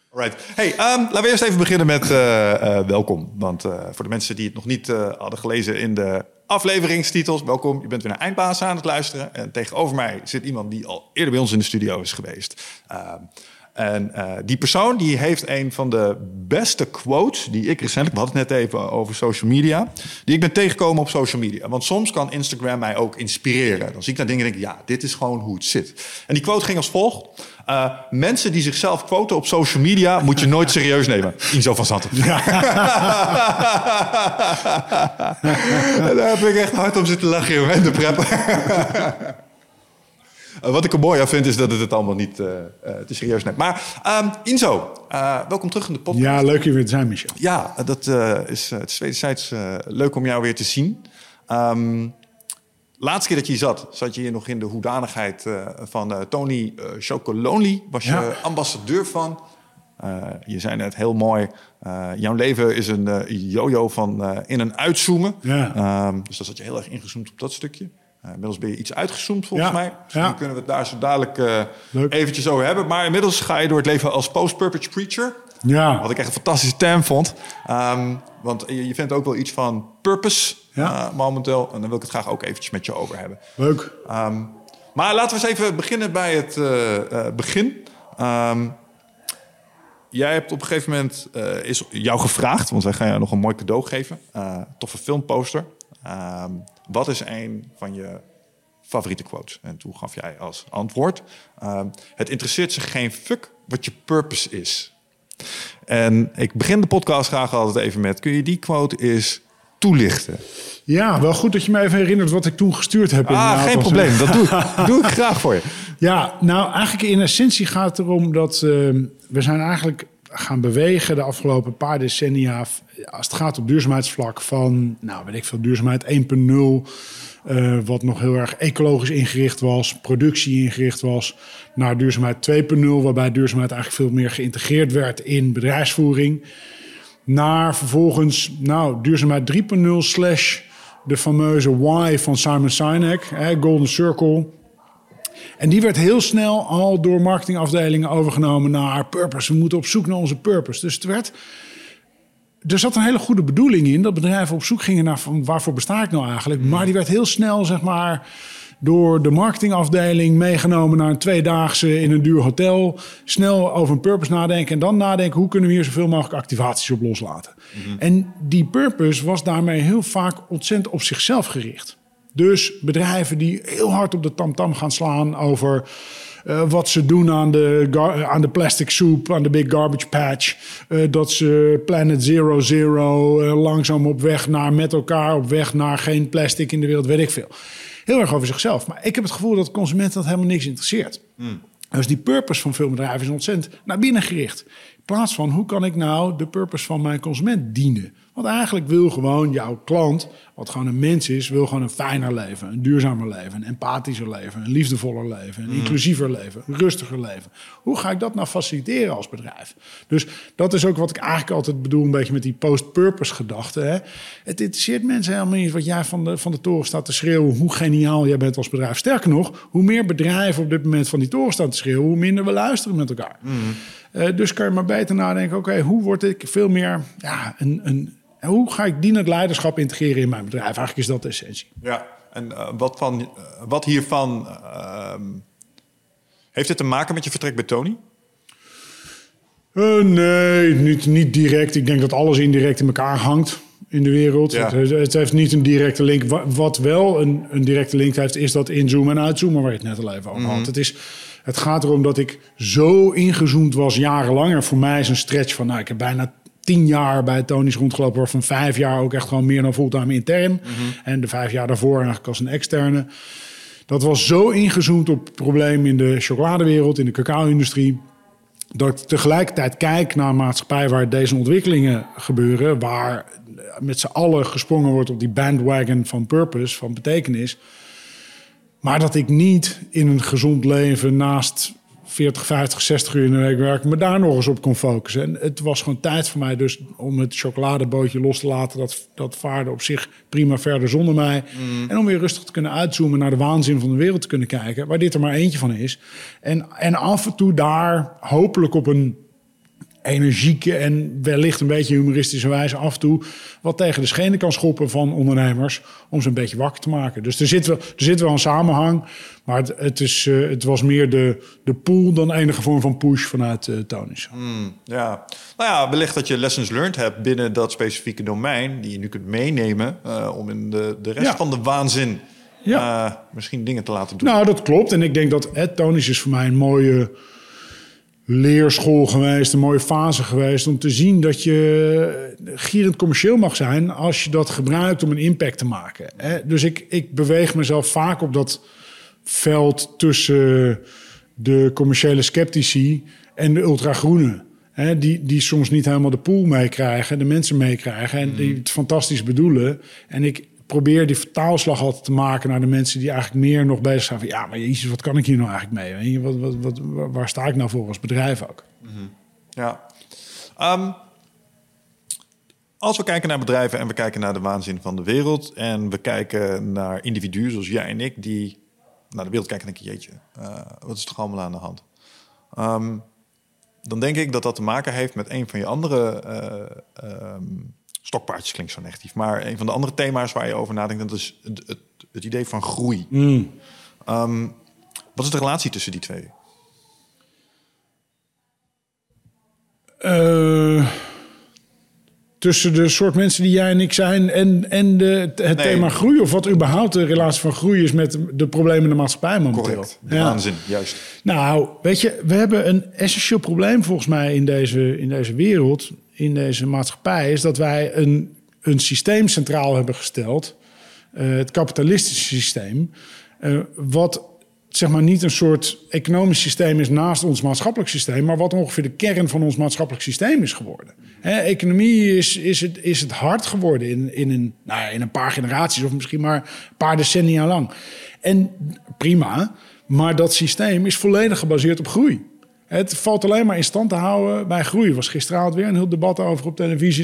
Right. Hey, laten we eerst even beginnen met welkom. Want voor de mensen die het nog niet hadden gelezen in de afleveringstitels, welkom. Je bent weer naar Eindbazen aan het luisteren. En tegenover mij zit iemand die al eerder bij ons in de studio is geweest. En die persoon die heeft een van de beste quotes die ik recentelijk, we hadden het net even over social media, die ik ben tegengekomen op social media. Want soms kan Instagram mij ook inspireren. Dan zie ik naar dingen en denk ik, ja, dit is gewoon hoe het zit. En die quote ging als volgt. Mensen die zichzelf quoten op social media moet je nooit serieus nemen. Inzo van Zanten. Ja. Daar heb ik echt hard om zitten lachen, jongen. De prep. Wat ik er mooi aan vind is dat het allemaal niet te serieus neemt. Maar Inzo, welkom terug in de podcast. Ja, leuk je weer te zijn, Michel. Ja, het is wederzijds leuk om jou weer te zien. Laatste keer dat je hier zat je hier nog in de hoedanigheid van Tony Chocolonely. Was je ambassadeur van. Je zei net heel mooi, jouw leven is een yo-yo van in- en uitzoomen. Ja. Dus dan zat je heel erg ingezoomd op dat stukje. Inmiddels ben je iets uitgezoomd volgens mij. Misschien kunnen we het daar zo dadelijk eventjes over hebben. Maar inmiddels ga je door het leven als post-purpose preacher. Ja. Wat ik echt een fantastische term vond. Want je vindt ook wel iets van purpose momenteel. En dan wil ik het graag ook eventjes met je over hebben. Leuk. Maar laten we eens even beginnen bij het begin. Jij hebt op een gegeven moment is jou gevraagd, want wij gaan je nog een mooi cadeau geven. Toffe filmposter. Wat is een van je favoriete quotes? En toen gaf jij als antwoord. Het interesseert zich geen fuck wat je purpose is. En ik begin de podcast graag altijd even met, kun je die quote eens toelichten? Ja, wel goed dat je me even herinnert wat ik toen gestuurd heb. Geen probleem, dat doe ik graag voor je. Ja, nou eigenlijk in essentie gaat het erom dat we zijn eigenlijk gaan bewegen de afgelopen paar decennia, als het gaat op duurzaamheidsvlak, van, duurzaamheid 1.0, wat nog heel erg ecologisch ingericht was, productie ingericht was, naar duurzaamheid 2.0, waarbij duurzaamheid eigenlijk veel meer geïntegreerd werd in bedrijfsvoering, naar vervolgens, duurzaamheid 3.0 / de fameuze why van Simon Sinek, Golden Circle. En die werd heel snel al door marketingafdelingen overgenomen naar purpose. We moeten op zoek naar onze purpose. Dus er zat een hele goede bedoeling in dat bedrijven op zoek gingen naar van waarvoor besta ik nou eigenlijk. Maar die werd heel snel, door de marketingafdeling meegenomen naar een 2-daagse in een duur hotel. Snel over een purpose nadenken en dan nadenken hoe kunnen we hier zoveel mogelijk activaties op loslaten. Mm-hmm. En die purpose was daarmee heel vaak ontzettend op zichzelf gericht. Dus bedrijven die heel hard op de tamtam gaan slaan over wat ze doen aan de plastic soep, aan de big garbage patch. Dat ze Planet Zero langzaam op weg naar met elkaar, op weg naar geen plastic in de wereld, weet ik veel. Heel erg over zichzelf. Maar ik heb het gevoel dat consumenten dat helemaal niks interesseert. Dus die purpose van veel bedrijven is ontzettend naar binnen gericht. In plaats van, hoe kan ik nou de purpose van mijn consument dienen? Want eigenlijk wil gewoon jouw klant, wat gewoon een mens is, wil gewoon een fijner leven, een duurzamer leven, een empathischer leven, een liefdevoller leven, een inclusiever leven, een rustiger leven. Hoe ga ik dat nou faciliteren als bedrijf? Dus dat is ook wat ik eigenlijk altijd bedoel, een beetje met die post-purpose gedachte. Hè? Het interesseert mensen helemaal niet wat jij van de toren staat te schreeuwen, hoe geniaal jij bent als bedrijf. Sterker nog, hoe meer bedrijven op dit moment van die toren staan te schreeuwen, hoe minder we luisteren met elkaar. Dus kan je maar beter nadenken, oké, hoe word ik veel meer hoe ga ik dienend leiderschap integreren in mijn bedrijf? Eigenlijk is dat de essentie. Ja, en wat hiervan heeft het te maken met je vertrek bij Tony? Nee, niet direct. Ik denk dat alles indirect in elkaar hangt in de wereld. Ja. Het heeft niet een directe link. Wat wel een directe link heeft, is dat inzoomen en uitzoomen, waar je het net al even over had. Het gaat erom dat ik zo ingezoomd was jarenlang. En voor mij is een stretch van, ik heb bijna 10 jaar bij Tony's rondgelopen, waarvan 5 jaar ook echt gewoon meer dan fulltime intern. En de 5 jaar daarvoor eigenlijk als een externe. Dat was zo ingezoomd op het probleem in de chocoladewereld, in de cacao-industrie, dat ik tegelijkertijd kijk naar een maatschappij waar deze ontwikkelingen gebeuren, waar met z'n allen gesprongen wordt op die bandwagon van purpose, van betekenis. Maar dat ik niet in een gezond leven naast 40, 50, 60 uur in de week werken, maar daar nog eens op kon focussen. En het was gewoon tijd voor mij dus om het chocoladebootje los te laten. Dat vaarde op zich prima verder zonder mij. En om weer rustig te kunnen uitzoomen naar de waanzin van de wereld te kunnen kijken, waar dit er maar eentje van is. En af en toe daar hopelijk op een energieke en wellicht een beetje humoristische wijze af en toe wat tegen de schenen kan schoppen van ondernemers om ze een beetje wakker te maken. Dus er zit wel een samenhang, maar het was meer de pool dan enige vorm van push vanuit Tony's. Ja, nou ja, wellicht dat je lessons learned hebt binnen dat specifieke domein die je nu kunt meenemen om in de rest van de waanzin misschien dingen te laten doen. Nou, dat klopt. En ik denk dat Tony's is voor mij een mooie leerschool geweest, een mooie fase geweest om te zien dat je gierend commercieel mag zijn als je dat gebruikt om een impact te maken. Dus ik beweeg mezelf vaak op dat veld tussen de commerciële sceptici en de ultragroenen. Die soms niet helemaal de pool meekrijgen, de mensen meekrijgen en die het fantastisch bedoelen. En ik probeer die vertaalslag altijd te maken naar de mensen die eigenlijk meer nog bezig zijn van ja, maar jezus, wat kan ik hier nou eigenlijk mee? Weet je, waar sta ik nou voor als bedrijf ook? Ja. Als we kijken naar bedrijven en we kijken naar de waanzin van de wereld en we kijken naar individuen zoals jij en ik die naar de wereld kijken en denken, jeetje, wat is toch allemaal aan de hand? Dan denk ik dat dat te maken heeft met een van je andere stokpaardjes klinkt zo negatief, maar een van de andere thema's waar je over nadenkt, dat is het idee van groei. Wat is de relatie tussen die twee? Tussen de soort mensen die jij en ik zijn en het thema groei, of wat überhaupt de relatie van groei is met de problemen in de maatschappij momenteel. Correct, de waanzin, juist. Nou, weet je, we hebben een essentieel probleem volgens mij in deze wereld, in deze maatschappij, is dat wij een systeem centraal hebben gesteld, het kapitalistische systeem, wat zeg maar niet een soort economisch systeem is naast ons maatschappelijk systeem, maar wat ongeveer de kern van ons maatschappelijk systeem is geworden. Economie is het hart geworden in een paar generaties of misschien maar een paar decennia lang. En prima, maar dat systeem is volledig gebaseerd op groei. Het valt alleen maar in stand te houden bij groei. Er was gisteravond weer een heel debat over op televisie.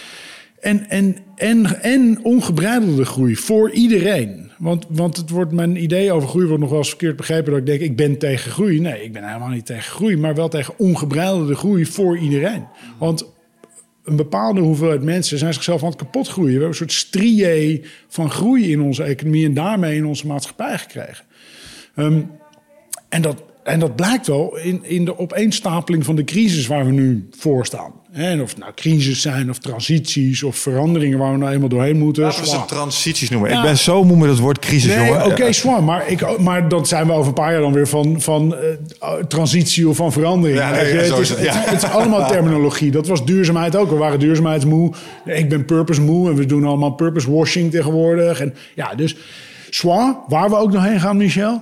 En ongebreidelde groei voor iedereen. Want het wordt mijn idee over groei wordt nog wel eens verkeerd begrepen. Dat ik denk, ik ben tegen groei. Nee, ik ben helemaal niet tegen groei. Maar wel tegen ongebreidelde groei voor iedereen. Want een bepaalde hoeveelheid mensen zijn zichzelf aan het kapot groeien. We hebben een soort strié van groei in onze economie en daarmee in onze maatschappij gekregen. En dat blijkt wel in de opeenstapeling van de crisis waar we nu voor staan. En of het nou crisis zijn of transities of veranderingen waar we nou eenmaal doorheen moeten. Laten we ze transities noemen. Ja. Ik ben zo moe met het woord crisis, jongen. Oké, zwaar. Maar dan zijn we over een paar jaar dan weer van transitie of van verandering. Ja, het is allemaal terminologie. Dat was duurzaamheid ook. We waren duurzaamheidsmoe. Ik ben purpose moe en we doen allemaal purpose washing tegenwoordig. En ja, dus zwaar. Waar we ook nog heen gaan, Michel.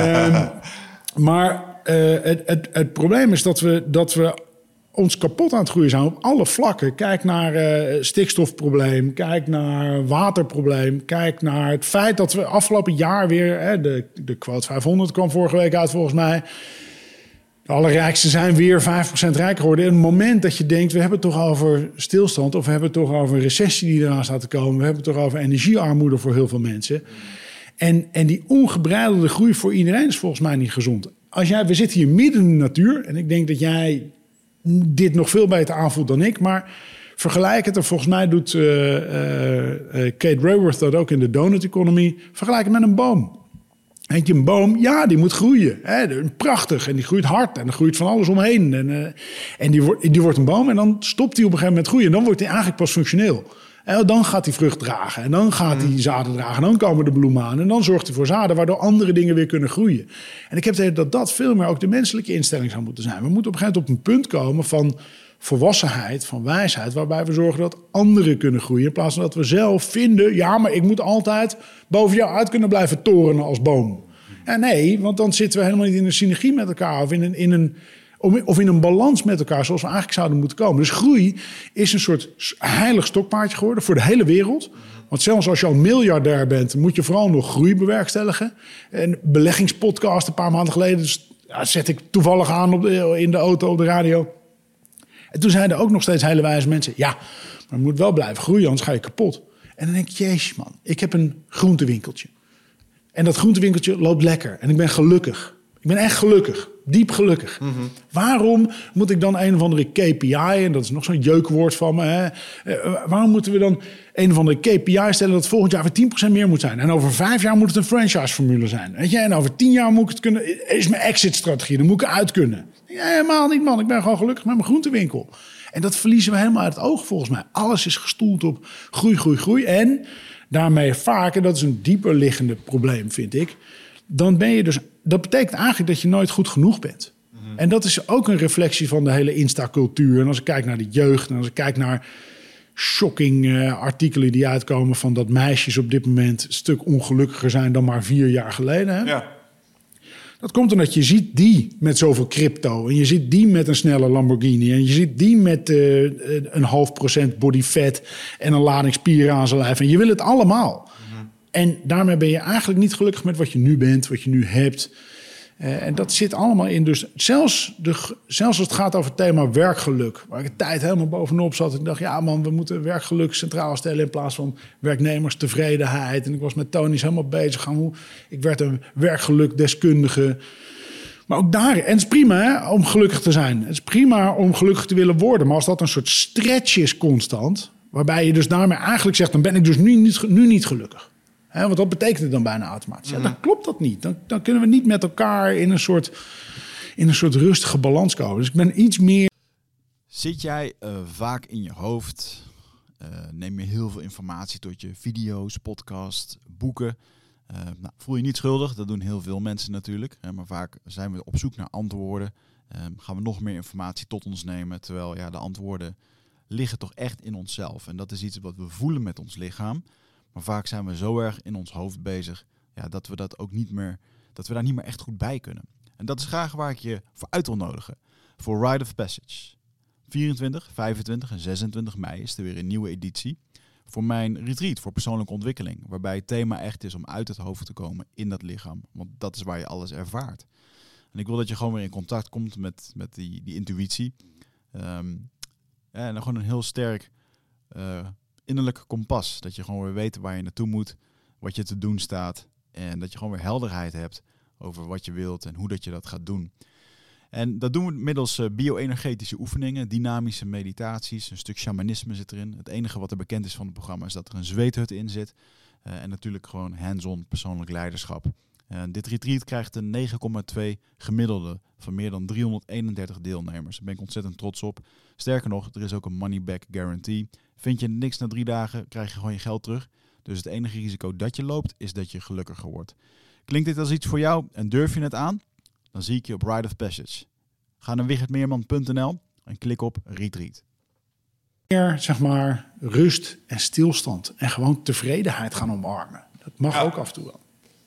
Maar het probleem is dat we ons kapot aan het groeien zijn op alle vlakken. Kijk naar stikstofprobleem, kijk naar waterprobleem, kijk naar het feit dat we afgelopen jaar weer, de quote 500 kwam vorige week uit volgens mij. De allerrijksten zijn weer 5% rijker geworden. En het moment dat je denkt, we hebben het toch over stilstand, of we hebben het toch over een recessie die eraan staat te komen, we hebben het toch over energiearmoede voor heel veel mensen. En die ongebreidelde groei voor iedereen is volgens mij niet gezond. We zitten hier midden in de natuur. En ik denk dat jij dit nog veel beter aanvoelt dan ik. Maar vergelijk het. En volgens mij doet Kate Raworth dat ook in de Donut Economy. Vergelijk het met een boom. Weet je, een boom, ja, die moet groeien. Prachtig. En die groeit hard. En er groeit van alles omheen. En die wordt een boom. En dan stopt hij op een gegeven moment groeien. En dan wordt hij eigenlijk pas functioneel. En dan gaat hij vrucht dragen. En dan gaat hij zaden dragen. En dan komen de bloemen aan. En dan zorgt hij voor zaden, waardoor andere dingen weer kunnen groeien. En ik heb het idee dat veel meer ook de menselijke instelling zou moeten zijn. We moeten op een gegeven moment op een punt komen van volwassenheid, van wijsheid, waarbij we zorgen dat anderen kunnen groeien. In plaats van dat we zelf vinden, ja, maar ik moet altijd boven jou uit kunnen blijven torenen als boom. Ja, nee, want dan zitten we helemaal niet in een synergie met elkaar of in een balans met elkaar zoals we eigenlijk zouden moeten komen. Dus groei is een soort heilig stokpaardje geworden voor de hele wereld. Want zelfs als je al miljardair bent, moet je vooral nog groei bewerkstelligen. Een beleggingspodcast een paar maanden geleden, dus, zet ik toevallig aan in de auto, op de radio. En toen zeiden ook nog steeds hele wijze mensen, ja, maar je moet wel blijven groeien, anders ga je kapot. En dan denk ik, jezus man, ik heb een groentewinkeltje. En dat groentewinkeltje loopt lekker en ik ben gelukkig. Ik ben echt gelukkig. Diep gelukkig. Waarom moet ik dan een of andere KPI... en dat is nog zo'n jeukwoord van me... Hè? Waarom moeten we dan een of andere KPI stellen... dat volgend jaar weer 10% meer moet zijn? En over 5 jaar moet het een franchise-formule zijn. Weet je? En over 10 jaar moet ik het kunnen... is mijn exit-strategie, dan moet ik eruit kunnen. Ja, helemaal niet, man. Ik ben gewoon gelukkig met mijn groentewinkel. En dat verliezen we helemaal uit het oog, volgens mij. Alles is gestoeld op groei, groei, groei. En daarmee vaak, en dat is een dieper liggende probleem, vind ik... dan ben je dus... Dat betekent eigenlijk dat je nooit goed genoeg bent. En dat is ook een reflectie van de hele Insta-cultuur. En als ik kijk naar de jeugd... en als ik kijk naar shocking artikelen die uitkomen... van dat meisjes op dit moment een stuk ongelukkiger zijn... dan maar 4 jaar geleden. Hè? Ja. Dat komt omdat je ziet die met zoveel crypto... en je ziet die met een snelle Lamborghini... en je ziet die met een 0,5% body fat... en een lading spieren aan zijn lijf. En je wil het allemaal. En daarmee ben je eigenlijk niet gelukkig met wat je nu bent... wat je nu hebt... En dat zit allemaal in. Dus zelfs als het gaat over het thema werkgeluk... waar ik de tijd helemaal bovenop zat... en ik dacht, ja man, we moeten werkgeluk centraal stellen... in plaats van werknemerstevredenheid. En ik was met Tony's helemaal bezig. Ik werd een werkgelukdeskundige. Maar ook daar... En het is prima hè, om gelukkig te zijn. Het is prima om gelukkig te willen worden. Maar als dat een soort stretch is constant... waarbij je dus daarmee eigenlijk zegt... dan ben ik dus nu niet gelukkig. He, want dat betekent het dan bijna automatisch. Ja, dan klopt dat niet. Dan kunnen we niet met elkaar in een soort rustige balans komen. Dus ik ben iets meer... Zit jij vaak in je hoofd? Neem je heel veel informatie tot je video's, podcasts, boeken? Voel je niet schuldig? Dat doen heel veel mensen natuurlijk. Maar vaak zijn we op zoek naar antwoorden. Gaan we nog meer informatie tot ons nemen. Terwijl de antwoorden liggen toch echt in onszelf. En dat is iets wat we voelen met ons lichaam. Maar vaak zijn we zo erg in ons hoofd bezig dat we dat ook niet meer, dat we daar niet meer echt goed bij kunnen. En dat is graag waar ik je voor uit wil nodigen. Voor Rite of Passage. 24, 25 en 26 mei is er weer een nieuwe editie. Voor mijn retreat voor persoonlijke ontwikkeling. Waarbij het thema echt is om uit het hoofd te komen in dat lichaam. Want dat is waar je alles ervaart. En ik wil dat je gewoon weer in contact komt met die intuïtie. En dan gewoon een heel sterk... innerlijk kompas. Dat je gewoon weer weet waar je naartoe moet, wat je te doen staat. En dat je gewoon weer helderheid hebt over wat je wilt en hoe dat je dat gaat doen. En dat doen we middels bio-energetische oefeningen, dynamische meditaties, een stuk shamanisme zit erin. Het enige wat er bekend is van het programma is dat er een zweethut in zit. En natuurlijk gewoon hands-on persoonlijk leiderschap. Dit retreat krijgt een 9,2 gemiddelde van meer dan 331 deelnemers. Daar ben ik ontzettend trots op. Sterker nog, er is ook een money back guarantee. Vind je niks na 3 dagen, krijg je gewoon je geld terug. Dus het enige risico dat je loopt, is dat je gelukkiger wordt. Klinkt dit als iets voor jou en durf je het aan? Dan zie ik je op Rite of Passage. Ga naar wichertmeerman.nl en klik op Retreat. Meer, zeg maar, rust en stilstand. En gewoon tevredenheid gaan omarmen. Dat mag ook af en toe wel.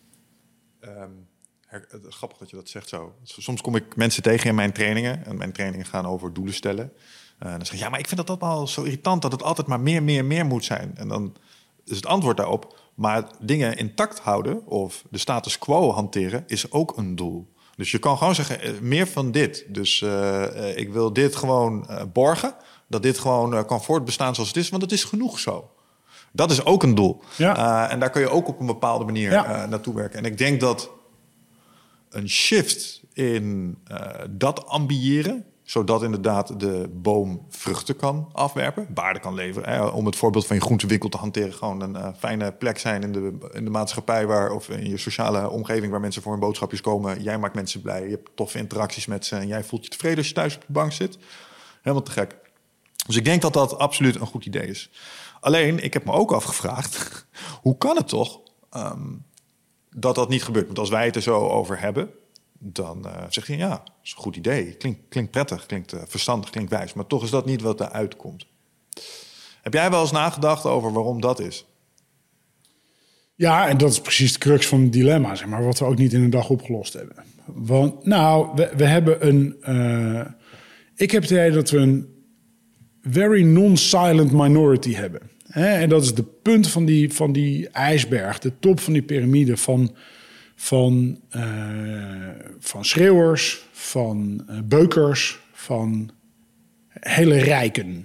Grappig dat je dat zegt zo. Soms kom ik mensen tegen in mijn trainingen. En mijn trainingen gaan over doelen stellen. Dan zeg je, maar ik vind dat wel zo irritant... dat het altijd maar meer moet zijn. En dan is het antwoord daarop... maar dingen intact houden of de status quo hanteren... is ook een doel. Dus je kan gewoon zeggen, meer van dit. Dus ik wil dit gewoon borgen... dat dit gewoon kan voortbestaan zoals het is... want het is genoeg zo. Dat is ook een doel. Ja. En daar kun je ook op een bepaalde manier naartoe werken. En ik denk dat een shift in dat ambiëren... zodat inderdaad de boom vruchten kan afwerpen, waarde kan leveren. Om het voorbeeld van je groentewinkel te hanteren... gewoon een fijne plek zijn in de maatschappij... of in je sociale omgeving waar mensen voor hun boodschapjes komen. Jij maakt mensen blij, je hebt toffe interacties met ze... en jij voelt je tevreden als je thuis op de bank zit. Helemaal te gek. Dus ik denk dat dat absoluut een goed idee is. Alleen, ik heb me ook afgevraagd... hoe kan het toch dat niet gebeurt? Want als wij het er zo over hebben... dan zeg je, ja, dat is een goed idee. Klinkt prettig, klinkt verstandig, klinkt wijs. Maar toch is dat niet wat eruit komt. Heb jij wel eens nagedacht over waarom dat is? Ja, en dat is precies de crux van het dilemma, zeg maar, wat we ook niet in een dag opgelost hebben. Want, we hebben een... ik heb het idee dat we een very non-silent minority hebben. En dat is de punt van die ijsberg, de top van die piramide van schreeuwers, van beukers, van hele rijken.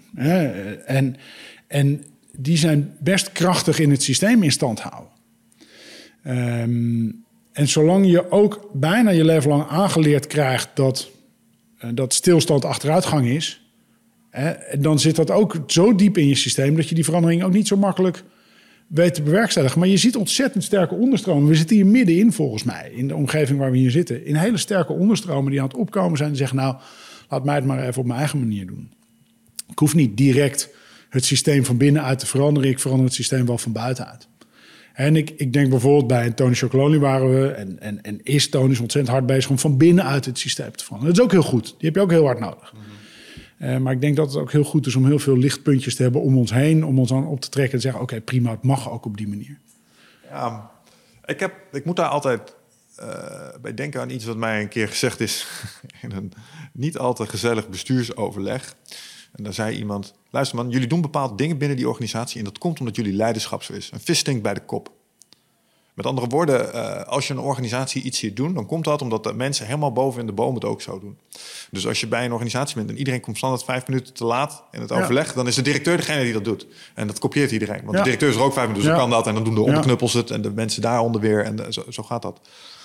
En die zijn best krachtig in het systeem in stand houden. En zolang je ook bijna je leven lang aangeleerd krijgt dat stilstand achteruitgang is, dan zit dat ook zo diep in je systeem dat je die verandering ook niet zo makkelijk weet te bewerkstelligen. Maar je ziet ontzettend sterke onderstromen. We zitten hier middenin volgens mij, in de omgeving waar we hier zitten. In hele sterke onderstromen die aan het opkomen zijn. Die zeggen, nou, laat mij het maar even op mijn eigen manier doen. Ik hoef niet direct het systeem van binnenuit te veranderen. Ik verander het systeem wel van buitenuit. En ik denk bijvoorbeeld bij Tony Chocolonely waren we... en is Tony ontzettend hard bezig om van binnenuit het systeem te veranderen. Dat is ook heel goed. Die heb je ook heel hard nodig. Maar ik denk dat het ook heel goed is om heel veel lichtpuntjes te hebben om ons heen. Om ons dan op te trekken en te zeggen, oké, prima, het mag ook op die manier. Ja, ik moet daar altijd bij denken aan iets wat mij een keer gezegd is in een niet al te gezellig bestuursoverleg. En daar zei iemand, luister man, jullie doen bepaalde dingen binnen die organisatie en dat komt omdat jullie leiderschap zo is. Een vis stinkt bij de kop. Met andere woorden, als je een organisatie iets ziet doen, dan komt dat omdat de mensen helemaal boven in de boom het ook zo doen. Dus als je bij een organisatie bent en iedereen komt standaard 5 minuten te laat in het overleg, dan is de directeur degene die dat doet. En dat kopieert iedereen. Want de directeur is er ook 5 minuten, dus dan kan dat. En dan doen de onderknuppels het en de mensen daaronder weer. En zo gaat dat.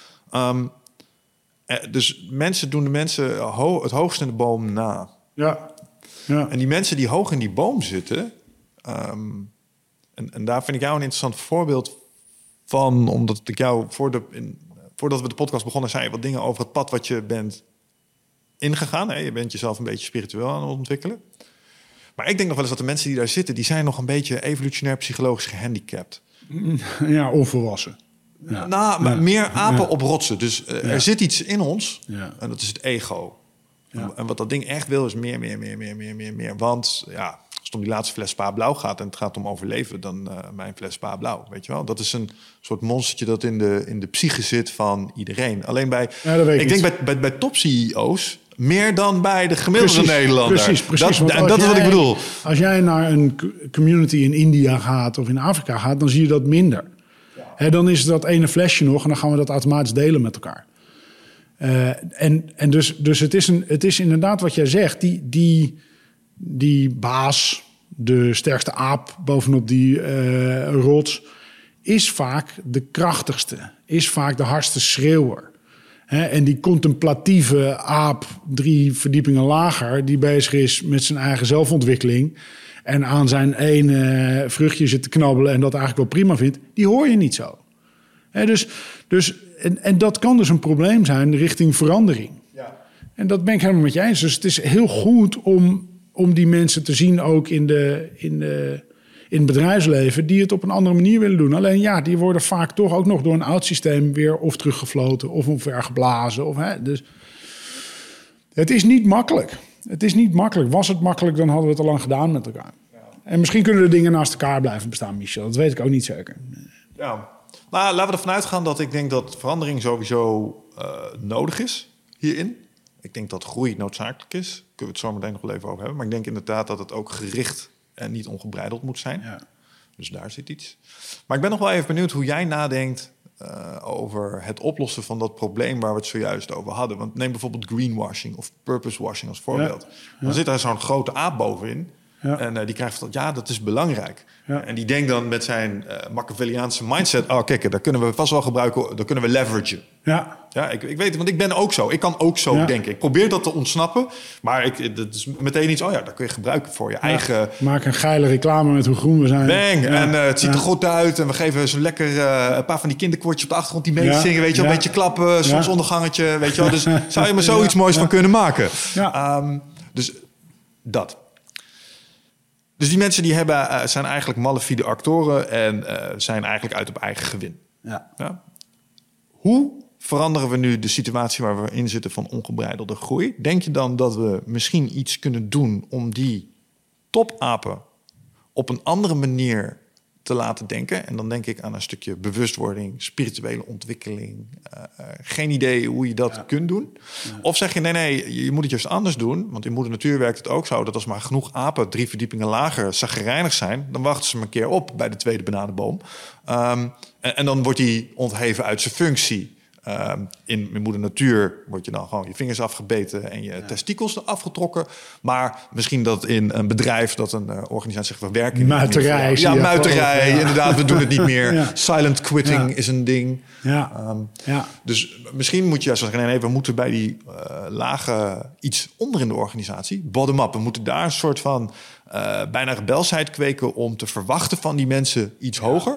Dus mensen doen de mensen het hoogst in de boom na. Ja. En die mensen die hoog in die boom zitten, en daar vind ik jou een interessant voorbeeld van, omdat ik jou voordat we de podcast begonnen zei wat dingen over het pad wat je bent ingegaan. Hè? Je bent jezelf een beetje spiritueel aan het ontwikkelen. Maar ik denk nog wel eens dat de mensen die daar zitten, die zijn nog een beetje evolutionair psychologisch gehandicapt. Ja, onvolwassen. Ja. Meer apen op rotsen. Dus er zit iets in ons en dat is het ego. Ja. En wat dat ding echt wil is meer. Want ja, als het om die laatste fles Spa Blauw gaat en het gaat om overleven, dan mijn fles Spa Blauw, weet je wel. Dat is een soort monstertje dat in de psyche zit van iedereen. Alleen bij top CEO's meer dan bij de gemiddelde Nederlander. Precies. Dat is wat ik bedoel. Als jij naar een community in India gaat of in Afrika gaat, dan zie je dat minder. Ja. Dan is dat ene flesje nog en dan gaan we dat automatisch delen met elkaar. Dus het is inderdaad wat jij zegt. Die baas, de sterkste aap bovenop die rots, is vaak de krachtigste. Is vaak de hardste schreeuwer. En die contemplatieve aap 3 verdiepingen lager, die bezig is met zijn eigen zelfontwikkeling en aan zijn ene vruchtje zit te knabbelen en dat eigenlijk wel prima vindt, die hoor je niet zo. En dat kan dus een probleem zijn richting verandering. Ja. En dat ben ik helemaal met je eens. Dus het is heel goed om die mensen te zien ook in het bedrijfsleven die het op een andere manier willen doen. Alleen die worden vaak toch ook nog door een oud systeem weer of teruggefloten of omvergeblazen. Dus het is niet makkelijk. Was het makkelijk, dan hadden we het al lang gedaan met elkaar. Ja. En misschien kunnen de dingen naast elkaar blijven bestaan, Michel. Dat weet ik ook niet zeker. Ja. Nou, laten we ervan uitgaan dat ik denk dat verandering sowieso nodig is hierin. Ik denk dat groei noodzakelijk is. Daar kunnen we het zo meteen nog wel even over hebben. Maar ik denk inderdaad dat het ook gericht en niet ongebreideld moet zijn. Ja. Dus daar zit iets. Maar ik ben nog wel even benieuwd hoe jij nadenkt over het oplossen van dat probleem waar we het zojuist over hadden. Want neem bijvoorbeeld greenwashing of purpose washing als voorbeeld. Ja. Dan zit daar zo'n grote aap bovenin. Ja. En die krijgt dat is belangrijk. Ja. En die denkt dan met zijn Machiavelliaanse mindset, kijk, daar kunnen we vast wel gebruiken, daar kunnen we leveragen. Ja. Ja, ik weet het, want ik ben ook zo. Ik kan ook zo denken. Ik probeer dat te ontsnappen, maar dat is meteen iets, daar kun je gebruiken voor je eigen. Maak een geile reclame met hoe groen we zijn. Bang! Ja. En het ziet er goed uit en we geven zo lekker een paar van die kinderkoortjes op de achtergrond die mee zingen, weet je wel, een beetje klappen, zonsondergangetje, weet je wel. Dus zou je me zoiets moois van kunnen maken. Ja. Dus dat. Dus die mensen die zijn eigenlijk malafide actoren en zijn eigenlijk uit op eigen gewin. Ja. Ja? Hoe veranderen we nu de situatie waar we in zitten van ongebreidelde groei? Denk je dan dat we misschien iets kunnen doen om die topapen op een andere manier te laten denken? En dan denk ik aan een stukje bewustwording, spirituele ontwikkeling. Geen idee hoe je dat kunt doen. Ja. Of zeg je, nee, je moet het juist anders doen. Want in moeder natuur werkt het ook zo dat als maar genoeg apen 3 verdiepingen lager chagrijnig zijn, dan wachten ze een keer op bij de tweede bananenboom. En dan wordt die ontheven uit zijn functie. In moeder natuur word je dan gewoon je vingers afgebeten en je testikels afgetrokken. Maar misschien dat in een bedrijf, dat een organisatie zegt, we werken muiterij. Ja, muiterij. Ja. Inderdaad, we doen het niet meer. Ja. Silent quitting is een ding. Ja. Dus misschien moet je, zoals we moeten bij die lage iets onder in de organisatie, bottom-up. We moeten daar een soort van bijna rebelsheid kweken om te verwachten van die mensen iets hoger.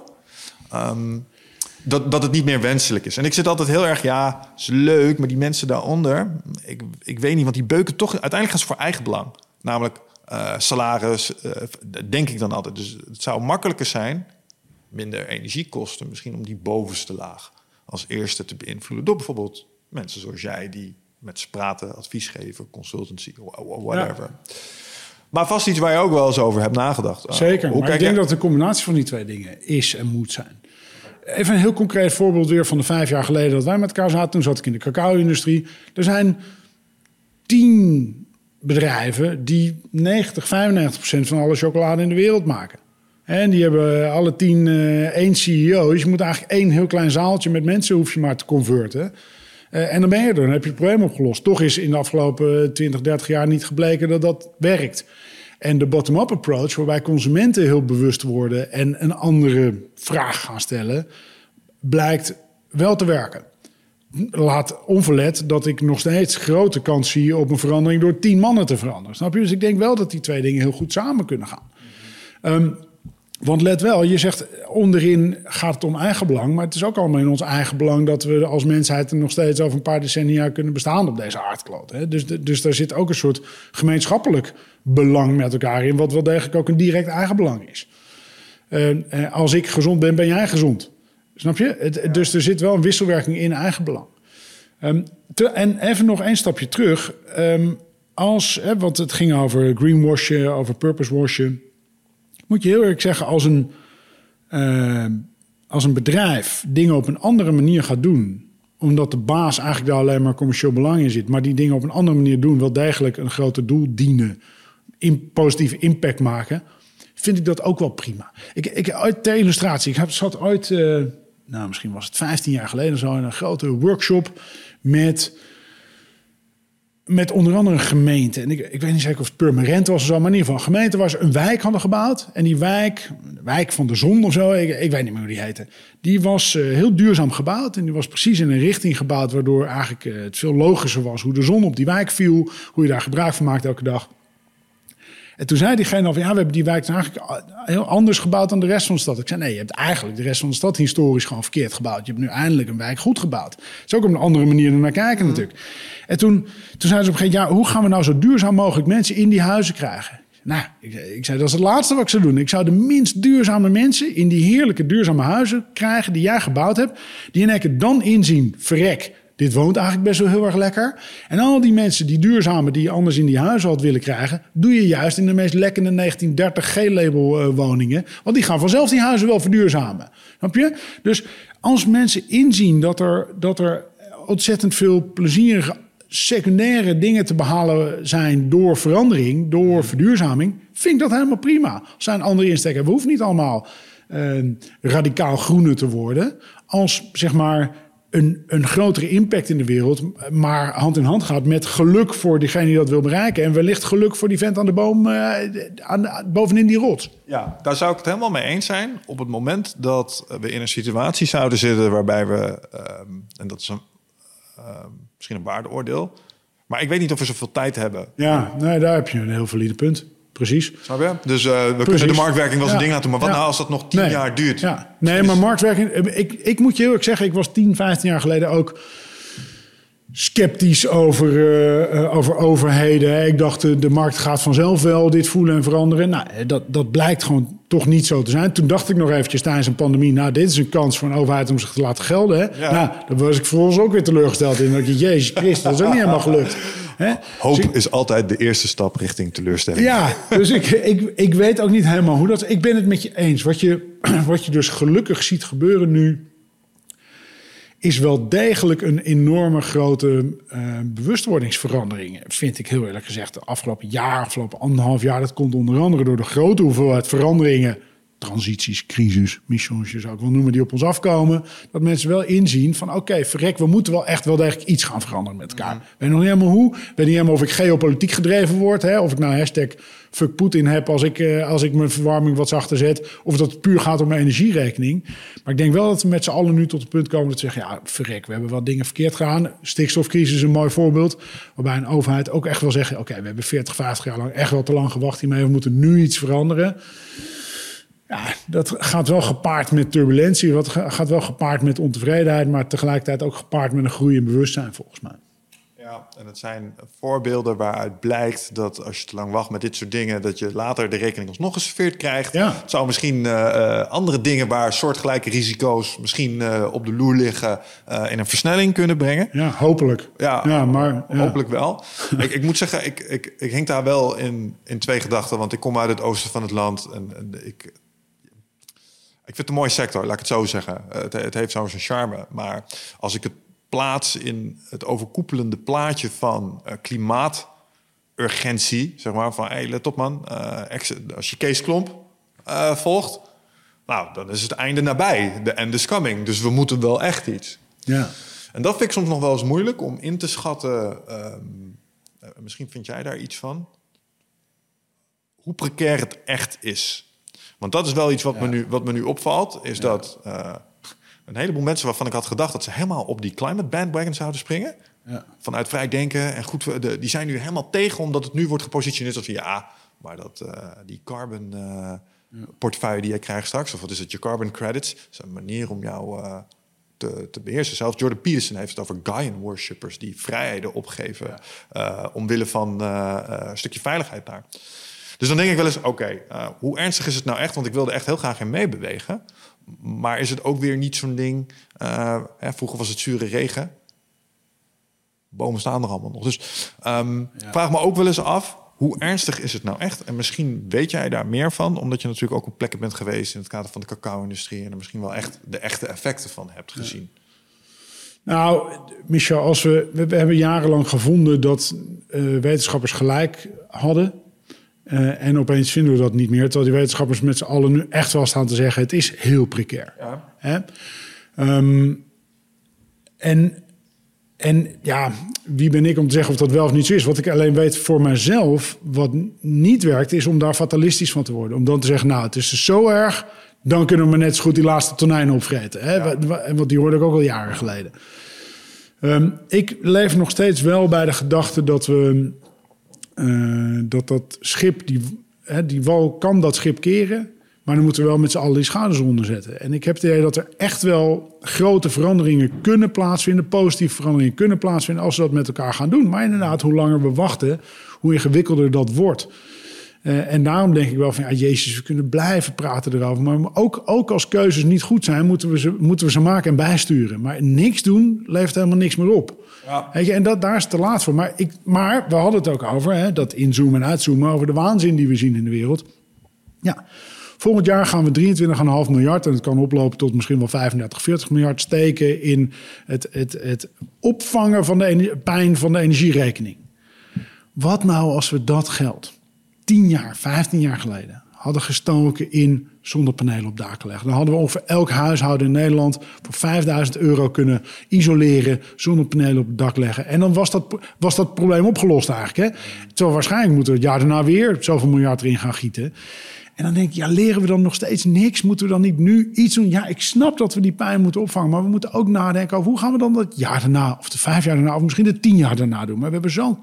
Dat het niet meer wenselijk is. En ik zit altijd heel erg, is leuk, maar die mensen daaronder, ik weet niet, want die beuken toch, uiteindelijk gaan ze voor eigen belang. Namelijk salaris, denk ik dan altijd. Dus het zou makkelijker zijn, minder energiekosten, misschien om die bovenste laag als eerste te beïnvloeden. Door bijvoorbeeld mensen zoals jij, die met ze praten, advies geven, consultancy, whatever. Ja. Maar vast iets waar je ook wel eens over hebt nagedacht. Zeker, maar ik denk dat de combinatie van die twee dingen is en moet zijn. Even een heel concreet voorbeeld weer van de 5 jaar geleden dat wij met elkaar zaten. Toen zat ik in de cacao-industrie. Er zijn 10 bedrijven die 95% van alle chocolade in de wereld maken. En die hebben alle 10 één CEO. Dus je moet eigenlijk 1 heel klein zaaltje met mensen hoef je maar te converten. En dan ben je er, dan heb je het probleem opgelost. Toch is in de afgelopen 20, 30 jaar niet gebleken dat dat werkt. En de bottom-up approach, waarbij consumenten heel bewust worden en een andere vraag gaan stellen, blijkt wel te werken. Laat onverlet dat ik nog steeds grote kans zie op een verandering door 10 mannen te veranderen. Snap je? Dus ik denk wel dat die twee dingen heel goed samen kunnen gaan. Want let wel, je zegt onderin gaat het om eigenbelang, maar het is ook allemaal in ons eigen belang dat we als mensheid er nog steeds over een paar decennia kunnen bestaan op deze aardkloot. Hè? Dus daar zit ook een soort gemeenschappelijk belang met elkaar in, wat wel degelijk ook een direct eigenbelang is. Als ik gezond ben, ben jij gezond. Snap je? Dus er zit wel een wisselwerking in eigenbelang. En even nog 1 stapje terug. Want het ging over greenwashen, over purpose washen. Moet je heel eerlijk zeggen, als een bedrijf dingen op een andere manier gaat doen, omdat de baas eigenlijk daar alleen maar commercieel belang in zit, maar die dingen op een andere manier doen, wel degelijk een groter doel dienen, positieve impact maken, vind ik dat ook wel prima. Ter illustratie, ik zat ooit, misschien was het 15 jaar geleden zo, in een grote workshop met onder andere een gemeente. En ik weet niet zeker of het Purmerend was of zo, maar in ieder geval een gemeente waar ze een wijk hadden gebouwd. En die wijk van de zon of zo, ik weet niet meer hoe die heette. Die was heel duurzaam gebouwd en die was precies in een richting gebouwd waardoor eigenlijk het veel logischer was hoe de zon op die wijk viel, hoe je daar gebruik van maakt elke dag. En toen zei diegene al van, we hebben die wijk eigenlijk heel anders gebouwd dan de rest van de stad. Ik zei, nee, je hebt eigenlijk de rest van de stad historisch gewoon verkeerd gebouwd. Je hebt nu eindelijk een wijk goed gebouwd. Dat is ook op een andere manier naar kijken natuurlijk. En toen zeiden ze op een gegeven moment, hoe gaan we nou zo duurzaam mogelijk mensen in die huizen krijgen? Nou, ik zei, dat is het laatste wat ik zou doen. Ik zou de minst duurzame mensen in die heerlijke duurzame huizen krijgen die jij gebouwd hebt. Die in één keer dan inzien, verrek, dit woont eigenlijk best wel heel erg lekker. En al die mensen, die duurzame, die je anders in die huizen had willen krijgen, doe je juist in de meest lekkere 1930 G-label woningen. Want die gaan vanzelf die huizen wel verduurzamen. Snap je? Dus als mensen inzien dat er ontzettend veel plezierige secundaire dingen te behalen zijn door verandering, door verduurzaming, vind ik dat helemaal prima. Als zij een andere insteek hebben. We hoeven niet allemaal radicaal groener te worden. Als zeg maar een grotere impact in de wereld, maar hand in hand gaat met geluk voor diegene die dat wil bereiken. En wellicht geluk voor die vent aan de boom, bovenin die rots. Ja, daar zou ik het helemaal mee eens zijn. Op het moment dat we in een situatie zouden zitten waarbij we, en dat is misschien een waardeoordeel, maar ik weet niet of we zoveel tijd hebben. Ja, nee, daar heb je een heel valide punt. Precies. Snap je? Dus we kunnen de marktwerking wel eens een ding laten doen. Maar wat nou als dat nog 10 jaar duurt? Ja. Nee, maar marktwerking... Ik moet je heel erg zeggen, ik was 10, 15 jaar geleden ook sceptisch over overheden. Ik dacht, de markt gaat vanzelf wel dit voelen en veranderen. Nou, dat blijkt gewoon toch niet zo te zijn. Toen dacht ik nog eventjes tijdens een pandemie, nou, dit is een kans voor een overheid om zich te laten gelden. Hè? Ja. Nou, daar was ik vervolgens ook weer teleurgesteld in. Dat ik, Jezus Christus, dat is ook niet helemaal gelukt. Hè? Hoop dus is altijd de eerste stap richting teleurstelling. Ja, dus ik weet ook niet helemaal hoe dat... Ik ben het met je eens. Wat je dus gelukkig ziet gebeuren nu, is wel degelijk een enorme grote bewustwordingsverandering. Vind ik heel eerlijk gezegd. De afgelopen jaar, afgelopen 1,5 jaar... dat komt onder andere door de grote hoeveelheid veranderingen transities, crisis, missions, je zou ik wel noemen, die op ons afkomen. Dat mensen wel inzien van oké, verrek, we moeten wel echt wel degelijk iets gaan veranderen met elkaar. Ik weet nog niet helemaal hoe. Ik weet niet helemaal of ik geopolitiek gedreven word. Hè? Of ik nou hashtag fuck Poetin heb als ik mijn verwarming wat zachter zet. Of dat het puur gaat om mijn energierekening. Maar ik denk wel dat we met z'n allen nu tot het punt komen dat we zeggen, ja, verrek, we hebben wat dingen verkeerd gedaan. Stikstofcrisis is een mooi voorbeeld. Waarbij een overheid ook echt wel zegt, oké, we hebben 40, 50 jaar lang echt wel te lang gewacht hiermee. We moeten nu iets veranderen. Ja, dat gaat wel gepaard met turbulentie. Dat gaat wel gepaard met ontevredenheid. Maar tegelijkertijd ook gepaard met een groei in bewustzijn, volgens mij. Ja, en het zijn voorbeelden waaruit blijkt dat als je te lang wacht met dit soort dingen, dat je later de rekening alsnog geserveerd krijgt. Ja. Het zou misschien andere dingen waar soortgelijke risico's misschien op de loer liggen in een versnelling kunnen brengen. Ja, hopelijk. Ja, maar hopelijk wel. Ik moet zeggen, ik hink daar wel in twee gedachten, want ik kom uit het oosten van het land en ik vind het een mooie sector, laat ik het zo zeggen. Het heeft zo zijn charme, maar als ik het plaats in het overkoepelende plaatje van klimaaturgentie, zeg maar, van hey, let op man, als je Kees Klomp volgt, nou, dan is het einde nabij. The end is coming. Dus we moeten wel echt iets. Ja. En dat vind ik soms nog wel eens moeilijk om in te schatten. Misschien vind jij daar iets van. Hoe precair het echt is. Want dat is wel iets wat me nu opvalt. Is dat een heleboel mensen waarvan ik had gedacht dat ze helemaal op die climate bandwagon zouden springen. Ja. Vanuit vrij denken en goed. Die zijn nu helemaal tegen, omdat het nu wordt gepositioneerd als maar die carbon portefeuille die jij krijgt straks, of wat is het, je carbon credits, is een manier om jou te beheersen. Zelfs Jordan Peterson heeft het over Gaian worshippers die vrijheden opgeven omwille van een stukje veiligheid daar. Dus dan denk ik wel eens, hoe ernstig is het nou echt? Want ik wilde echt heel graag in meebewegen. Maar is het ook weer niet zo'n ding? Vroeger was het zure regen. Bomen staan er allemaal nog. Dus vraag me ook wel eens af, hoe ernstig is het nou echt? En misschien weet jij daar meer van, omdat je natuurlijk ook op plekken bent geweest in het kader van de cacao-industrie en er misschien wel echt de echte effecten van hebt gezien. Nou, Michel, we hebben jarenlang gevonden dat wetenschappers gelijk hadden. En opeens vinden we dat niet meer. Terwijl die wetenschappers met z'n allen nu echt wel staan te zeggen, het is heel precair. Ja. Hè? En wie ben ik om te zeggen of dat wel of niet zo is? Wat ik alleen weet voor mezelf, wat niet werkt, is om daar fatalistisch van te worden. Om dan te zeggen, nou, het is dus zo erg, dan kunnen we maar net zo goed die laatste tonijnen opvreten. Hè? Ja. Want die hoorde ik ook al jaren geleden. Ik leef nog steeds wel bij de gedachte dat we dat schip, die wal kan dat schip keren, maar dan moeten we wel met z'n allen die schouders onder zetten. En ik heb het idee dat er echt wel grote veranderingen kunnen plaatsvinden, positieve veranderingen kunnen plaatsvinden als we dat met elkaar gaan doen. Maar inderdaad, hoe langer we wachten, hoe ingewikkelder dat wordt. En daarom denk ik wel van, Jezus, we kunnen blijven praten erover. Maar ook als keuzes niet goed zijn, moeten we ze maken en bijsturen. Maar niks doen levert helemaal niks meer op. Ja. Weet je, en daar is het te laat voor. Maar we hadden het ook over, dat inzoomen en uitzoomen, over de waanzin die we zien in de wereld. Ja, volgend jaar gaan we 23,5 miljard... en het kan oplopen tot misschien wel 35, 40 miljard... steken in het opvangen van de pijn van de energierekening. Wat nou als we dat geld 10 jaar, 15 jaar geleden hadden gestoken in zonnepanelen op daken leggen? Dan hadden we ongeveer elk huishouden in Nederland voor €5.000 kunnen isoleren, zonnepanelen op het dak leggen. En dan was dat probleem opgelost eigenlijk. Hè? Terwijl waarschijnlijk moeten we het jaar daarna weer zoveel miljard erin gaan gieten. En dan denk ik, leren we dan nog steeds niks? Moeten we dan niet nu iets doen? Ja, ik snap dat we die pijn moeten opvangen, maar we moeten ook nadenken over hoe gaan we dan dat jaar daarna, of de 5 jaar daarna, of misschien de 10 jaar daarna doen. Maar we hebben zo'n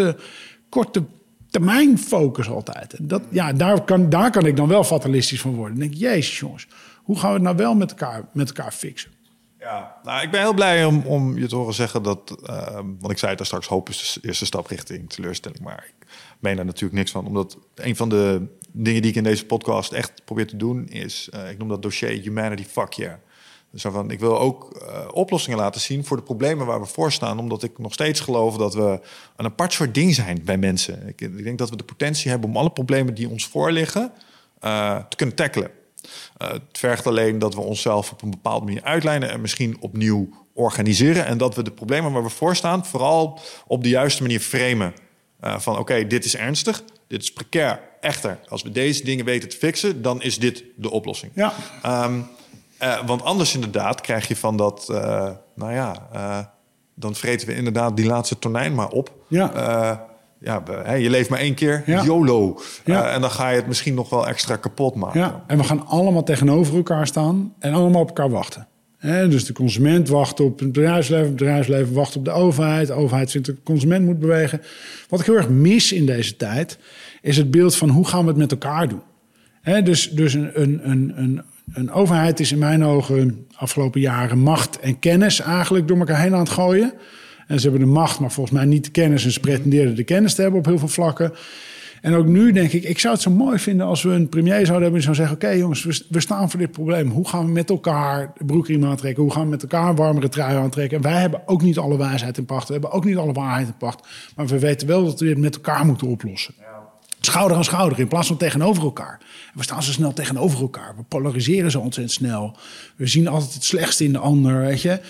korte termijn focus altijd. En daar kan ik dan wel fatalistisch van worden. Dan denk ik, jezus jongens, hoe gaan we het nou wel met elkaar fixen? Ja, nou, ik ben heel blij om je te horen zeggen dat, want ik zei het daar straks, hoop is de eerste stap richting teleurstelling. Maar ik meen daar natuurlijk niks van. Omdat een van de dingen die ik in deze podcast echt probeer te doen is, ik noem dat dossier Humanity Fuck Yeah. Dus ik wil ook oplossingen laten zien voor de problemen waar we voor staan. Omdat ik nog steeds geloof dat we een apart soort ding zijn bij mensen. Ik denk dat we de potentie hebben om alle problemen die ons voorliggen te kunnen tackelen. Het vergt alleen dat we onszelf op een bepaalde manier uitlijnen en misschien opnieuw organiseren. En dat we de problemen waar we voor staan vooral op de juiste manier framen. Van oké, dit is ernstig. dit is precair. Echter, als we deze dingen weten te fixen, dan is dit de oplossing. Ja. Want anders inderdaad krijg je van dat... dan vreten we inderdaad die laatste tonijn maar op. Ja. Je leeft maar 1 keer, YOLO. Ja. En dan ga je het misschien nog wel extra kapot maken. Ja, en we gaan allemaal tegenover elkaar staan en allemaal op elkaar wachten. Dus de consument wacht op het bedrijfsleven wacht op de overheid. De overheid vindt dat de consument moet bewegen. Wat ik heel erg mis in deze tijd is het beeld van hoe gaan we het met elkaar doen. Dus een overheid is in mijn ogen afgelopen jaren macht en kennis eigenlijk door elkaar heen aan het gooien. En ze hebben de macht, maar volgens mij niet de kennis. En ze pretendeerden de kennis te hebben op heel veel vlakken. En ook nu denk ik zou het zo mooi vinden als we een premier zouden hebben die zou zeggen, oké, jongens, we staan voor dit probleem. Hoe gaan we met elkaar de broekriem aantrekken? Hoe gaan we met elkaar een warmere trui aantrekken? En wij hebben ook niet alle wijsheid in pacht. We hebben ook niet alle waarheid in pacht. Maar we weten wel dat we dit met elkaar moeten oplossen. Ja. Schouder aan schouder, in plaats van tegenover elkaar. We staan zo snel tegenover elkaar. We polariseren zo ontzettend snel. We zien altijd het slechtste in de ander, weet je.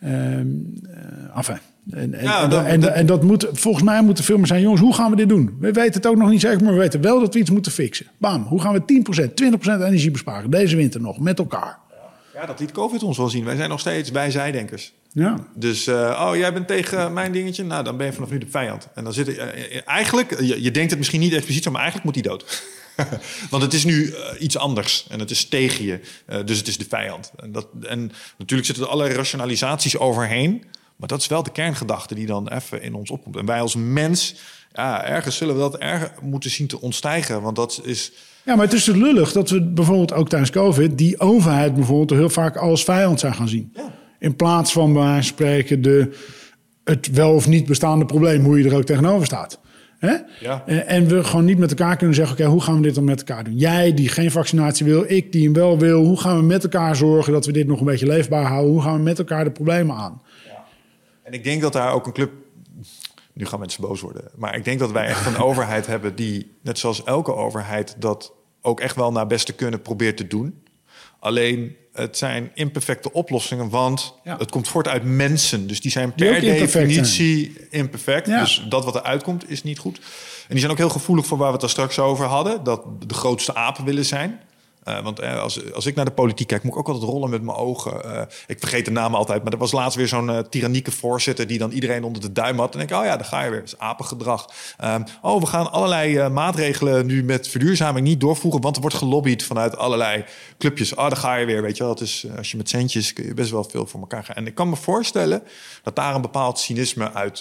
En dat moet, volgens mij moet er veel meer zijn. Jongens, hoe gaan we dit doen? We weten het ook nog niet zeker, maar we weten wel dat we iets moeten fixen. Bam, hoe gaan we 10%, 20% energie besparen? Deze winter nog, met elkaar. Ja, dat liet COVID ons wel zien. Wij zijn nog steeds bijzijdenkers. Ja. Dus, jij bent tegen mijn dingetje? Nou, dan ben je vanaf nu de vijand. En dan zit eigenlijk, je denkt het misschien niet expliciet zo, maar eigenlijk moet hij dood. Want het is nu iets anders en het is tegen je. Dus het is de vijand. En natuurlijk zitten er allerlei rationalisaties overheen. Maar dat is wel de kerngedachte die dan even in ons opkomt. En wij als mens, ergens zullen we dat erg moeten zien te ontstijgen. Want dat is... Ja, maar het is dus lullig dat we bijvoorbeeld ook tijdens COVID... die overheid bijvoorbeeld heel vaak als vijand zijn gaan zien. Ja. In plaats van bij wijze van spreken het wel of niet bestaande probleem... hoe je er ook tegenover staat. Hè? Ja. En we gewoon niet met elkaar kunnen zeggen... oké, hoe gaan we dit dan met elkaar doen? Jij die geen vaccinatie wil, ik die hem wel wil. Hoe gaan we met elkaar zorgen dat we dit nog een beetje leefbaar houden? Hoe gaan we met elkaar de problemen aan? Ja. En ik denk dat daar ook een club... Nu gaan mensen boos worden. Maar ik denk dat wij echt een overheid hebben... die, net zoals elke overheid... dat ook echt wel naar beste kunnen probeert te doen. Alleen, het zijn imperfecte oplossingen... want het komt voort uit mensen. Dus die zijn per definitie imperfect. Ja. Dus dat wat eruit komt is niet goed. En die zijn ook heel gevoelig voor waar we het daar straks over hadden. Dat de grootste apen willen zijn. Want als ik naar de politiek kijk, moet ik ook altijd rollen met mijn ogen. Ik vergeet de namen altijd, maar er was laatst weer zo'n tyrannieke voorzitter... die dan iedereen onder de duim had. En denk ik, daar ga je weer. Dat is apengedrag. We gaan allerlei maatregelen nu met verduurzaming niet doorvoeren... want er wordt gelobbyd vanuit allerlei clubjes. Daar ga je weer, weet je wel. Het is, als je met centjes kun je best wel veel voor elkaar gaan. En ik kan me voorstellen dat daar een bepaald cynisme uit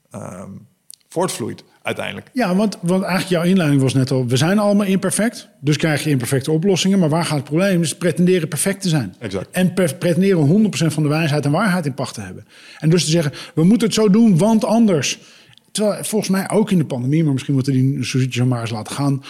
voortvloeit. Uiteindelijk. Ja, want eigenlijk jouw inleiding was net al... we zijn allemaal imperfect, dus krijg je imperfecte oplossingen. Maar waar gaat het probleem? Dus pretenderen perfect te zijn. Exact. En pretenderen 100% van de wijsheid en waarheid in pacht te hebben. En dus te zeggen, we moeten het zo doen, want anders. Terwijl volgens mij ook in de pandemie... maar misschien moeten die zo maar eens laten gaan...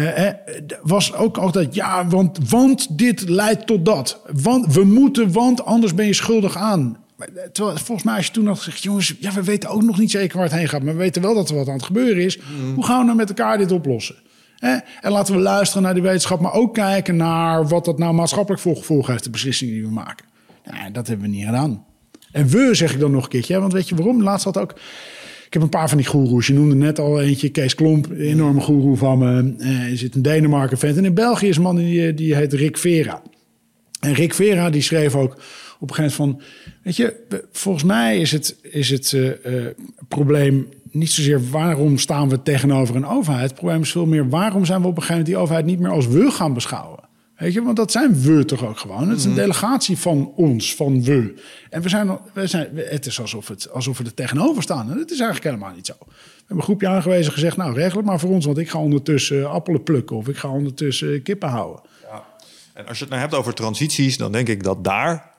was ook altijd, want dit leidt tot dat. Want we moeten, want anders ben je schuldig aan... Terwijl, volgens mij als je toen had gezegd... jongens, we weten ook nog niet zeker waar het heen gaat... maar we weten wel dat er wat aan het gebeuren is. Hoe gaan we nou met elkaar dit oplossen? En laten we luisteren naar die wetenschap... maar ook kijken naar wat dat nou maatschappelijk voor gevolg heeft... de beslissingen die we maken. Dat hebben we niet gedaan. En we, zeg ik dan nog een keertje... want weet je waarom? Laatst had ook... Ik heb een paar van die goeroes. Je noemde net al eentje, Kees Klomp, een enorme goeroe van me. Je zit in Denemarken vent. En in België is een man die heet Rick Vera. En Rick Vera die schreef ook... op een gegeven moment van, weet je, volgens mij is het probleem niet zozeer waarom staan we tegenover een overheid. Het probleem is veel meer waarom zijn we op een gegeven moment die overheid niet meer als we gaan beschouwen. Weet je, want dat zijn we toch ook gewoon. Het is een delegatie van ons, van we. En het is alsof we er tegenover staan. En dat is eigenlijk helemaal niet zo. We hebben een groepje aangewezen gezegd, nou regel het maar voor ons, want ik ga ondertussen appelen plukken of ik ga ondertussen kippen houden. Ja. En als je het nou hebt over transities, dan denk ik dat daar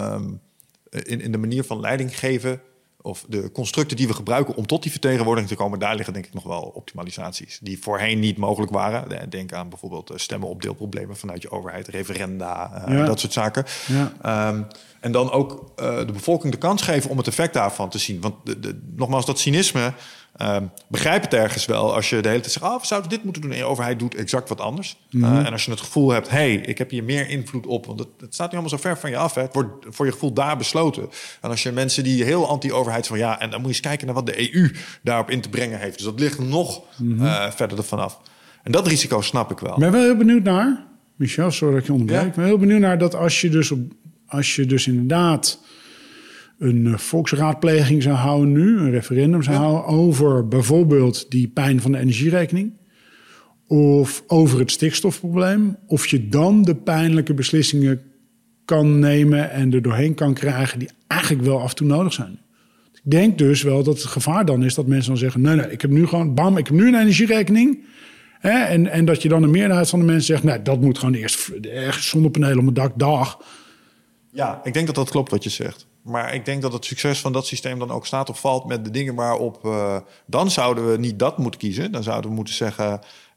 in de manier van leiding geven of de constructen die we gebruiken om tot die vertegenwoordiging te komen, daar liggen denk ik nog wel optimalisaties die voorheen niet mogelijk waren. Denk aan bijvoorbeeld stemmen op deelproblemen vanuit je overheid, referenda, dat soort zaken. Ja. En dan ook de bevolking de kans geven om het effect daarvan te zien. Want nogmaals, dat cynisme, begrijp het ergens wel als je de hele tijd zegt... we zouden dit moeten doen en je overheid doet exact wat anders. En als je het gevoel hebt, ik heb hier meer invloed op... want het staat nu allemaal zo ver van je af. Hè. Het wordt voor je gevoel daar besloten. En als je mensen die heel anti-overheid van... en dan moet je eens kijken naar wat de EU daarop in te brengen heeft. Dus dat ligt nog verder ervan af. En dat risico snap ik wel. Ik ben wel heel benieuwd naar... Michel, sorry dat ik je onderbreek. Ja? Ik ben heel benieuwd naar dat als je dus inderdaad... een volksraadpleging zou houden nu, een referendum zou houden... over bijvoorbeeld die pijn van de energierekening... of over het stikstofprobleem... of je dan de pijnlijke beslissingen kan nemen... en er doorheen kan krijgen die eigenlijk wel af en toe nodig zijn. Ik denk dus wel dat het gevaar dan is dat mensen dan zeggen... nee, ik heb nu gewoon, bam, ik heb nu een energierekening... En dat je dan een meerderheid van de mensen zegt... nee, dat moet gewoon eerst zonnepanelen op het dak, dag. Ja, ik denk dat dat klopt wat je zegt. Maar ik denk dat het succes van dat systeem dan ook staat of valt... met de dingen waarop... dan zouden we niet dat moeten kiezen. Dan zouden we moeten zeggen...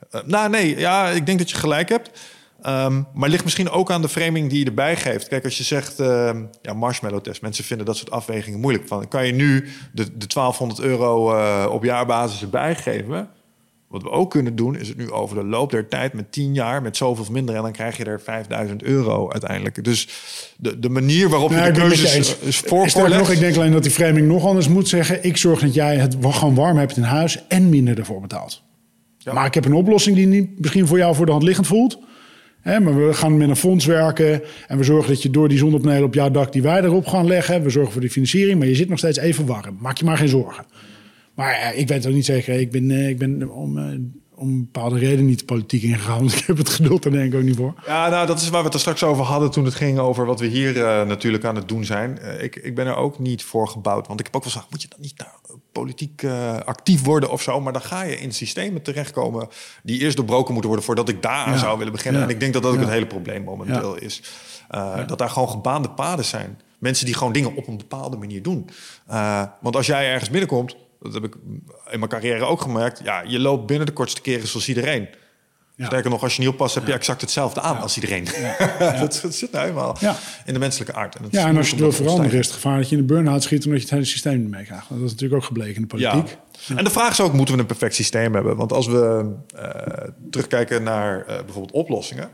ik denk dat je gelijk hebt. Maar ligt misschien ook aan de framing die je erbij geeft. Kijk, als je zegt marshmallow-test... mensen vinden dat soort afwegingen moeilijk. Van, kan je nu de €1200 op jaarbasis erbij geven... Wat we ook kunnen doen, is het nu over de loop der tijd... met 10 jaar, met zoveel of minder... en dan krijg je er €5000 uiteindelijk. Dus de manier waarop je de keuzes voorlegt... Ik denk alleen dat die framing nog anders moet zeggen... ik zorg dat jij het gewoon warm hebt in huis... en minder ervoor betaalt. Ja. Maar ik heb een oplossing die niet misschien voor jou voor de hand liggend voelt... maar we gaan met een fonds werken... en we zorgen dat je door die zonnepanelen op jouw dak... die wij erop gaan leggen... we zorgen voor de financiering... maar je zit nog steeds even warm. Maak je maar geen zorgen. Maar ik weet het ook niet zeker. Ik ben om een bepaalde reden niet de politiek ingegaan. Dus ik heb het geduld er denk ik ook niet voor. Ja, nou, dat is waar we het er straks over hadden... toen het ging over wat we hier natuurlijk aan het doen zijn. Ik ben er ook niet voor gebouwd. Want ik heb ook wel gezegd, moet je dan niet politiek actief worden of zo? Maar dan ga je in systemen terechtkomen... die eerst doorbroken moeten worden... voordat ik daaraan zou willen beginnen. Ja. En ik denk dat dat ook het hele probleem momenteel is. Dat daar gewoon gebaande paden zijn. Mensen die gewoon dingen op een bepaalde manier doen. Want als jij ergens binnenkomt... Dat heb ik in mijn carrière ook gemerkt. Ja, je loopt binnen de kortste keren zoals iedereen. Ja. Sterker nog, als je niet oppast, heb je exact dat zetzelfde aan als iedereen. Ja. dat zit nou helemaal in de menselijke aard. En als je het wil veranderen, is het gevaar dat je in de burn-out schiet... omdat je het hele systeem niet meekrijgt. Dat is natuurlijk ook gebleken in de politiek. Ja. En de vraag is ook, moeten we een perfect systeem hebben? Want als we terugkijken naar bijvoorbeeld oplossingen...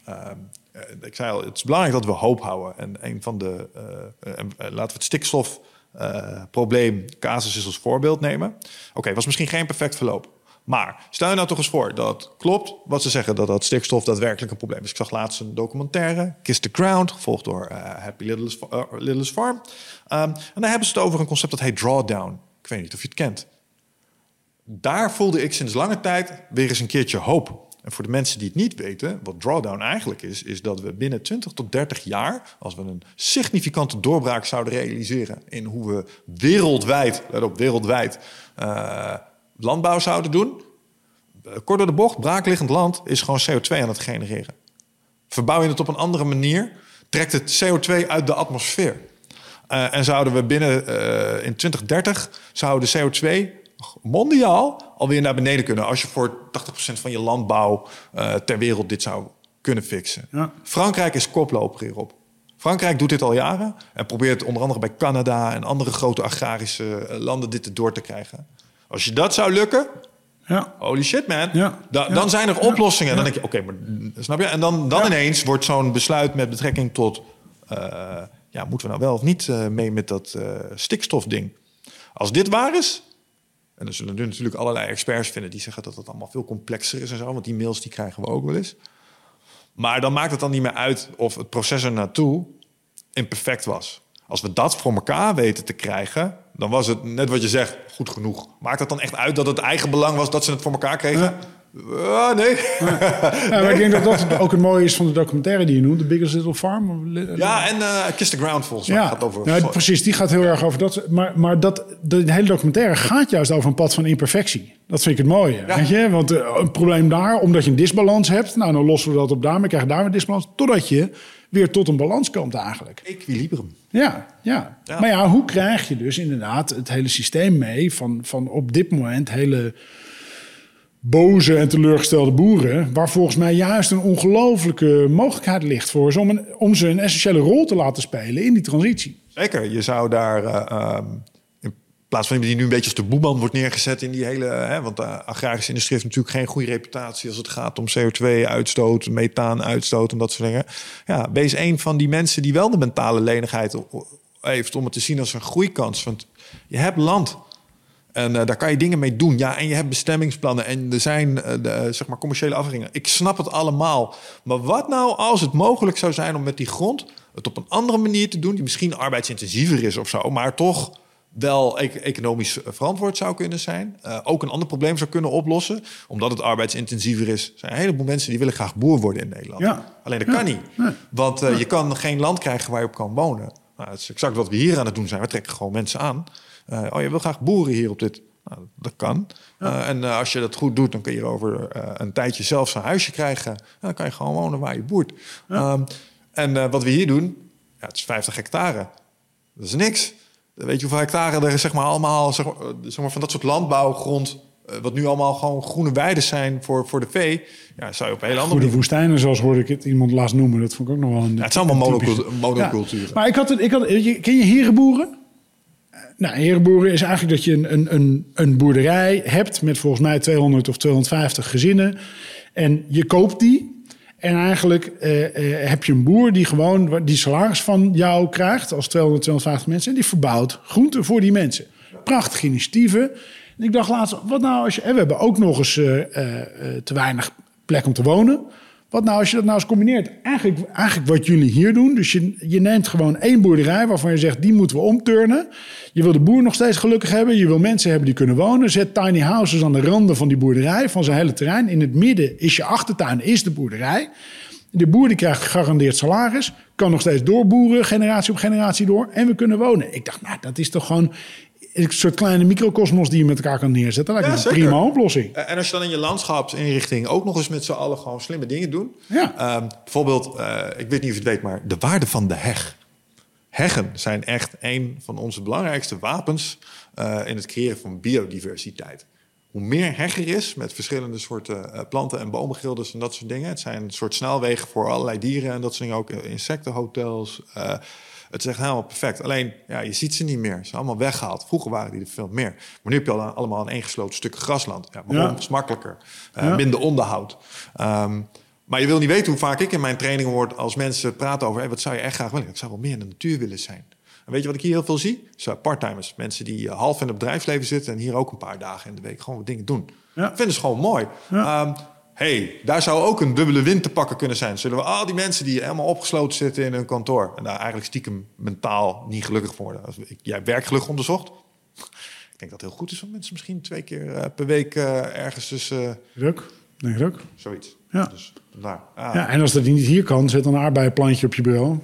ik zei al, het is belangrijk dat we hoop houden. En een van de... laten we het stikstof... probleem, casus is als voorbeeld nemen. Oké, was misschien geen perfect verloop. Maar stel je nou toch eens voor dat klopt wat ze zeggen... dat stikstof daadwerkelijk een probleem is. Ik zag laatst een documentaire, Kiss the Ground... gevolgd door Happy Littlest Farm. En daar hebben ze het over een concept dat heet drawdown. Ik weet niet of je het kent. Daar voelde ik sinds lange tijd weer eens een keertje hoop... En voor de mensen die het niet weten, wat drawdown eigenlijk is dat we binnen 20 tot 30 jaar... als we een significante doorbraak zouden realiseren... in hoe we wereldwijd landbouw zouden doen... kort door de bocht, braakliggend land is gewoon CO2 aan het genereren. Verbouw je het op een andere manier, trekt het CO2 uit de atmosfeer. En zouden we in 2030 zouden CO2... mondiaal alweer naar beneden kunnen... als je voor 80% van je landbouw ter wereld dit zou kunnen fixen. Ja. Frankrijk is koploper hierop. Frankrijk doet dit al jaren... en probeert onder andere bij Canada... en andere grote agrarische landen dit erdoor te krijgen. Als je dat zou lukken... holy shit, man. Ja. Dan zijn er oplossingen. Dan denk je, oké, maar snap je? En dan ineens wordt zo'n besluit met betrekking tot... moeten we nou wel of niet mee met dat stikstofding? Als dit waar is... En er zullen nu natuurlijk allerlei experts vinden... die zeggen dat het allemaal veel complexer is en zo... want die mails die krijgen we ook wel eens. Maar dan maakt het dan niet meer uit... of het proces er naartoe imperfect was. Als we dat voor elkaar weten te krijgen... dan was het, net wat je zegt, goed genoeg. Maakt het dan echt uit dat het eigen belang was... dat ze het voor elkaar kregen? Nee. Maar ik denk dat dat ook het mooie is van de documentaire die je noemt. The Biggest Little Farm. Ja, en Kiss the Ground volgens mij gaat over... precies, die gaat heel erg over dat. Maar de hele documentaire gaat juist over een pad van imperfectie. Dat vind ik het mooie. Ja. Weet je? Want een probleem daar, omdat je een disbalans hebt... nou, dan lossen we dat op daarmee, krijg je daar een disbalans... totdat je weer tot een balans komt eigenlijk. Equilibrium. Ja. Maar hoe krijg je dus inderdaad het hele systeem mee... van op dit moment hele... boze en teleurgestelde boeren... waar volgens mij juist een ongelofelijke mogelijkheid ligt voor ze... om ze een essentiële rol te laten spelen in die transitie. Zeker, je zou daar plaats van iemand die nu een beetje als de boeman wordt neergezet in die hele... want de agrarische industrie heeft natuurlijk geen goede reputatie als het gaat om CO2-uitstoot, methaan-uitstoot en dat soort dingen. Ja, wees een van die mensen die wel de mentale lenigheid heeft om het te zien als een groeikans. Want je hebt land en daar kan je dingen mee doen. Ja, en je hebt bestemmingsplannen en er zijn zeg maar commerciële afwegingen. Ik snap het allemaal. Maar wat nou als het mogelijk zou zijn om met die grond het op een andere manier te doen, die misschien arbeidsintensiever is of zo, maar toch wel economisch verantwoord zou kunnen zijn. Ook een ander probleem zou kunnen oplossen. Omdat het arbeidsintensiever is. Er zijn een heleboel mensen die willen graag boer worden in Nederland. Ja. Alleen dat kan niet. Nee. Want je kan geen land krijgen waar je op kan wonen. Nou, dat is exact wat we hier aan het doen zijn. We trekken gewoon mensen aan. Je wil graag boeren hier op dit. Nou, dat kan. En als je dat goed doet, dan kun je over een tijdje zelfs een huisje krijgen. Dan kan je gewoon wonen waar je boert. Ja. Wat we hier doen, het is 50 hectare. Dat is niks. Weet je hoeveel hectare er zeg maar allemaal zeg maar, van dat soort landbouwgrond, wat nu allemaal gewoon groene weiden zijn voor de vee. Ja, zou je op een hele andere goede woestijnen, zoals hoorde ik het iemand laatst noemen. Dat vond ik ook nog wel een. Ja, het zijn allemaal monoculturen. Ja. Maar ken je herenboeren? Nou, herenboeren is eigenlijk dat je een boerderij hebt met volgens mij 200 of 250 gezinnen. En je koopt die. En eigenlijk heb je een boer die gewoon die salaris van jou krijgt als 200, 250 mensen. En die verbouwt groenten voor die mensen. Prachtige initiatieven. En ik dacht laatst, wat nou als je... En we hebben ook nog eens te weinig plek om te wonen. Wat nou als je dat nou eens combineert? Eigenlijk wat jullie hier doen. Dus je neemt gewoon één boerderij waarvan je zegt, die moeten we omturnen. Je wil de boer nog steeds gelukkig hebben. Je wil mensen hebben die kunnen wonen. Zet tiny houses aan de randen van die boerderij, van zijn hele terrein. In het midden is je achtertuin, is de boerderij. De boer die krijgt gegarandeerd salaris. Kan nog steeds doorboeren, generatie op generatie door. En we kunnen wonen. Ik dacht, nou, dat is toch gewoon een soort kleine microcosmos die je met elkaar kan neerzetten. Dat lijkt me een prima oplossing. En als je dan in je landschapsinrichting ook nog eens met z'n allen gewoon slimme dingen doet. Ja. Bijvoorbeeld, ik weet niet of je het weet, maar de waarde van de heg. Heggen zijn echt een van onze belangrijkste wapens in het creëren van biodiversiteit. Hoe meer heg er is met verschillende soorten planten en boomgilders en dat soort dingen. Het zijn een soort snelwegen voor allerlei dieren en dat soort dingen, ook insectenhotels. Het is echt helemaal perfect. Alleen, ja, je ziet ze niet meer. Ze zijn allemaal weggehaald. Vroeger waren die er veel meer. Maar nu heb je allemaal een ingesloten stuk grasland. Ja, waarom? Het is makkelijker. Minder onderhoud. Maar je wil niet weten hoe vaak ik in mijn trainingen hoor als mensen praten over, wat zou je echt graag willen? Ik zou wel meer in de natuur willen zijn. En weet je wat ik hier heel veel zie? Part-timers. Mensen die half in het bedrijfsleven zitten en hier ook een paar dagen in de week gewoon wat dingen doen. Ja. Ik vind het gewoon mooi. Ja. Daar zou ook een dubbele win te pakken kunnen zijn. Zullen we al die mensen die helemaal opgesloten zitten in hun kantoor en daar eigenlijk stiekem mentaal niet gelukkig worden. Jij hebt werkgeluk onderzocht. Ik denk dat het heel goed is om mensen misschien 2 keer per week ergens tussen. Druk, denk ik ook. Zoiets. Ja. Dus, daar. Ja, en als dat niet hier kan, zet dan een aardbeienplantje op je bureau.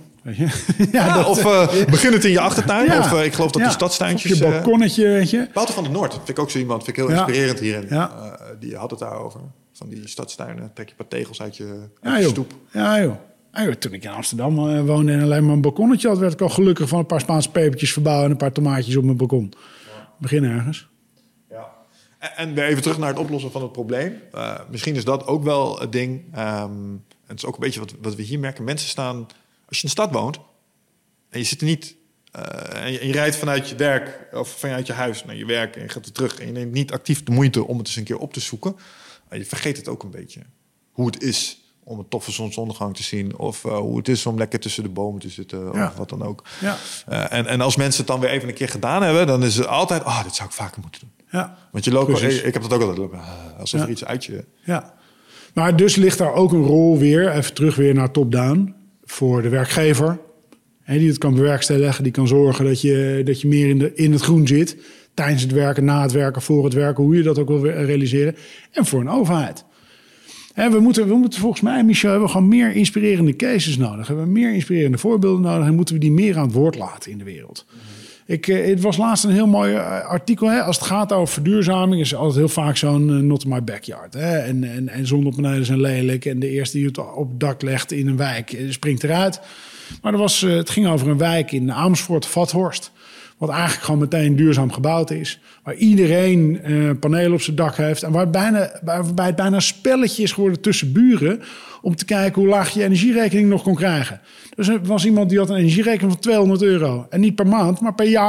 Of begin het in je achtertuin. Ja. Of ik geloof dat de stadstuintjes. Of je balkonnetje, weet je. Wouter van der Noord vind ik ook zo iemand. Vind ik heel inspirerend hierin. Ja. Die had het daarover. Van die stadstuinen. Trek je een paar tegels uit je stoep. Ja, joh. Toen ik in Amsterdam woonde en alleen maar een balkonnetje had, werd ik al gelukkig van een paar Spaanse pepertjes verbouwen en een paar tomaatjes op mijn balkon. Ja. Begin ergens. Ja. En weer even terug naar het oplossen van het probleem. Misschien is dat ook wel het ding. En het is ook een beetje wat we hier merken. Mensen staan, als je in de stad woont en je zit er niet en je rijdt vanuit je werk of vanuit je huis naar je werk en je gaat er terug en je neemt niet actief de moeite om het eens een keer op te zoeken. Je vergeet het ook een beetje. Hoe het is om een toffe zonsondergang te zien. Of hoe het is om lekker tussen de bomen te zitten. Of wat dan ook. Ja. En als mensen het dan weer even een keer gedaan hebben, dan is het altijd, dit zou ik vaker moeten doen. Ja. Want je loopt, ik heb dat ook altijd lopen. Alsof er iets uit je. Ja. Maar dus ligt daar ook een rol weer, even terug weer naar top-down, voor de werkgever. Die het kan bewerkstelligen, die kan zorgen dat je meer in het groen zit. Tijdens het werken, na het werken, voor het werken, hoe je dat ook wil realiseren. En voor een overheid. We moeten volgens mij, Michel, hebben we gewoon meer inspirerende cases nodig. Hebben we meer inspirerende voorbeelden nodig en moeten we die meer aan het woord laten in de wereld. Het was laatst een heel mooi artikel. Als het gaat over verduurzaming is altijd heel vaak zo'n not in my backyard. En zonnepanelen zijn lelijk en de eerste die het op het dak legt in een wijk springt eruit. Maar het ging over een wijk in Amersfoort, Vathorst. Wat eigenlijk gewoon meteen duurzaam gebouwd is. Waar iedereen panelen op zijn dak heeft. En waarbij het bijna een spelletje is geworden tussen buren. Om te kijken hoe laag je energierekening nog kon krijgen. Dus er was iemand die had een energierekening van €200. En niet per maand, maar per jaar.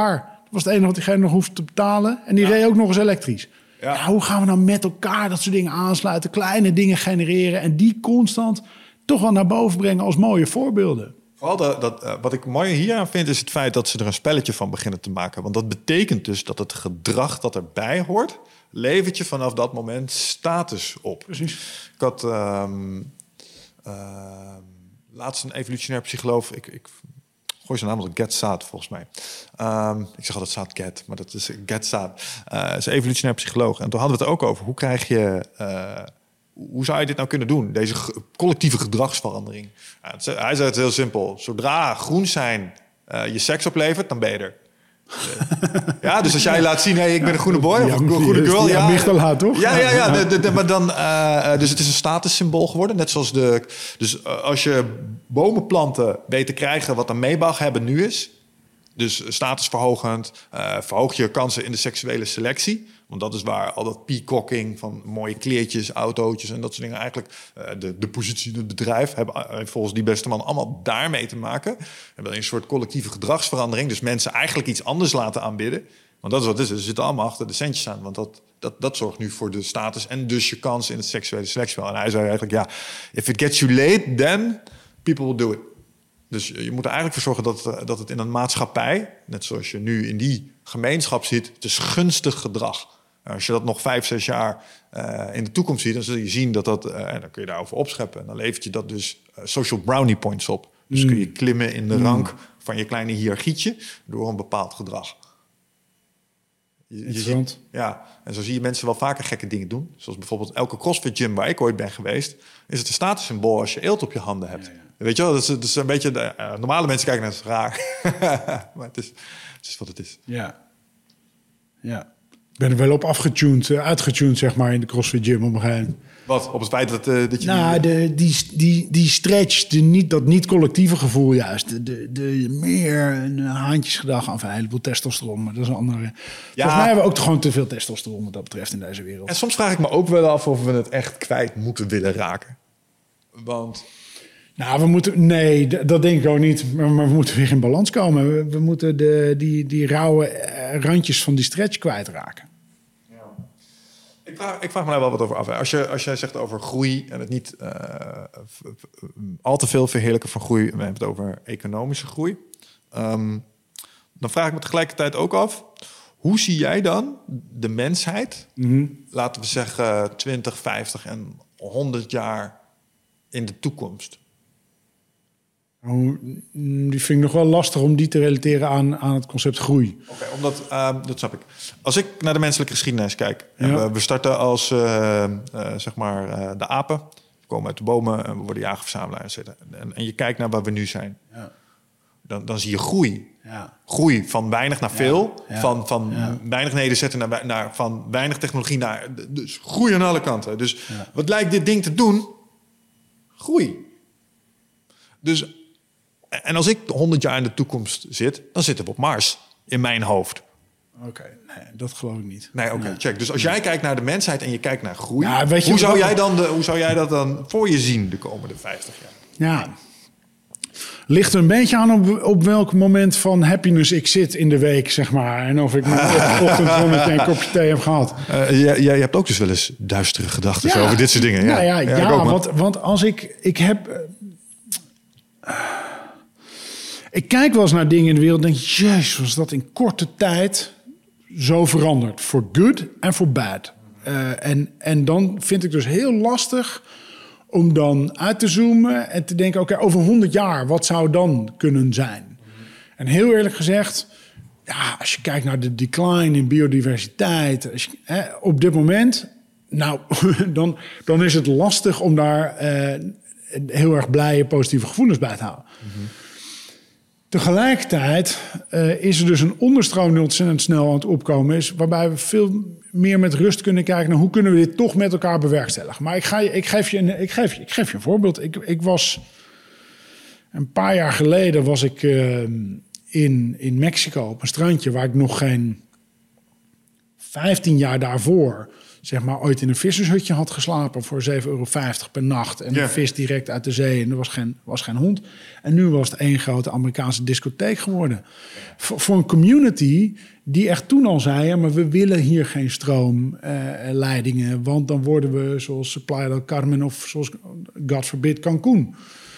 was het enige wat diegene nog hoefde te betalen. En die reed ook nog eens elektrisch. Ja. Ja, hoe gaan we nou met elkaar dat soort dingen aansluiten, kleine dingen genereren en die constant toch wel naar boven brengen als mooie voorbeelden? Vooral wat ik mooi hier aan vind, is het feit dat ze er een spelletje van beginnen te maken. Want dat betekent dus dat het gedrag dat erbij hoort, levert je vanaf dat moment status op. Precies. Ik had laatst een evolutionair psycholoog. Ik gooi zijn naam als Get Saad, volgens mij. Ik zeg altijd Saad Get, maar dat is Get Saad. Is een evolutionair psycholoog. En toen hadden we het ook over hoe krijg je... hoe zou je dit nou kunnen doen? Deze collectieve gedragsverandering. Hij zei het heel simpel. Zodra groen zijn je seks oplevert, dan ben je er. Ja, dus als jij laat zien, hey, ik ben een groene boy of een groene girl. Ja, Michala, toch? Ja. Maar dan, dus het is een statussymbool geworden. Net zoals dus als je bomen planten weet te krijgen wat een Maybach hebben nu is. Dus statusverhogend, verhoog je kansen in de seksuele selectie. Want dat is waar al dat peacocking van mooie kleertjes, autootjes en dat soort dingen eigenlijk de positie in het bedrijf hebben volgens die beste man allemaal daarmee te maken. En wel een soort collectieve gedragsverandering. Dus mensen eigenlijk iets anders laten aanbidden. Want dat is wat het is. Ze zitten allemaal achter de centjes aan. Want dat zorgt nu voor de status en dus je kans in het seksuele selectie. En hij zei eigenlijk, ja, if it gets you late, then people will do it. Dus je moet er eigenlijk voor zorgen dat het in een maatschappij, net zoals je nu in die gemeenschap ziet, het is gunstig gedrag. Als je dat nog 5-6 jaar in de toekomst ziet, dan zul je zien dat en dan kun je daarover opscheppen. En dan levert je dat dus social brownie points op. Dus kun je klimmen in de rank van je kleine hiërarchietje door een bepaald gedrag. Interessant. Ja, en zo zie je mensen wel vaker gekke dingen doen. Zoals bijvoorbeeld elke CrossFit gym waar ik ooit ben geweest, is het een statussymbool als je eelt op je handen hebt. Ja. Weet je wel, dat is een beetje... normale mensen kijken naar het raar. Maar het is wat het is. Ja. Ik ben er wel op uitgetuned, zeg maar, in de CrossFit gym op een gegeven moment. Wat? Op het feit dat je... Nou, die stretch, dat niet-collectieve gevoel juist. De meer een haantjesgedrag aan een heleboel testosteron. Maar dat is een andere... Ja. Volgens mij hebben we ook gewoon te veel testosteron wat dat betreft in deze wereld. En soms vraag ik me ook wel af of we het echt kwijt moeten willen raken. Want... Nou, we moeten... Nee, dat denk ik ook niet. Maar we moeten weer in balans komen. We moeten die rauwe randjes van die stretch kwijtraken. Ik vraag me daar wel wat over af. Als jij zegt over groei en het niet al te veel verheerlijken van groei, we hebben het over economische groei, dan vraag ik me tegelijkertijd ook af, hoe zie jij dan de mensheid, laten we zeggen 20, 50 en 100 jaar in de toekomst? Die vind ik nog wel lastig om die te relateren aan het concept groei. Oké, omdat, dat snap ik. Als ik naar de menselijke geschiedenis kijk... Ja. En we starten als zeg maar de apen. We komen uit de bomen en we worden jager-verzamelaars. En je kijkt naar waar we nu zijn. Ja. Dan zie je groei. Ja. Groei van weinig naar veel. Ja. Van weinig nederzetten naar van weinig technologie naar... Dus groei aan alle kanten. Dus wat lijkt dit ding te doen? Groei. Dus... En als ik 100 jaar in de toekomst zit, dan zitten we op Mars in mijn hoofd. Oké, nee, dat geloof ik niet. Nee, oké, check. Dus als jij kijkt naar de mensheid en je kijkt naar groei, ja, weet je, hoe zou jij dat dan voor je zien de komende 50 jaar? Ja, ligt er een beetje aan op welk moment van happiness ik zit in de week, zeg maar. En of ik mijn ochtendronnetje en een kopje thee heb gehad. Jij hebt ook dus wel eens duistere gedachten over dit soort dingen. Want als ik heb... Ik kijk wel eens naar dingen in de wereld en denk, jezus, was dat in korte tijd zo veranderd. For good en for bad. En dan vind ik dus heel lastig om dan uit te zoomen en te denken, oké, over 100 jaar, wat zou dan kunnen zijn? En heel eerlijk gezegd, ja, als je kijkt naar de decline in biodiversiteit, op dit moment, nou, dan is het lastig om daar heel erg blije, positieve gevoelens bij te houden. Tegelijkertijd is er dus een onderstroom die ontzettend snel aan het opkomen is, waarbij we veel meer met rust kunnen kijken naar hoe kunnen we dit toch met elkaar bewerkstelligen. Maar ik geef je een voorbeeld. Ik was een paar jaar geleden was ik in Mexico op een strandje waar ik nog geen 15 jaar daarvoor zeg maar ooit in een vissershutje had geslapen voor €7,50 per nacht. En een vis direct uit de zee en er was geen hond. En nu was het één grote Amerikaanse discotheek geworden. Voor een community die echt toen al zei... Ja, maar we willen hier geen stroomleidingen... want dan worden we zoals Playa del Carmen of zoals, God forbid, Cancun.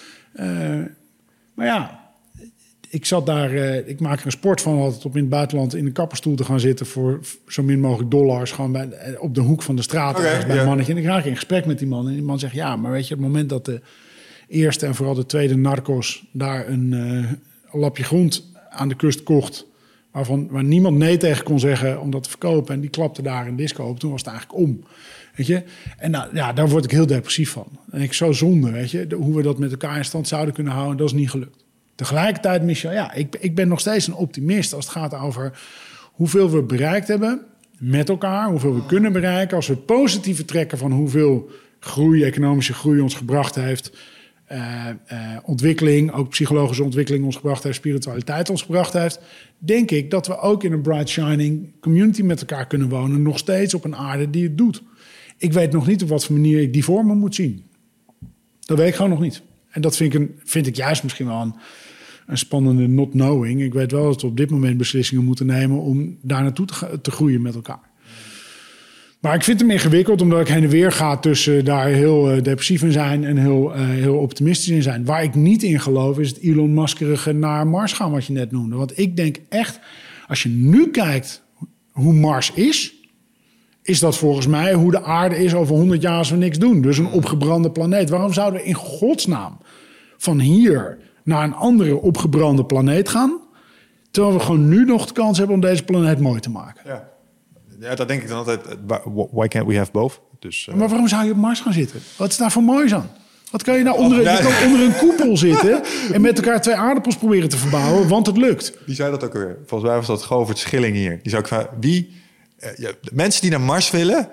Maar ja... Ik zat daar, ik maak er een sport van altijd om in het buitenland in een kapperstoel te gaan zitten voor zo min mogelijk dollars. Gewoon op de hoek van de straat bij een mannetje. En ik raak in gesprek met die man. En die man zegt, ja, maar weet je, op het moment dat de eerste en vooral de tweede narcos daar een lapje grond aan de kust kocht, waar niemand nee tegen kon zeggen om dat te verkopen. En die klapte daar een disco op. Toen was het eigenlijk om. Weet je? En nou, ja, daar word ik heel depressief van. En ik zo zonde, weet je, hoe we dat met elkaar in stand zouden kunnen houden, dat is niet gelukt. Tegelijkertijd, Michel, ja, ik ben nog steeds een optimist als het gaat over hoeveel we bereikt hebben met elkaar, hoeveel we kunnen bereiken. Als we het positieve trekken van hoeveel groei, economische groei ons gebracht heeft, ontwikkeling, ook psychologische ontwikkeling ons gebracht heeft, spiritualiteit ons gebracht heeft, denk ik dat we ook in een bright shining community met elkaar kunnen wonen, nog steeds op een aarde die het doet. Ik weet nog niet op wat voor manier ik die vormen moet zien. Dat weet ik gewoon nog niet. En dat vind ik juist misschien wel een spannende not knowing. Ik weet wel dat we op dit moment beslissingen moeten nemen om daar naartoe te groeien met elkaar. Maar ik vind hem ingewikkeld omdat ik heen en weer ga tussen daar heel depressief in zijn en heel optimistisch in zijn. Waar ik niet in geloof is het Elon Muskerige naar Mars gaan wat je net noemde. Want ik denk echt, als je nu kijkt hoe Mars is dat volgens mij hoe de aarde is over 100 jaar als we niks doen. Dus een opgebrande planeet. Waarom zouden we in godsnaam van hier naar een andere opgebrande planeet gaan, terwijl we gewoon nu nog de kans hebben om deze planeet mooi te maken? Ja, dat denk ik dan altijd. Why can't we have both? Dus, Maar waarom zou je op Mars gaan zitten? Wat is daar voor moois aan? Wat kan je nou onder een koepel zitten en met elkaar 2 aardappels proberen te verbouwen, want het lukt? Wie zei dat ook alweer? Volgens mij was dat Govert Schilling hier. Die zou ik vragen, de mensen die naar Mars willen,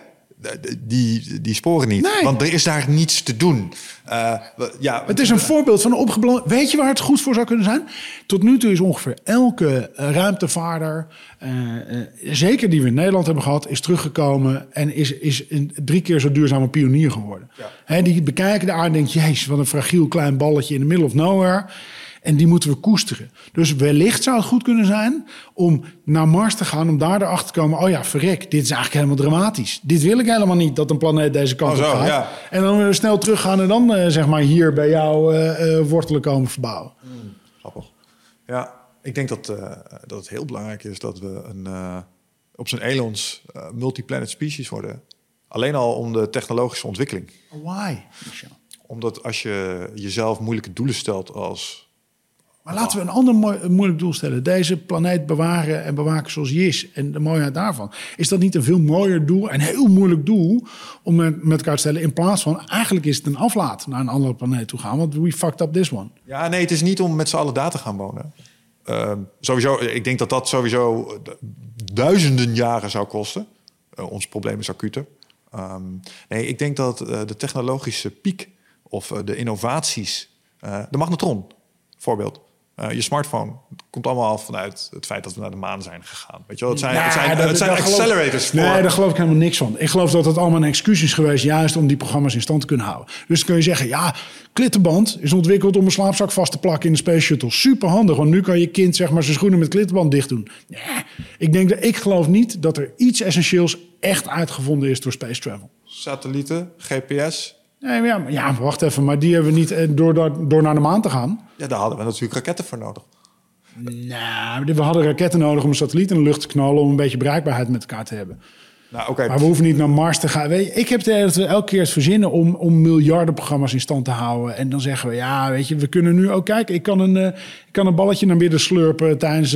die sporen niet. Nee. Want er is daar niets te doen. Het is een voorbeeld van een opgeblonde... Weet je waar het goed voor zou kunnen zijn? Tot nu toe is ongeveer elke ruimtevaarder, zeker die we in Nederland hebben gehad, is teruggekomen en is 3 keer zo duurzame pionier geworden. Ja. Die bekijken de aarde en denken, jezus, wat een fragiel klein balletje in the middle of nowhere. En die moeten we koesteren. Dus wellicht zou het goed kunnen zijn om naar Mars te gaan, om daar erachter te komen, oh ja, verrek, dit is eigenlijk helemaal dramatisch. Dit wil ik helemaal niet, dat een planeet deze kant op gaat. Ja. En dan snel teruggaan en dan zeg maar hier bij jou wortelen komen verbouwen. Grappig. Ja, ik denk dat het heel belangrijk is dat we op zijn elons multiplanet species worden. Alleen al om de technologische ontwikkeling. Why? Omdat als je jezelf moeilijke doelen stelt als... Maar laten we een ander moeilijk doel stellen. Deze planeet bewaren en bewaken zoals die is. En de mooiheid daarvan. Is dat niet een veel mooier doel? Een heel moeilijk doel om met elkaar te stellen. In plaats van, eigenlijk is het een aflaat naar een andere planeet toe gaan. Want we fucked up this one. Ja, nee, het is niet om met z'n allen daar te gaan wonen. Sowieso, ik denk dat sowieso duizenden jaren zou kosten. Ons probleem is acuter. Nee, ik denk dat de technologische piek of de innovaties... de magnetron, voorbeeld. Je smartphone komt allemaal vanuit het feit dat we naar de maan zijn gegaan. Weet je wel? Het zijn accelerators. Nee, daar geloof ik helemaal niks van. Ik geloof dat het allemaal een excuus is geweest, juist om die programma's in stand te kunnen houden. Dus dan kun je zeggen, ja, klittenband is ontwikkeld om een slaapzak vast te plakken in de Space Shuttle. Super handig, want nu kan je kind zeg maar zijn schoenen met klittenband dicht doen. Nee, ik geloof niet dat er iets essentieels echt uitgevonden is door space travel. Satellieten, GPS... Nee, ja, wacht even. Maar die hebben we niet door naar de maan te gaan. Ja, daar hadden we natuurlijk raketten voor nodig. Nou, we hadden raketten nodig om een satelliet in de lucht te knallen... om een beetje bereikbaarheid met elkaar te hebben. Nou, okay. Maar we hoeven niet naar Mars te gaan. Weet je, ik heb het elke keer het verzinnen om miljardenprogramma's in stand te houden. En dan zeggen we, ja, weet je, we kunnen nu ook kijken. Ik kan een balletje naar midden slurpen tijdens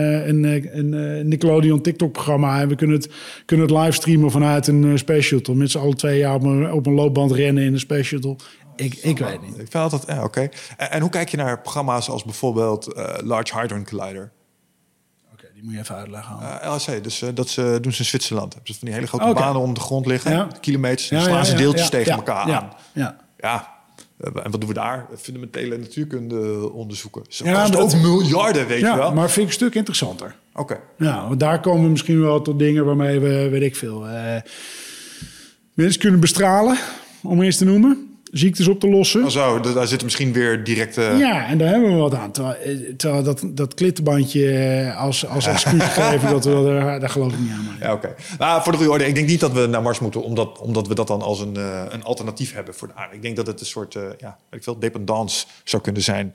een Nickelodeon TikTok-programma. En we kunnen het livestreamen vanuit een Space Shuttle. Met z'n allen 2 jaar op een loopband rennen in een Space Shuttle. Ik weet niet. Ik vind altijd, oké. En hoe kijk je naar programma's als bijvoorbeeld Large Hadron Collider? Die moet je even uitleggen. LHC, dus dat doen ze in Zwitserland. Hebben ze van die hele grote banen om de grond liggen. Kilometers, slaan ze deeltjes tegen elkaar aan. Ja. En wat doen we daar? Fundamentele natuurkunde onderzoeken. Ze kosten ook miljarden, weet je wel. Maar vind ik een stuk interessanter. Oké. Ja, want daar komen we misschien wel tot dingen waarmee we, weet ik veel... mensen kunnen bestralen, om eens te noemen. Ziektes op te lossen. Oh zo, daar zit misschien weer direct... Ja, en daar hebben we wat aan. Terwijl dat klittenbandje als excuus geven, daar geloof ik niet aan. Ja, oké. Maar voor de goede orde, ik denk niet dat we naar Mars moeten... omdat we dat dan als een alternatief hebben voor de aarde. Ik denk dat het een soort dependance zou kunnen zijn.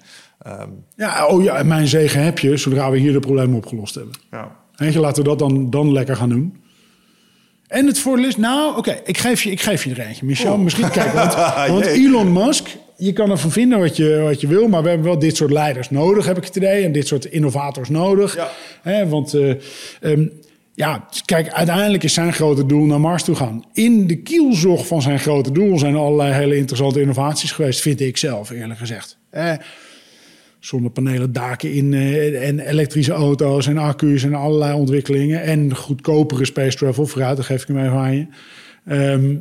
En mijn zegen heb je, zodra we hier de problemen opgelost hebben. Ja. Weet je, laten we dat dan lekker gaan doen. En het voordeel is, ik geef je er eentje. Michel, misschien kijken. Want Elon Musk, je kan ervan vinden wat je wil... maar we hebben wel dit soort leiders nodig, heb ik het idee. En dit soort innovators nodig. Ja. Want kijk, uiteindelijk is zijn grote doel naar Mars toe gaan. In de kielzog van zijn grote doel zijn allerlei hele interessante innovaties geweest... vind ik zelf, eerlijk gezegd. Zonnepanelen, daken in en elektrische auto's en accu's en allerlei ontwikkelingen. En goedkopere space travel, vooruit, dat geef ik hem even aan je.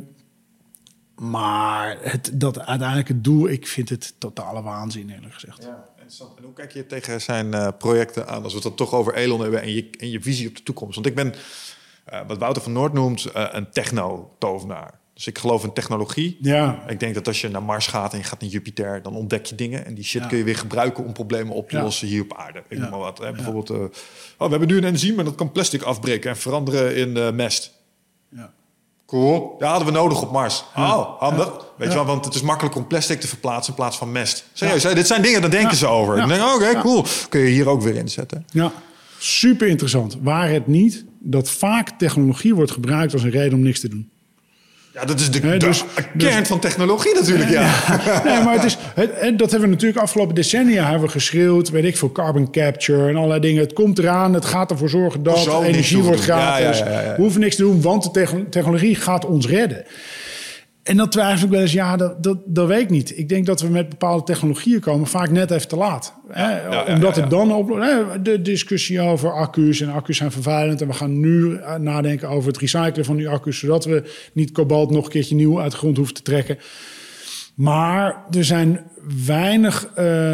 Maar dat uiteindelijk het doel, ik vind het totale waanzin, eerlijk gezegd. Ja, interessant. En hoe kijk je tegen zijn projecten aan, als we het dan toch over Elon hebben en je visie op de toekomst? Want ik ben, wat Wouter van Noord noemt, een techno-tovenaar. Dus ik geloof in technologie. Ja. Ik denk dat als je naar Mars gaat en je gaat naar Jupiter... dan ontdek je dingen en die shit kun je weer gebruiken... om problemen op te lossen hier op aarde. Ik noem maar wat. Bijvoorbeeld, we hebben nu een enzym... en dat kan plastic afbreken en veranderen in mest. Ja. Cool. Ja, hadden we nodig op Mars. Handig. Weet je wel, want het is makkelijk om plastic te verplaatsen... in plaats van mest. Serieus, dit zijn dingen, daar denken ze over. Ja. Ik denk, oké, cool. Kun je hier ook weer inzetten. Ja, super interessant. Waar het niet dat vaak technologie wordt gebruikt... als een reden om niks te doen. Ja, dat is de kern van technologie natuurlijk, Nee, maar dat hebben we natuurlijk afgelopen decennia hebben we geschreeuwd. Weet ik veel, carbon capture en allerlei dingen. Het komt eraan, het gaat ervoor zorgen dat energie wordt gratis. We hoeven niks te doen, want de technologie gaat ons redden. En dat twijfel ik wel eens, dat weet ik niet. Ik denk dat we met bepaalde technologieën komen vaak net even te laat. Omdat het dan op... De discussie over accu's en accu's zijn vervuilend... en we gaan nu nadenken over het recyclen van die accu's... zodat we niet kobalt nog een keertje nieuw uit de grond hoeven te trekken. Maar er zijn weinig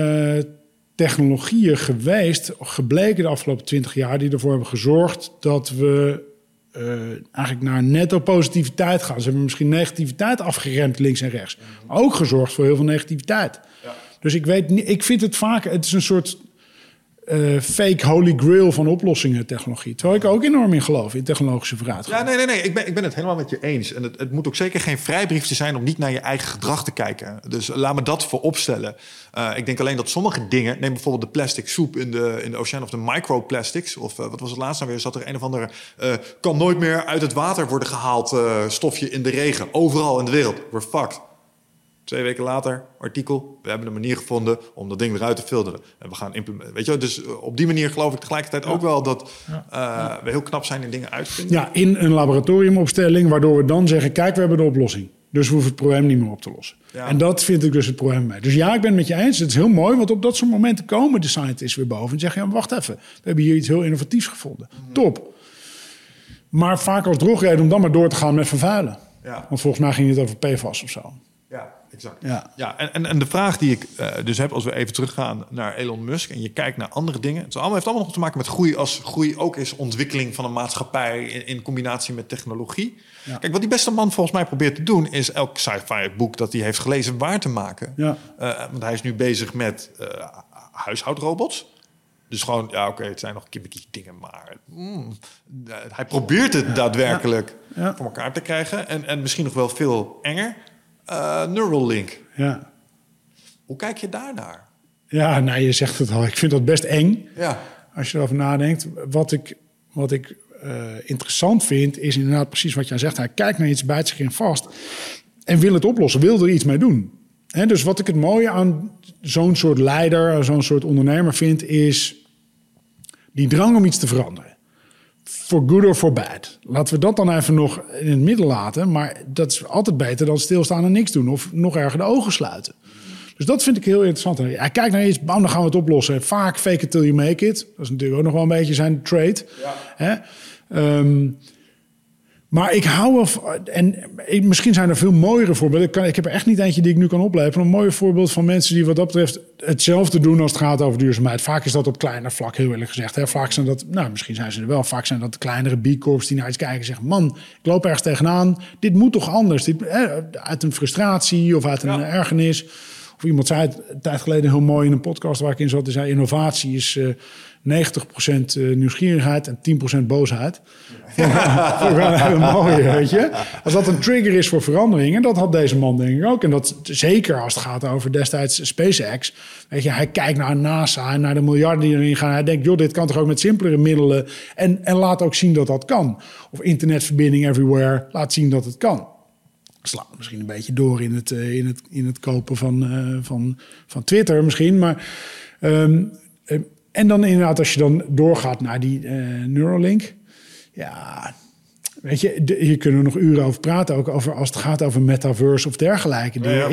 technologieën gebleken de afgelopen 20 jaar... die ervoor hebben gezorgd dat we... eigenlijk naar netto positiviteit gaan. Ze hebben misschien negativiteit afgeremd links en rechts. Maar ook gezorgd voor heel veel negativiteit. Ja. Dus ik vind het vaak... Het is een soort fake holy grail van oplossingen technologie. Terwijl ik er ook enorm in geloof, in technologische vooruitgang. Ja, nee. Ik ben het helemaal met je eens. En het moet ook zeker geen vrijbriefje zijn om niet naar je eigen gedrag te kijken. Dus laat me dat voorop stellen. Ik denk alleen dat sommige dingen... Neem bijvoorbeeld de plastic soep in de Ocean of de microplastics. Of wat was het laatst nou weer? Zat er een of andere... kan nooit meer uit het water worden gehaald stofje in de regen. Overal in de wereld. We're fucked. 2 weken later, artikel. We hebben een manier gevonden om dat ding eruit te filteren. En we gaan implementeren. Weet je, dus op die manier geloof ik tegelijkertijd ook wel dat we heel knap zijn in dingen uitvinden. Ja, in een laboratoriumopstelling, waardoor we dan zeggen: kijk, we hebben de oplossing. Dus we hoeven het probleem niet meer op te lossen. Ja. En dat vind ik dus het probleem mee. Dus ja, ik ben het met je eens. Het is heel mooi, want op dat soort momenten komen de scientists weer boven en zeggen: ja, maar wacht even. We hebben hier iets heel innovatiefs gevonden. Top. Maar vaak als drogreden om dan maar door te gaan met vervuilen. Ja. Want volgens mij ging het over PFAS of zo. Ja, exact. Ja, en de vraag die ik dus heb, als we even teruggaan naar Elon Musk en je kijkt naar andere dingen. Het heeft allemaal nog te maken met groei, als groei ook is ontwikkeling van een maatschappij in combinatie met technologie. Ja. Kijk, wat die beste man volgens mij probeert te doen, is elk sci-fi boek dat hij heeft gelezen waar te maken. Ja. Want hij is nu bezig met huishoudrobots. Dus gewoon, het zijn nog gimmicky dingen, maar hij probeert het daadwerkelijk voor elkaar te krijgen. En misschien nog wel veel enger. Neuralink. Ja. Hoe kijk je daarnaar? Ja, nou, je zegt het al. Ik vind dat best eng. Ja. Als je erover nadenkt. Wat ik interessant vind, is inderdaad precies wat jij zegt. Hij kijkt naar iets, bijt zich in vast en wil het oplossen. Wil er iets mee doen. Dus wat ik het mooie aan zo'n soort leider, zo'n soort ondernemer vind, is die drang om iets te veranderen. For good or for bad. Laten we dat dan even nog in het midden laten. Maar dat is altijd beter dan stilstaan en niks doen. Of nog erger de ogen sluiten. Dus dat vind ik heel interessant. Hij kijkt naar iets, bam, dan gaan we het oplossen. Vaak fake it till you make it. Dat is natuurlijk ook nog wel een beetje zijn trade. Ja. Maar ik hou wel van, misschien zijn er veel mooiere voorbeelden. Ik heb er echt niet eentje die ik nu kan oplepen. Een mooi voorbeeld van mensen die wat dat betreft hetzelfde doen als het gaat over duurzaamheid. Vaak is dat op kleiner vlak, heel eerlijk gezegd. Hè. Vaak zijn dat, misschien zijn ze er wel. Vaak zijn dat de kleinere B-corps die naar iets kijken en zeggen: man, ik loop ergens tegenaan. Dit moet toch anders? Uit een frustratie of uit een ergernis. Of iemand zei het een tijd geleden heel mooi in een podcast waar ik in zat. Die zei: innovatie is 90% nieuwsgierigheid en 10% boosheid. Vond ik wel een hele mooie, weet je. Als dat een trigger is voor verandering, en dat had deze man denk ik ook. En dat zeker als het gaat over destijds SpaceX. Weet je, hij kijkt naar NASA en naar de miljarden die erin gaan. Hij denkt, joh, dit kan toch ook met simpelere middelen. En laat ook zien dat dat kan. Of internetverbinding everywhere, laat zien dat het kan. Slaat misschien een beetje door in het kopen van Twitter misschien. Maar en dan inderdaad, als je dan doorgaat naar die Neuralink. Ja, weet je, hier kunnen we nog uren over praten. Ook over als het gaat over metaverse of dergelijke. Ja.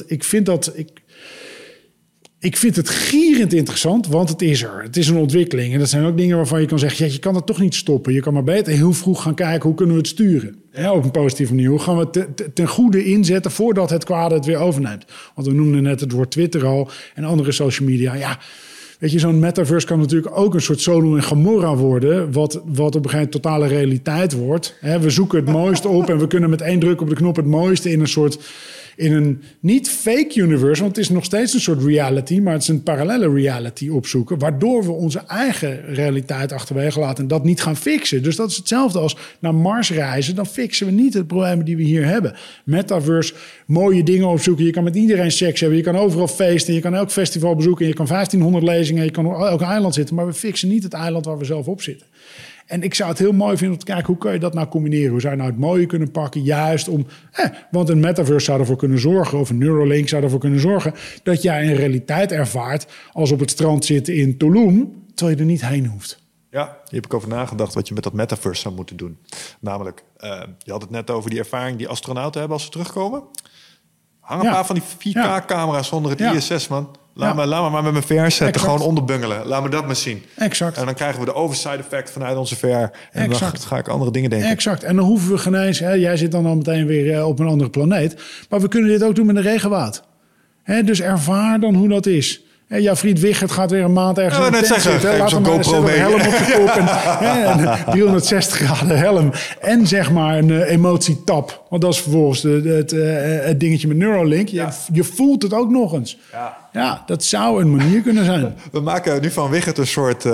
Ik vind het gierend interessant, want het is er. Het is een ontwikkeling. En dat zijn ook dingen waarvan je kan zeggen, ja, je kan het toch niet stoppen. Je kan maar beter heel vroeg gaan kijken, hoe kunnen we het sturen? Ja, op een positieve manier. Hoe gaan we het ten goede inzetten voordat het kwade het weer overneemt? Want we noemden net het woord Twitter al en andere social media. Ja, weet je, zo'n metaverse kan natuurlijk ook een soort Sodom en Gomorra worden, wat op een gegeven moment totale realiteit wordt. We zoeken het mooiste op en we kunnen met één druk op de knop het mooiste in een niet fake universe, want het is nog steeds een soort reality, maar het is een parallele reality opzoeken, waardoor we onze eigen realiteit achterwege laten en dat niet gaan fixen. Dus dat is hetzelfde als naar Mars reizen, dan fixen we niet de problemen die we hier hebben. Metaverse, mooie dingen opzoeken, je kan met iedereen seks hebben, je kan overal feesten, je kan elk festival bezoeken, je kan 1500 lezingen, je kan op elk eiland zitten, maar we fixen niet het eiland waar we zelf op zitten. En ik zou het heel mooi vinden om te kijken, hoe kun je dat nou combineren? Hoe zou je nou het mooie kunnen pakken? Juist om, want een metaverse zou ervoor kunnen zorgen, of een Neuralink zou ervoor kunnen zorgen, dat jij een realiteit ervaart als op het strand zitten in Tulum, terwijl je er niet heen hoeft. Ja, hier heb ik over nagedacht wat je met dat metaverse zou moeten doen. Namelijk, je had het net over die ervaring die astronauten hebben als ze terugkomen. Hang een paar van die 4K-camera's zonder het ISS, man. Laat me maar met mijn VR zetten, gewoon onderbungelen. Laat me dat maar zien. Exact. En dan krijgen we de overside effect vanuit onze VR. En dan ga ik andere dingen denken. Exact. En dan hoeven we geen eens, jij zit dan al meteen weer op een andere planeet. Maar we kunnen dit ook doen met een regenwoud. Dus ervaar dan hoe dat is. Jouw vriend Wichert gaat weer een maand ergens in de tent zitten. Laat hem maar een helm op de kop. En 360 graden helm. En zeg maar een emotietap. Want dat is vervolgens het dingetje met Neuralink. Je voelt het ook nog eens. Ja, dat zou een manier kunnen zijn. We maken nu van Wichert een soort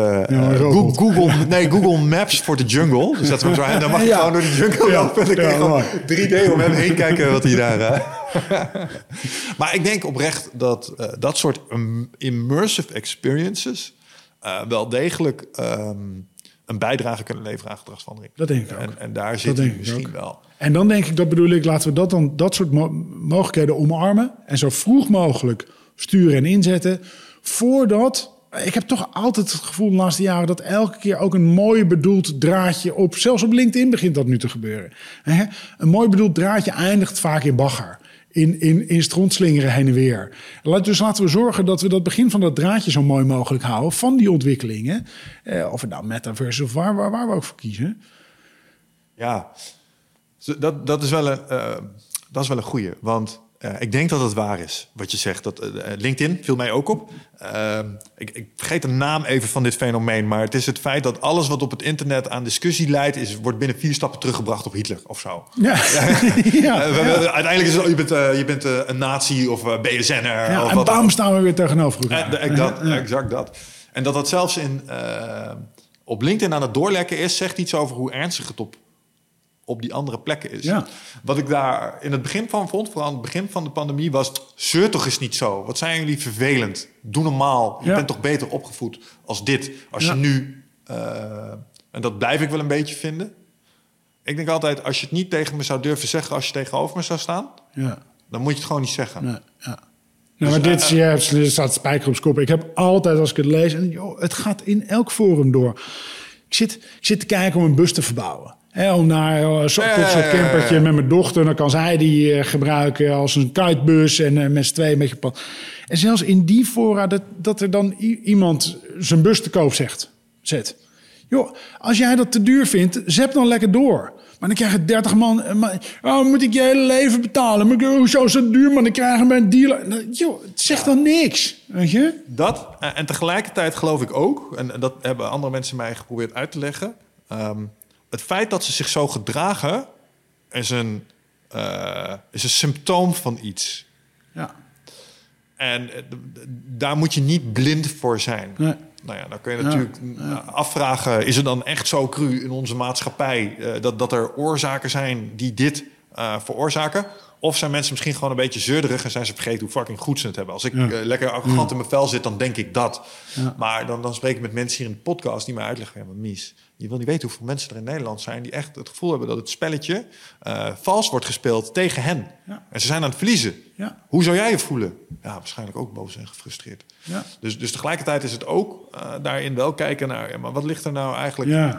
Google Maps voor de jungle. Dus dat we zo, en dan mag je gewoon door de jungle lopen. En dan kun je gewoon 3D om hem heen kijken wat hij daar... Maar ik denk oprecht dat soort immersive experiences wel degelijk een bijdrage kunnen leveren aan gedragsverandering. Dat denk ik ook. En daar zit hij misschien wel. En dan denk ik, dat bedoel ik, laten we dat soort mogelijkheden omarmen en zo vroeg mogelijk sturen en inzetten, voordat... Ik heb toch altijd het gevoel de laatste jaren dat elke keer ook een mooi bedoeld draadje op... Zelfs op LinkedIn begint dat nu te gebeuren. Een mooi bedoeld draadje eindigt vaak in bagger. In strontslingeren heen en weer. Dus laten we zorgen dat we dat begin van dat draadje zo mooi mogelijk houden van die ontwikkelingen. Of het nou metaverse of waar we ook voor kiezen. Ja, dat is wel een goeie. Want ik denk dat het waar is, wat je zegt. Dat LinkedIn viel mij ook op. Ik vergeet de naam even van dit fenomeen, maar het is het feit dat alles wat op het internet aan discussie leidt, wordt binnen 4 stappen teruggebracht op Hitler of zo. Uiteindelijk is het, je bent een nazi of BSN'er. Ja, of en bam staan we weer tegenover elkaar. Exact dat. En dat zelfs op LinkedIn aan het doorlekken is, zegt iets over hoe ernstig het op die andere plekken is. Ja. Wat ik daar in het begin van vond, vooral aan het begin van de pandemie, was: zeur toch eens niet zo. Wat zijn jullie vervelend? Doe normaal. Je bent toch beter opgevoed als dit. Als je nu... en dat blijf ik wel een beetje vinden. Ik denk altijd, als je het niet tegen me zou durven zeggen als je tegenover me zou staan, dan moet je het gewoon niet zeggen. Nee, nou, maar dit staat spijker op z'n kop. Ik heb altijd, als ik het lees, en het gaat in elk forum door. Ik zit te kijken om een bus te verbouwen. Om naar zo'n campertje met mijn dochter. Dan kan zij die gebruiken als een kitebus. En met z'n tweeën met je pad. En zelfs in die fora dat er dan iemand zijn bus te koop zet. Joh, als jij dat te duur vindt, zet dan lekker door. Maar dan krijg je 30 man. Moet ik je hele leven betalen? Maar hoezo is dat duur? Maar dan krijgen we een dealer. Joh, het zegt dan niks. Weet je? Dat, en tegelijkertijd geloof ik ook, en dat hebben andere mensen mij geprobeerd uit te leggen. Het feit dat ze zich zo gedragen is een symptoom van iets. Ja. En daar moet je niet blind voor zijn. Nee. Nou ja, dan kun je natuurlijk afvragen... is het dan echt zo cru in onze maatschappij... dat er oorzaken zijn die dit veroorzaken? Of zijn mensen misschien gewoon een beetje zeurderig... en zijn ze vergeten hoe fucking goed ze het hebben? Als ik lekker arrogant in mijn vel zit, dan denk ik dat. Ja. Maar dan spreek ik met mensen hier in de podcast... die mij uitleggen, ja, Mies... je wil niet weten hoeveel mensen er in Nederland zijn... die echt het gevoel hebben dat het spelletje... vals wordt gespeeld tegen hen. Ja. En ze zijn aan het verliezen. Ja. Hoe zou jij je voelen? Ja, waarschijnlijk ook boos en gefrustreerd. Ja. Dus tegelijkertijd is het ook daarin wel kijken naar... Ja, maar wat ligt er nou eigenlijk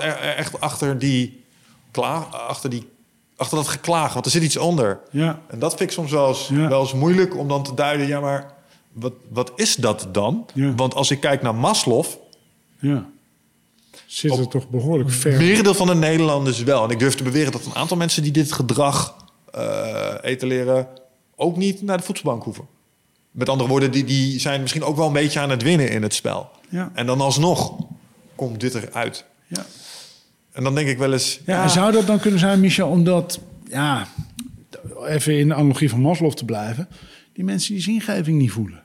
achter dat geklaag? Want er zit iets onder. Ja. En dat vind ik soms wel eens moeilijk om dan te duiden... ja, maar wat is dat dan? Ja. Want als ik kijk naar Maslow... Ja. Zit er toch behoorlijk ver. Het merendeel van de Nederlanders wel. En ik durf te beweren dat een aantal mensen die dit gedrag etaleren... ook niet naar de voedselbank hoeven. Met andere woorden, die zijn misschien ook wel een beetje aan het winnen in het spel. Ja. En dan alsnog komt dit eruit. Ja. En dan denk ik wel eens... Ja, en zou dat dan kunnen zijn, Michel, omdat... ja, even in de analogie van Maslow te blijven... die mensen die zingeving niet voelen.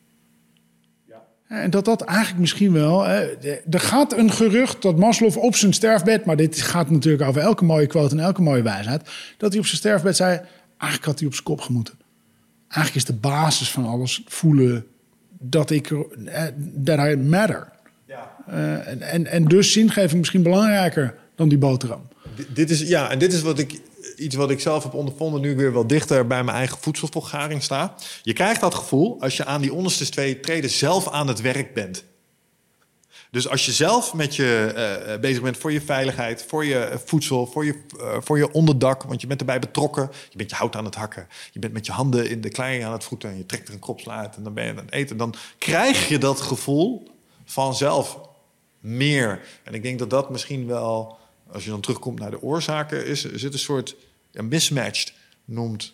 En dat eigenlijk misschien wel... er gaat een gerucht dat Maslow op zijn sterfbed... maar dit gaat natuurlijk over elke mooie quote en elke mooie wijsheid... dat hij op zijn sterfbed zei... eigenlijk had hij op zijn kop gemoeten. Eigenlijk is de basis van alles voelen... dat I matter. Ja. En dus zingeving misschien belangrijker dan die boterham. Dit is iets wat ik zelf heb ondervonden... nu ik weer wel dichter bij mijn eigen voedselvergaring sta. Je krijgt dat gevoel als je aan die onderste 2 treden zelf aan het werk bent. Dus als je zelf met je bezig bent voor je veiligheid... voor je voedsel, voor je onderdak... want je bent erbij betrokken. Je bent je hout aan het hakken. Je bent met je handen in de klei aan het voeten... en je trekt er een kropsla uit en dan ben je aan het eten. Dan krijg je dat gevoel vanzelf meer. En ik denk dat dat misschien wel... als je dan terugkomt naar de oorzaken... is een soort mismatched, noemt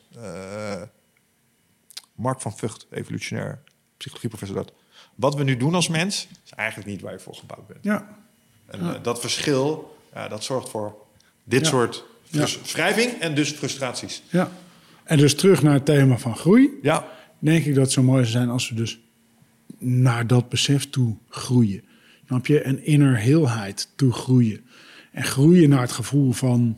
Mark van Vught, evolutionair psychologieprofessor, dat. Wat we nu doen als mens, is eigenlijk niet waar je voor gebouwd bent. Ja. En dat verschil, dat zorgt voor dit soort wrijving en dus frustraties. Ja. En dus terug naar het thema van groei. Ja. Denk ik dat het zo mooi zou zijn als we dus naar dat besef toe groeien. Snap je? Een inner heelheid toe groeien. En groeien naar het gevoel van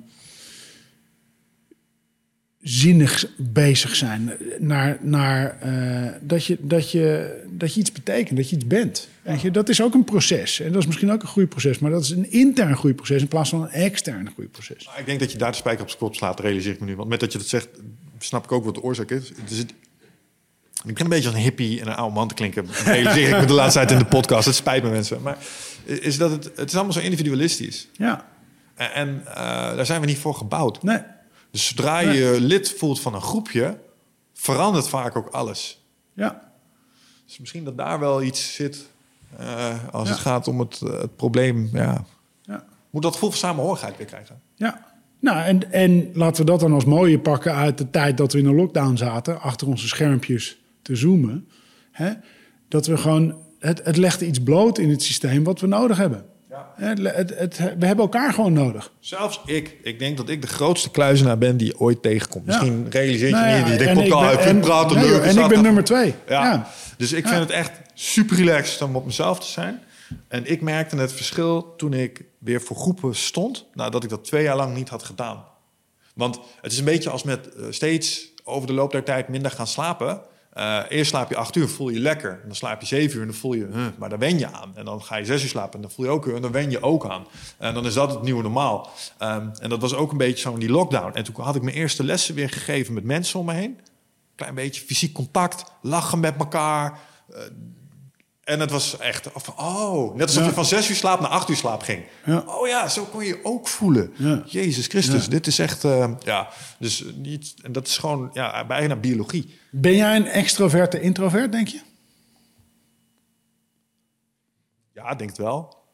zinnig bezig zijn. Naar dat je iets betekent, dat je iets bent. Weet je? Dat is ook een proces. En dat is misschien ook een groeiproces. Maar dat is een intern groeiproces in plaats van een extern groeiproces. Ik denk dat je daar de spijker op zijn kop slaat, realiseer ik me nu. Want met dat je dat zegt, snap ik ook wat de oorzaak is. Ik begin een beetje als een hippie en een oude man te klinken. Realiseer ik me de laatste tijd in de podcast. Het spijt me, mensen. Maar is dat het is allemaal zo individualistisch. Ja. En daar zijn we niet voor gebouwd. Nee. Dus zodra je lid voelt van een groepje, verandert vaak ook alles. Ja. Dus misschien dat daar wel iets zit als het gaat om het probleem. Ja. Moet dat gevoel van samenhorigheid weer krijgen. Ja. Nou, en laten we dat dan als mooie pakken uit de tijd dat we in een lockdown zaten, achter onze schermpjes te zoomen. Hè? Dat we gewoon, het legde iets bloot in het systeem wat we nodig hebben. Ja. We hebben elkaar gewoon nodig. Zelfs ik denk dat ik de grootste kluizenaar ben die je ooit tegenkomt. Misschien realiseer je niet. Je denkt, praten leuk. En ik ben nummer 2. Ja. Dus ik vind het echt super relaxed om op mezelf te zijn. En ik merkte het verschil toen ik weer voor groepen stond, nadat ik dat 2 jaar lang niet had gedaan. Want het is een beetje als met steeds over de loop der tijd minder gaan slapen. Eerst slaap je 8 uur, voel je lekker. En dan slaap je 7 uur en dan voel je, maar daar wen je aan. En dan ga je 6 uur slapen en dan voel je ook en dan wen je ook aan. En dan is dat het nieuwe normaal. En dat was ook een beetje zo in die lockdown. En toen had ik mijn eerste lessen weer gegeven met mensen om me heen. Klein beetje fysiek contact, lachen met elkaar. En het was echt, net alsof je van 6 uur slaap naar 8 uur slaap ging. Ja. Oh ja, zo kon je ook voelen. Ja. Jezus Christus, dit is echt, dus niet, en dat is gewoon, bijna biologie. Ben jij een extroverte introvert, denk je? Ja, ik denk het wel.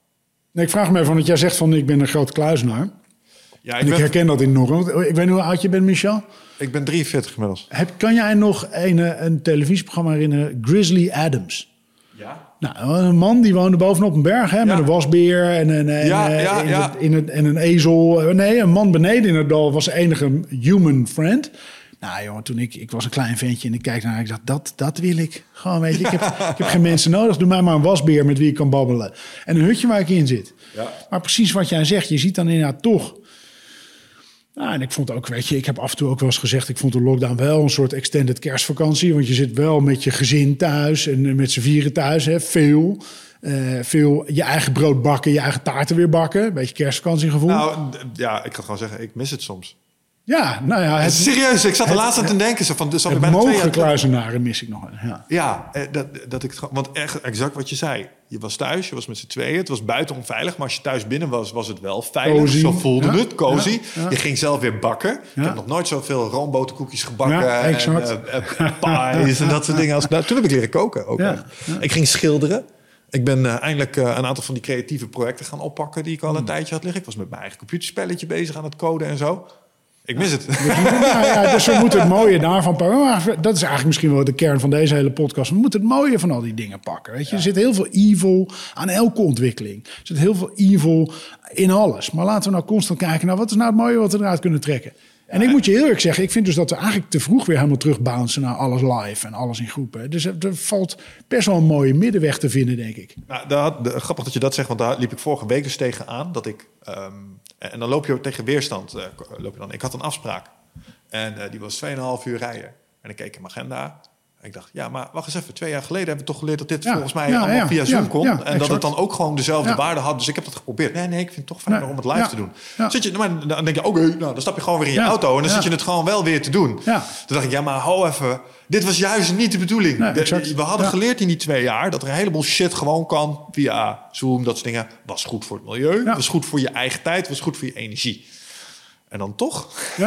Nee, ik vraag me even, want jij zegt van ik ben een grote kluizenaar. Ja, Ik herken dat enorm. Ik weet niet hoe oud je bent, Michel. Ik ben 43 inmiddels. Kan jij nog een televisieprogramma herinneren? Grizzly Adams. Ja. Nou, een man die woonde bovenop een berg met een wasbeer en een ezel. Nee, een man beneden in het dal was de enige human friend. Nou jongen, toen ik was een klein ventje en ik kijk naar en ik dacht, dat wil ik. Gewoon, weet je, ik heb geen mensen nodig. Doe mij maar een wasbeer met wie ik kan babbelen. En een hutje waar ik in zit. Ja. Maar precies wat jij zegt, je ziet dan inderdaad toch. Nou, en ik vond ook, weet je, ik heb af en toe ook wel eens gezegd, ik vond de lockdown wel een soort extended kerstvakantie. Want je zit wel met je gezin thuis en met z'n vieren thuis, hè, veel je eigen brood bakken, je eigen taarten weer bakken. Een beetje kerstvakantiegevoel. Nou, ja, ik ga gewoon zeggen, ik mis het soms. Ja, nou ja. Serieus, ik zat er laatst aan te denken. Het mogelijk kluizenaren mis ik nog. Dat ik want echt exact wat je zei. Je was thuis, je was met z'n tweeën. Het was buiten onveilig, maar als je thuis binnen was, was het wel veilig. Cozy. Zo voelde het, cozy. Ja. Je ging zelf weer bakken. Ik heb nog nooit zoveel roomboterkoekjes gebakken. En pies en dat soort dingen. Toen heb ik leren koken ook. Ja. Ik ging schilderen. Ik ben eindelijk een aantal van die creatieve projecten gaan oppakken die ik al een tijdje had liggen. Ik was met mijn eigen computerspelletje bezig aan het coden en zo. Ik mis het. Dus we moeten het mooie daarvan pakken. Maar dat is eigenlijk misschien wel de kern van deze hele podcast. We moeten het mooie van al die dingen pakken. Weet je? Er zit heel veel evil aan elke ontwikkeling. Er zit heel veel evil in alles. Maar laten we nou constant kijken naar wat is nou het mooie wat we eruit kunnen trekken. En ik moet je heel eerlijk zeggen, ik vind dus dat we eigenlijk te vroeg weer helemaal terugbouncen naar alles live en alles in groepen. Dus er valt best wel een mooie middenweg te vinden, denk ik. Nou, grappig dat je dat zegt, want daar liep ik vorige week dus tegenaan. Dat ik, en dan loop je tegen weerstand. Ik had een afspraak en die was 2,5 uur rijden. En ik keek in mijn agenda. En ik dacht, ja, maar wacht eens even. 2 jaar geleden hebben we toch geleerd dat dit volgens mij allemaal via Zoom kon. En exact. Dat het dan ook gewoon dezelfde waarde had. Dus ik heb dat geprobeerd. Nee, ik vind het toch fijner om het live te doen. Maar dan denk je, oké, dan stap je gewoon weer in je auto. En dan zit je het gewoon wel weer te doen. Ja. Toen dacht ik, ja, maar hou even. Dit was juist niet de bedoeling. We hadden geleerd in die 2 jaar dat er een heleboel shit gewoon kan via Zoom. Dat soort dingen. Was goed voor het milieu. Was goed voor je eigen tijd. Was goed voor je energie. En dan toch?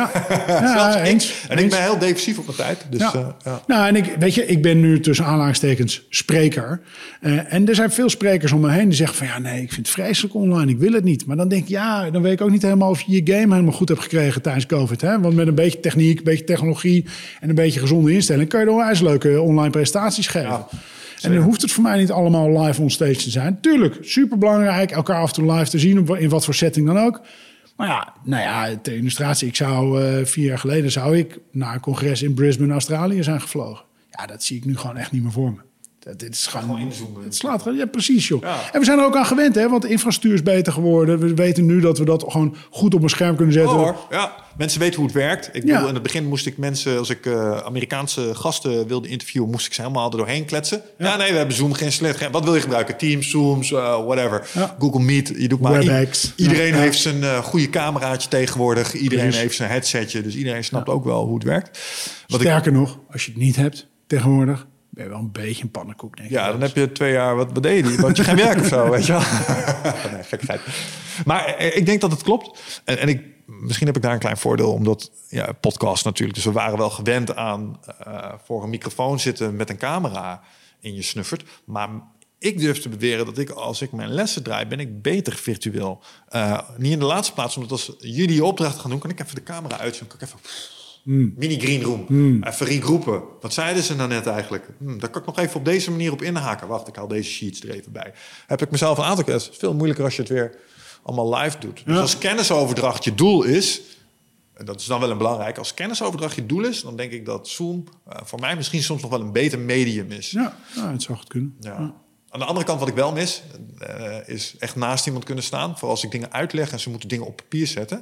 Eens. Ik ben heel defensief op mijn tijd. Dus, Nou, en ik ben nu tussen aanhalingstekens spreker. En er zijn veel sprekers om me heen die zeggen van ja, nee, ik vind het vreselijk online, ik wil het niet. Maar dan denk ik, dan weet ik ook niet helemaal of je je game helemaal goed hebt gekregen tijdens COVID. Hè? Want met een beetje techniek, een beetje technologie en een beetje gezonde instelling kan je dan wel leuke online presentaties geven. Ja. En dan hoeft het voor mij niet allemaal live on stage te zijn. Tuurlijk, superbelangrijk, elkaar af en toe live te zien, in wat voor setting dan ook. Maar ter illustratie, 4 jaar geleden zou ik naar een congres in Brisbane, Australië zijn gevlogen. Ja, dat zie ik nu gewoon echt niet meer voor me. Dit is gewoon inzoomen. Het slaat gewoon, ja, precies, joh. Ja. En we zijn er ook aan gewend, hè, want de infrastructuur is beter geworden. We weten nu dat we dat gewoon goed op een scherm kunnen zetten. Hoor. Ja, mensen weten hoe het werkt. Ik bedoel, in het begin moest ik mensen, als ik Amerikaanse gasten wilde interviewen, moest ik ze helemaal er doorheen kletsen. Ja, nee, we hebben Zoom geïnstalleerd. Wat wil je gebruiken? Teams, Zooms, whatever. Ja. Google Meet. Je doet maar. WebEx. Iedereen heeft zijn goede cameraatje tegenwoordig. Iedereen heeft zijn headsetje. Dus iedereen snapt ook wel hoe het werkt. Sterker nog, als je het niet hebt tegenwoordig, ben je wel een beetje een pannenkoek, denk ik. Ja, dan heb je 2 jaar, wat deed je? Want je geen werk of zo, weet je wel? Nee, gekkigheid. Maar ik denk dat het klopt. En misschien heb ik daar een klein voordeel, omdat podcast natuurlijk. Dus we waren wel gewend aan voor een microfoon zitten met een camera in je snuffert. Maar ik durf te beweren dat als ik mijn lessen draai, ben ik beter virtueel. Niet in de laatste plaats, omdat als jullie je opdracht gaan doen, kan ik even de camera uitzetten. Kan ik even mini green room. Even regroepen. Wat zeiden ze nou net eigenlijk? Daar kan ik nog even op deze manier op inhaken. Wacht, ik haal deze sheets er even bij. Heb ik mezelf een aantal keer. Het is veel moeilijker als je het weer allemaal live doet. Dus als kennisoverdracht je doel is, en dat is dan wel een belangrijk, als kennisoverdracht je doel is, dan denk ik dat Zoom voor mij misschien soms nog wel een beter medium is. Ja, het zou goed kunnen. Ja. Aan de andere kant, wat ik wel mis, is echt naast iemand kunnen staan. Vooral als ik dingen uitleg en ze moeten dingen op papier zetten.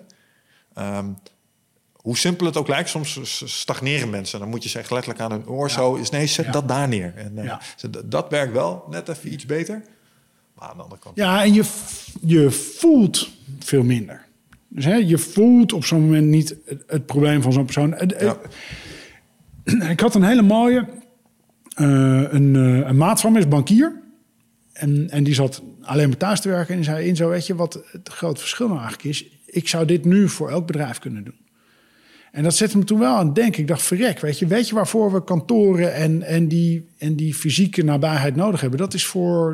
Hoe simpel het ook lijkt, soms stagneren mensen. Dan moet je ze echt letterlijk aan hun oor zet dat daar neer. En dat werkt wel net even iets beter. Maar aan de andere kant. Ja, en je voelt veel minder. Dus je voelt op zo'n moment niet het probleem van zo'n persoon. Ik had een hele mooie. Een maat van me is bankier. En die zat alleen maar thuis te werken. En die zei, weet je wat het grote verschil nou eigenlijk is? Ik zou dit nu voor elk bedrijf kunnen doen. En dat zette me toen wel aan het denken. Ik dacht, verrek, weet je waarvoor we kantoren en die fysieke nabijheid nodig hebben? Dat is voor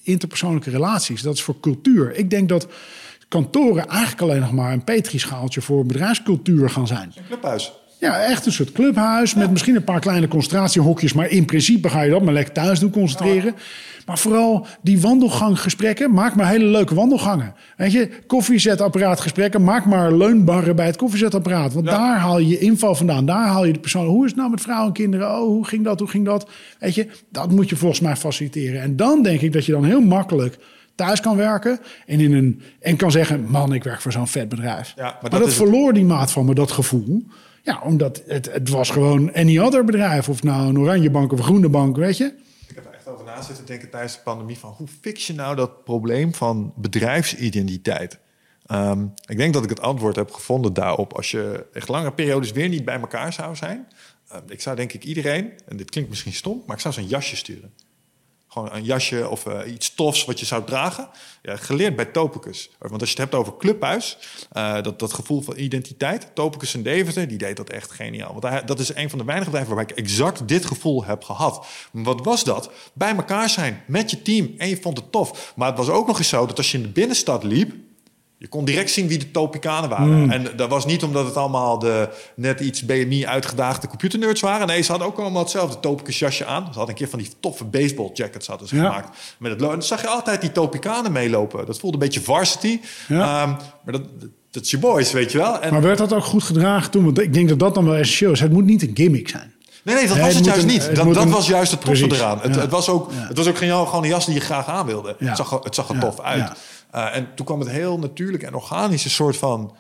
interpersoonlijke relaties. Dat is voor cultuur. Ik denk dat kantoren eigenlijk alleen nog maar een petrischaaltje voor bedrijfscultuur gaan zijn. Een clubhuis. Ja, echt een soort clubhuis met misschien een paar kleine concentratiehokjes. Maar in principe ga je dat maar lekker thuis doen, concentreren. Maar vooral die wandelganggesprekken. Maak maar hele leuke wandelgangen. Weet je, koffiezetapparaatgesprekken. Maak maar leunbarren bij het koffiezetapparaat. Want daar haal je info vandaan. Daar haal je de persoon. Hoe is het nou met vrouwen en kinderen? Oh, hoe ging dat? Hoe ging dat? Weet je, dat moet je volgens mij faciliteren. En dan denk ik dat je dan heel makkelijk thuis kan werken en kan zeggen, man, ik werk voor zo'n vet bedrijf. Ja, maar dat verloor die maat van me, dat gevoel. Ja, omdat het was gewoon any other bedrijf. Of nou een oranje bank of een groene bank, weet je. Ik heb er echt over na zitten denken tijdens de pandemie van hoe fix je nou dat probleem van bedrijfsidentiteit? Ik denk dat ik het antwoord heb gevonden daarop. Als je echt lange periodes weer niet bij elkaar zou zijn. Ik zou denk ik iedereen, en dit klinkt misschien stom, maar ik zou zo'n jasje sturen. Gewoon een jasje of iets tofs wat je zou dragen. Ja, geleerd bij Topicus. Want als je het hebt over clubhuis, dat gevoel van identiteit. Topicus en Deventer, die deed dat echt geniaal. Want dat is een van de weinige bedrijven waarbij ik exact dit gevoel heb gehad. Maar wat was dat? Bij elkaar zijn met je team en je vond het tof. Maar het was ook nog eens zo dat als je in de binnenstad liep, je kon direct zien wie de Topicanen waren. En dat was niet omdat het allemaal de net iets BMI uitgedaagde computernerds waren. Nee, ze hadden ook allemaal hetzelfde Topicus jasje aan. Ze hadden een keer van die toffe baseball jackets hadden ze gemaakt. Met het dan zag je altijd die Topicanen meelopen. Dat voelde een beetje varsity. Ja. Maar dat is je boys, weet je wel. Maar werd dat ook goed gedragen toen? Want ik denk dat dat dan wel essentieel is. Het moet niet een gimmick zijn. Nee, dat was het juist niet. Dat was juist het toffe eraan. Ja. Het was ook gewoon een jas die je graag aan wilde. Ja. Het zag er tof uit. Ja. En toen kwam het heel natuurlijk en organisch een soort van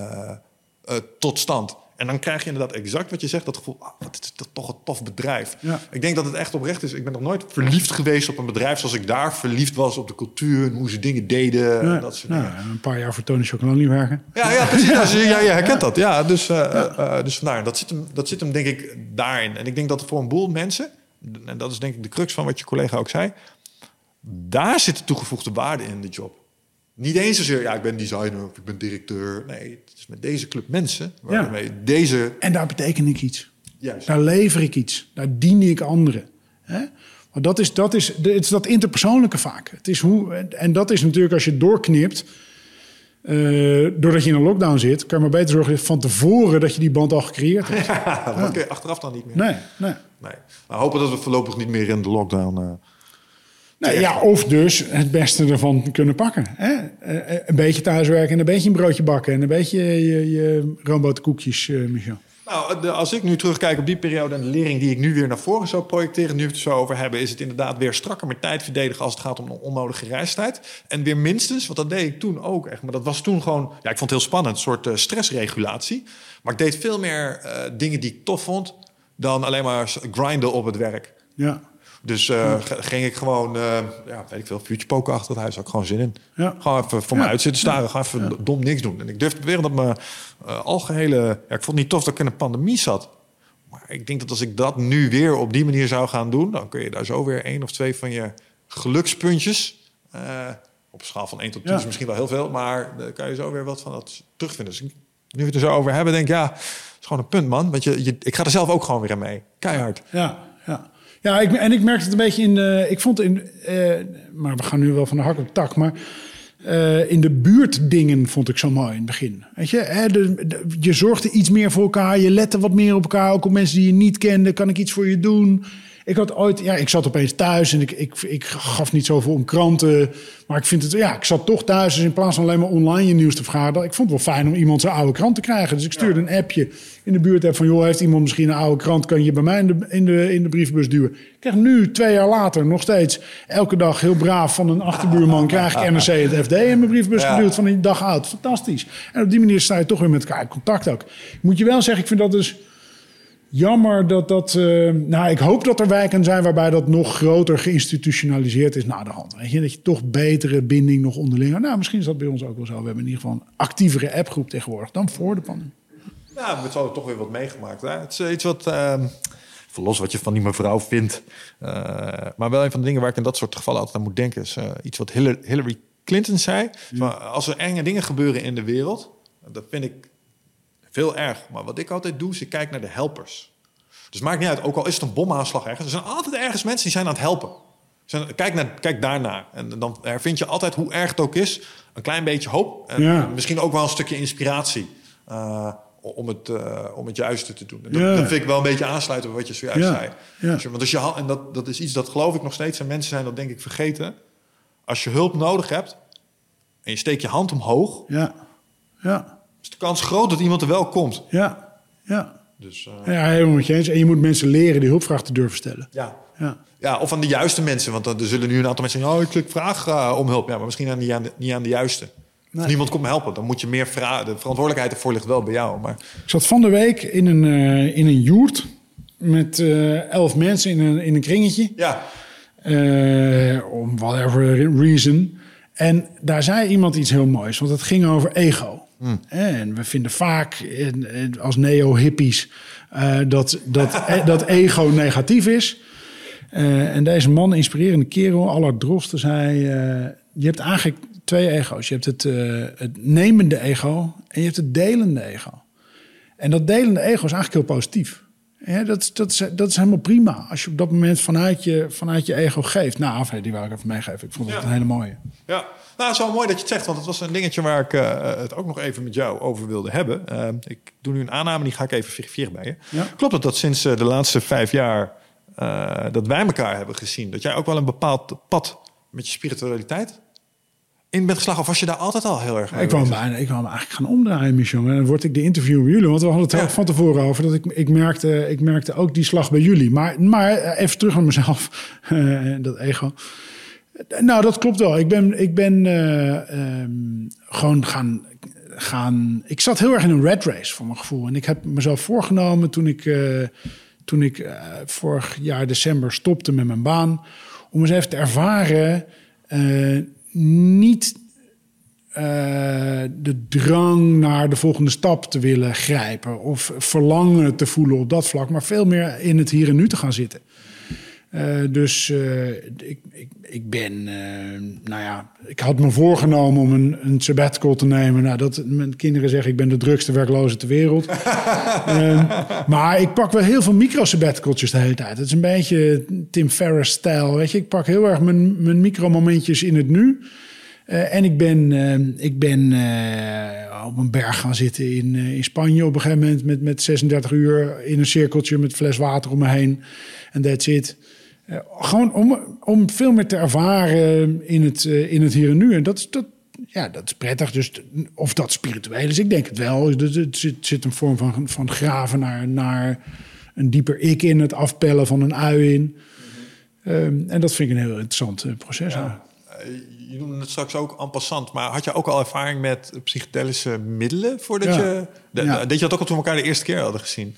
tot stand. En dan krijg je inderdaad exact wat je zegt. Dat gevoel, wat is dat toch een tof bedrijf. Ja. Ik denk dat het echt oprecht is. Ik ben nog nooit verliefd geweest op een bedrijf zoals ik daar verliefd was op de cultuur en hoe ze dingen deden. En dat soort dingen. Een paar jaar voor Tony Chocolonely werken. Ja, precies. Je herkent dat. Ja, dus vandaar. Dat zit hem denk ik daarin. En ik denk dat voor een boel mensen, en dat is denk ik de crux van wat je collega ook zei, daar zit de toegevoegde waarde in de job. Niet eens zozeer, ik ben designer of ik ben directeur. Nee, het is met deze club mensen. En daar beteken ik iets. Juist. Daar lever ik iets. Daar dien ik anderen. Maar het is dat interpersoonlijke vaak. Het is en dat is natuurlijk als je het doorknipt. Doordat je in een lockdown zit, kan je maar beter zorgen van tevoren dat je die band al gecreëerd hebt. Dat kun je achteraf dan niet meer. Nee. We hopen dat we voorlopig niet meer in de lockdown. Of dus het beste ervan kunnen pakken. Hè? Een beetje thuiswerken en een beetje een broodje bakken en een beetje je roomboterkoekjes, Michel. Nou, als ik nu terugkijk op die periode en de lering die ik nu weer naar voren zou projecteren, nu we het zo over hebben, is het inderdaad weer strakker met tijd verdedigen als het gaat om een onnodige reistijd. En weer minstens, want dat deed ik toen ook echt, maar dat was toen gewoon, ik vond het heel spannend, een soort stressregulatie. Maar ik deed veel meer dingen die ik tof vond dan alleen maar grinden op het werk. Ja. Dus ging ik gewoon, weet ik veel, vuurtje poken achter het huis. Had ik gewoon zin in. Ja. Gewoon even voor me uit zitten staren. Gewoon even dom niks doen. En ik durfde beweren dat mijn algehele... ik vond het niet tof dat ik in een pandemie zat. Maar ik denk dat als ik dat nu weer op die manier zou gaan doen, dan kun je daar zo weer 1 of 2 van je gelukspuntjes, op een schaal van 1 tot 10 is misschien wel heel veel, maar dan kan je zo weer wat van dat terugvinden. Dus nu we het er zo over hebben, denk ik, het is gewoon een punt, man. Want ik ga er zelf ook gewoon weer aan mee. Keihard. Ja, ik merkte het een beetje maar we gaan nu wel van de hak op de tak, maar in de buurtdingen vond ik zo mooi in het begin. Weet je, je zorgde iets meer voor elkaar, je lette wat meer op elkaar, ook op mensen die je niet kende. Kan ik iets voor je doen? Ik had ooit, ik zat opeens thuis en ik gaf niet zoveel om kranten. Maar ik vind het, ik zat toch thuis. Dus in plaats van alleen maar online je nieuws te vergaderen, ik vond het wel fijn om iemand zijn oude krant te krijgen. Dus ik stuurde een appje in de buurt van, joh, heeft iemand misschien een oude krant? Kan je bij mij in de brievenbus duwen? Ik krijg nu, 2 jaar later, nog steeds elke dag heel braaf van een achterbuurman krijg ik NRC en het FD in mijn brievenbus geduwd van een dag oud. Fantastisch. En op die manier sta je toch weer met elkaar in contact ook. Moet je wel zeggen, ik vind dat dus jammer dat ik hoop dat er wijken zijn waarbij dat nog groter geïnstitutionaliseerd is na de hand. Weet je? Dat je toch betere binding nog onderling. Nou, misschien is dat bij ons ook wel zo. We hebben in ieder geval een actievere appgroep tegenwoordig dan voor de pandemie. Ja, we hebben toch weer wat meegemaakt. Hè? Het is iets wat, los wat je van die mevrouw vindt. Maar wel een van de dingen waar ik in dat soort gevallen altijd aan moet denken is iets wat Hillary Clinton zei. Maar als er enge dingen gebeuren in de wereld, dat vind ik veel erg. Maar wat ik altijd doe, is ik kijk naar de helpers. Dus maakt niet uit, ook al is het een bomaanslag ergens. Er zijn altijd ergens mensen die zijn aan het helpen. Kijk daarnaar. En dan hervind je altijd, hoe erg het ook is, een klein beetje hoop. En misschien ook wel een stukje inspiratie. Om het juiste te doen. En dat vind ik wel een beetje aansluiten bij wat je zojuist zei. Ja. Want dat is iets dat geloof ik nog steeds. En mensen zijn dat denk ik vergeten. Als je hulp nodig hebt en je steekt je hand omhoog, is de kans groot dat iemand er wel komt. Ja. Dus, helemaal met je eens. En je moet mensen leren die hulpvraag te durven stellen. Ja, of aan de juiste mensen. Want er zullen nu een aantal mensen zeggen, ik vraag om hulp. Ja, maar misschien niet aan de juiste. Nee. Niemand komt me helpen. Dan moet je meer vragen. De verantwoordelijkheid ervoor ligt wel bij jou. Maar... Ik zat van de week in een joert met 11 mensen in een kringetje. Ja. Om whatever reason. En daar zei iemand iets heel moois. Want het ging over ego. En we vinden vaak als neo-hippies dat ego negatief is. En deze man, een inspirerende kerel, Allard Drosten, zei... je hebt eigenlijk 2 ego's. Je hebt het nemende ego en je hebt het delende ego. En dat delende ego is eigenlijk heel positief. Ja, dat is helemaal prima. Als je op dat moment vanuit je ego geeft. Nou, die wou ik even meegeven. Ik vond het een hele mooie. Ja, nou, het is wel mooi dat je het zegt. Want het was een dingetje waar ik het ook nog even met jou over wilde hebben. Ik doe nu een aanname, die ga ik even verifiëren bij je. Ja? Klopt het dat sinds de laatste 5 jaar... dat wij elkaar hebben gezien... dat jij ook wel een bepaald pad met je spiritualiteit in bent geslagen? Of was je daar altijd al heel erg mee? Ik wou me eigenlijk gaan omdraaien, Michel. En dan word ik de interview bij jullie. Want we hadden het van tevoren over. Dat ik merkte ook die slag bij jullie. Maar even terug naar mezelf. Dat ego. Nou, dat klopt wel. Ik ben gewoon gaan... Ik zat heel erg in een rat race, voor mijn gevoel. En ik heb mezelf voorgenomen toen ik vorig jaar december stopte met mijn baan... om eens even te ervaren... niet de drang naar de volgende stap te willen grijpen... of verlangen te voelen op dat vlak... maar veel meer in het hier en nu te gaan zitten. Ik had me voorgenomen om een sabbatical te nemen. Nou, mijn kinderen zeggen, ik ben de drukste werkloze ter wereld. Maar ik pak wel heel veel micro-sabbaticaltjes de hele tijd. Het is een beetje Tim Ferriss-stijl, weet je. Ik pak heel erg mijn micromomentjes in het nu. En ik ben op een berg gaan zitten in Spanje op een gegeven moment... met 36 uur in een cirkeltje met een fles water om me heen. En that's it. Gewoon om veel meer te ervaren in het hier en nu. En dat is prettig. Dus of dat spiritueel is, ik denk het wel. Er zit een vorm van graven naar een dieper ik in. Het afpellen van een ui in. En dat vind ik een heel interessant proces. Ja. Je noemde het straks ook en passant. Maar had je ook al ervaring met psychedelische middelen? Voordat je deed je dat ook al toen we elkaar de eerste keer hadden gezien?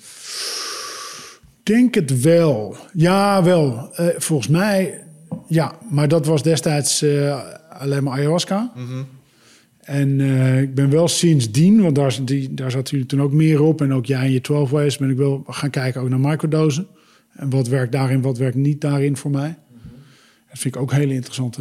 Denk het wel. Ja, wel. Volgens mij, ja. Maar dat was destijds alleen maar ayahuasca. Mm-hmm. En ik ben wel sindsdien, want daar zat jullie toen ook meer op... en ook jij in je 12 Ways ben ik wel gaan kijken ook naar microdosen. En wat werkt daarin, wat werkt niet daarin voor mij. Mm-hmm. Dat vind ik ook hele interessante...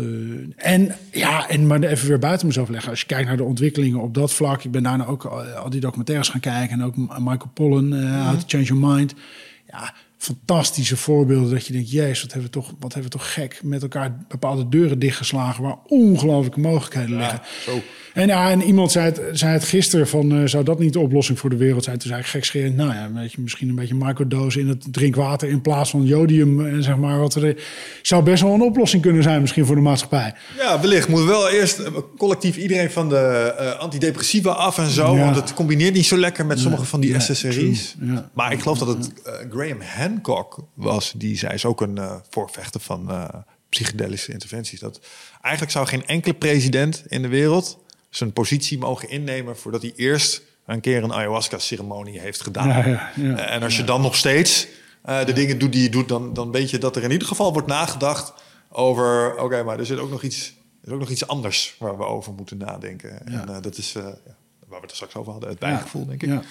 maar even weer buiten mezelf leggen. Als je kijkt naar de ontwikkelingen op dat vlak... ik ben daarna ook al die documentaires gaan kijken... en ook Michael Pollan, How to Change Your Mind... Ja, fantastische voorbeelden dat je denkt... jezus, wat hebben we toch gek met elkaar bepaalde deuren dichtgeslagen... waar ongelooflijke mogelijkheden liggen. Zo. En iemand zei het gisteren van... zou dat niet de oplossing voor de wereld zijn? Toen zei ik gekscherend, nou ja, misschien een beetje microdosen in het drinkwater... in plaats van jodium, zeg maar. Zou best wel een oplossing kunnen zijn misschien voor de maatschappij. Ja, wellicht. Moeten we wel eerst collectief iedereen van de antidepressiva af en zo. Ja. Want het combineert niet zo lekker met sommige van die SSRI's. Ja. Maar ik geloof dat het Graham Hancock was. Die zei, is ook een voorvechter van psychedelische interventies. Dat eigenlijk zou geen enkele president in de wereld... zijn positie mogen innemen voordat hij eerst een keer een ayahuasca-ceremonie heeft gedaan. En als je dan nog steeds de dingen doet die je doet... dan weet je dat er in ieder geval wordt nagedacht over... oké, maar er is ook nog iets anders waar we over moeten nadenken. Ja. En dat is waar we het er straks over hadden, het bijgevoel, denk ik.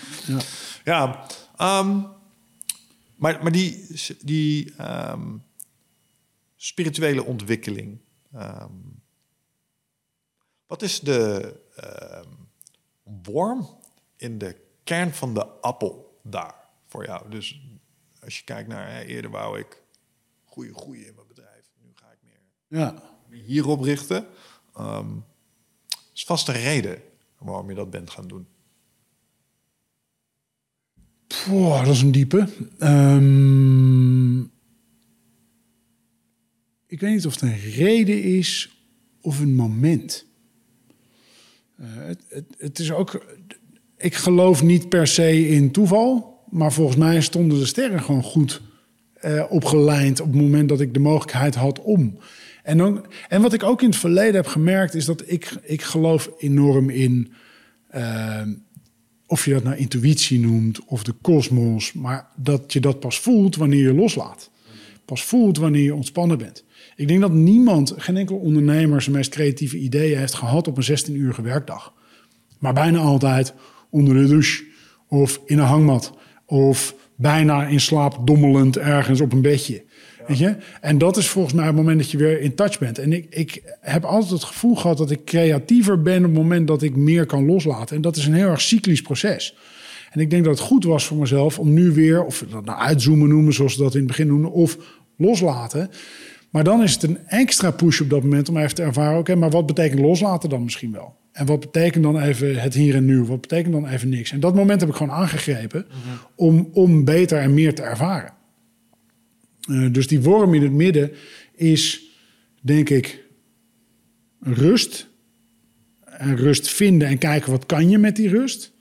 Maar die spirituele ontwikkeling... wat is de worm in de kern van de appel daar voor jou? Dus als je kijkt naar... eerder wou ik goeie in mijn bedrijf. Nu ga ik meer hierop richten. Is vast een reden waarom je dat bent gaan doen. Dat is een diepe. Ik weet niet of het een reden is of een moment. Het is ook... Ik geloof niet per se in toeval, maar volgens mij stonden de sterren gewoon goed opgelijnd op het moment dat ik de mogelijkheid had om. En wat ik ook in het verleden heb gemerkt is dat ik geloof enorm in... of je dat nou intuïtie noemt of de kosmos, maar dat je dat pas voelt wanneer je loslaat. Pas voelt wanneer je ontspannen bent. Ik denk dat geen enkel ondernemer zijn meest creatieve ideeën heeft gehad op een 16-urige werkdag. Maar bijna altijd onder de douche of in een hangmat of bijna in slaap dommelend ergens op een bedje. Ja. Weet je? En dat is volgens mij het moment dat je weer in touch bent. En ik heb altijd het gevoel gehad dat ik creatiever ben op het moment dat ik meer kan loslaten. En dat is een heel erg cyclisch proces. En ik denk dat het goed was voor mezelf om nu weer, of dat nou uitzoomen noemen zoals we dat in het begin noemden, of loslaten. Maar dan is het een extra push op dat moment om even te ervaren, oké, maar wat betekent loslaten dan misschien wel? En wat betekent dan even het hier en nu? Wat betekent dan even niks? En dat moment heb ik gewoon aangegrepen om beter en meer te ervaren. Dus die worm in het midden is, denk ik, rust. En rust vinden en kijken wat kan je met die rust.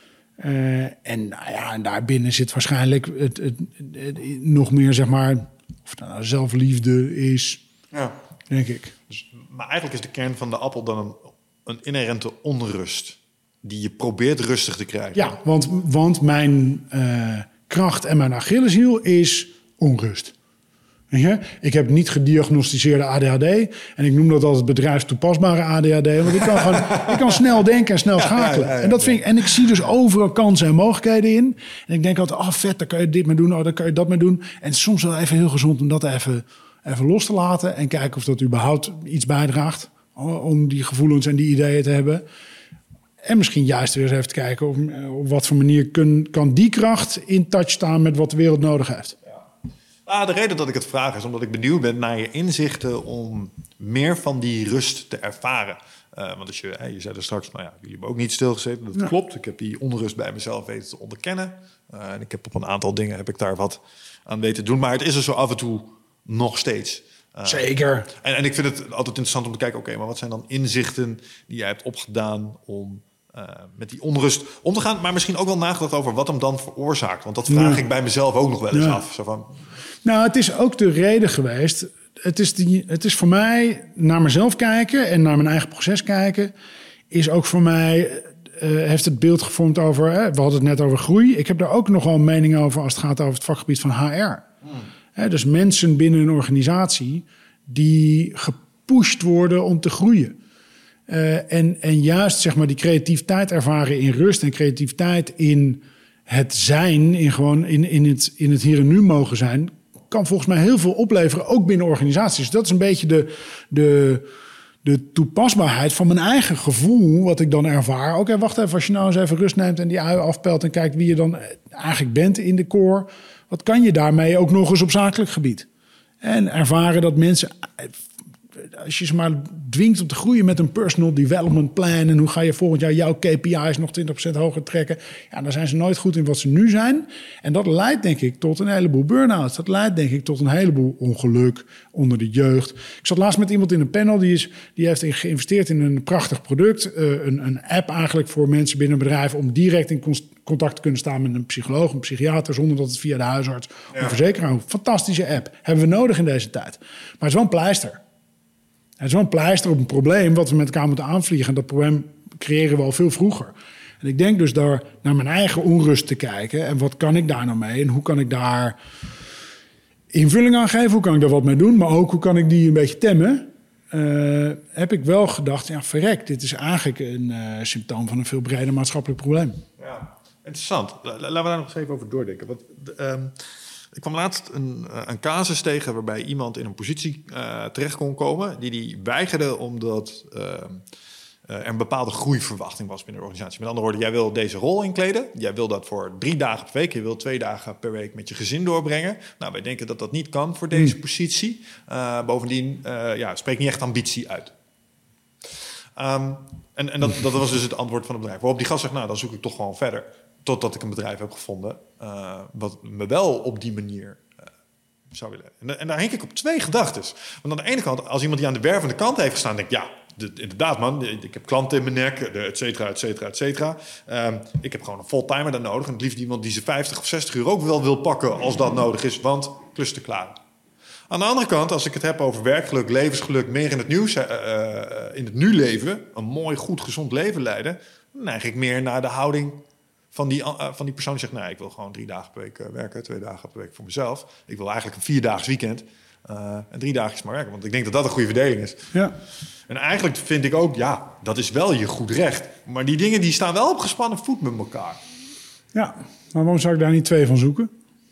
En daarbinnen zit waarschijnlijk het nog meer, zeg maar, of het nou zelfliefde is, denk ik. Maar eigenlijk is de kern van de appel dan een inherente onrust die je probeert rustig te krijgen. Ja, want mijn kracht en mijn Achilleshiel is onrust. Ik heb niet gediagnosticeerde ADHD. En ik noem dat altijd bedrijfstoepasbare ADHD. Want ik kan snel denken en snel schakelen. En dat vind ik, en ik zie dus overal kansen en mogelijkheden in. En ik denk altijd, vet, dan kan je dit mee doen. Dan kan je dat mee doen. En soms wel even heel gezond om dat even los te laten. En kijken of dat überhaupt iets bijdraagt. Om die gevoelens en die ideeën te hebben. En misschien juist weer eens even te kijken op wat voor manier kan die kracht in touch staan met wat de wereld nodig heeft. De reden dat ik het vraag is omdat ik benieuwd ben naar je inzichten om meer van die rust te ervaren. Want als je zei er straks, jullie hebben ook niet stilgezeten. Dat klopt. Ik heb die onrust bij mezelf weten te onderkennen. En ik heb op een aantal dingen heb ik daar wat aan weten te doen. Maar het is er zo af en toe nog steeds. Zeker. En ik vind het altijd interessant om te kijken, oké, maar wat zijn dan inzichten die jij hebt opgedaan om met die onrust om te gaan, maar misschien ook wel nagedacht over wat hem dan veroorzaakt. Want dat vraag ik bij mezelf ook nog wel eens af. Zo van... Nou, het is ook de reden geweest. Het is voor mij naar mezelf kijken en naar mijn eigen proces kijken. Is ook voor mij, heeft het beeld gevormd over, we hadden het net over groei. Ik heb daar ook nog wel een mening over als het gaat over het vakgebied van HR. Dus mensen binnen een organisatie die gepusht worden om te groeien. En juist zeg maar die creativiteit ervaren in rust en creativiteit in het zijn, in het hier en nu mogen zijn, kan volgens mij heel veel opleveren, ook binnen organisaties. Dat is een beetje de toepasbaarheid van mijn eigen gevoel, wat ik dan ervaar. Oké, wacht even, als je nou eens even rust neemt en die ui afpelt en kijkt wie je dan eigenlijk bent in de core, wat kan je daarmee ook nog eens op zakelijk gebied? En ervaren dat mensen, als je ze maar dwingt om te groeien met een personal development plan en hoe ga je volgend jaar jouw KPI's nog 20% hoger trekken, dan zijn ze nooit goed in wat ze nu zijn. En dat leidt denk ik tot een heleboel burn-outs. Dat leidt denk ik tot een heleboel ongeluk onder de jeugd. Ik zat laatst met iemand in een panel die heeft geïnvesteerd in een prachtig product. Een app eigenlijk voor mensen binnen een bedrijf om direct in contact te kunnen staan met een psycholoog, een psychiater, zonder dat het via de huisarts of een verzekeraar hoeft. Fantastische app. Hebben we nodig in deze tijd. Maar het is wel een pleister. Het is wel een pleister op een probleem wat we met elkaar moeten aanvliegen. En dat probleem creëren we al veel vroeger. En ik denk dus daar naar mijn eigen onrust te kijken. En wat kan ik daar nou mee? En hoe kan ik daar invulling aan geven? Hoe kan ik daar wat mee doen? Maar ook hoe kan ik die een beetje temmen? Heb ik wel gedacht, verrek, dit is eigenlijk een symptoom van een veel breder maatschappelijk probleem. Ja, interessant. Laten we daar nog eens even over doordenken. Want, ik kwam laatst een casus tegen waarbij iemand in een positie terecht kon komen die weigerde omdat er een bepaalde groeiverwachting was binnen de organisatie. Met andere woorden, jij wil deze rol inkleden. Jij wil dat voor 3 dagen per week. Je wil 2 dagen per week met je gezin doorbrengen. Nou, wij denken dat dat niet kan voor deze positie. Bovendien, spreekt niet echt ambitie uit. En dat was dus het antwoord van het bedrijf. Waarop die gast zegt, nou, dan zoek ik toch gewoon verder. Totdat ik een bedrijf heb gevonden wat me wel op die manier zou willen. En daar hink ik op 2 gedachten. Want aan de ene kant, als iemand die aan de wervende kant heeft gestaan, denkt, ja, inderdaad man, ik heb klanten in mijn nek, et cetera, et cetera, et cetera. Ik heb gewoon een fulltimer daar nodig. En het liefst iemand die ze 50 of 60 uur ook wel wil pakken als dat nodig is, want klus te klaar. Aan de andere kant, als ik het heb over werkgeluk, levensgeluk, meer in het nieuws, in het nu leven, een mooi, goed, gezond leven leiden, dan neig ik meer naar de houding van die persoon die zegt, nou, ik wil gewoon 3 dagen per week werken, 2 dagen per week voor mezelf. Ik wil eigenlijk een 4-daags weekend en 3 dagen maar werken, want ik denk dat dat een goede verdeling is. Ja. En eigenlijk vind ik ook, ja, dat is wel je goed recht. Maar die dingen die staan wel op gespannen voet met elkaar. Ja, maar waarom zou ik daar niet 2 van zoeken?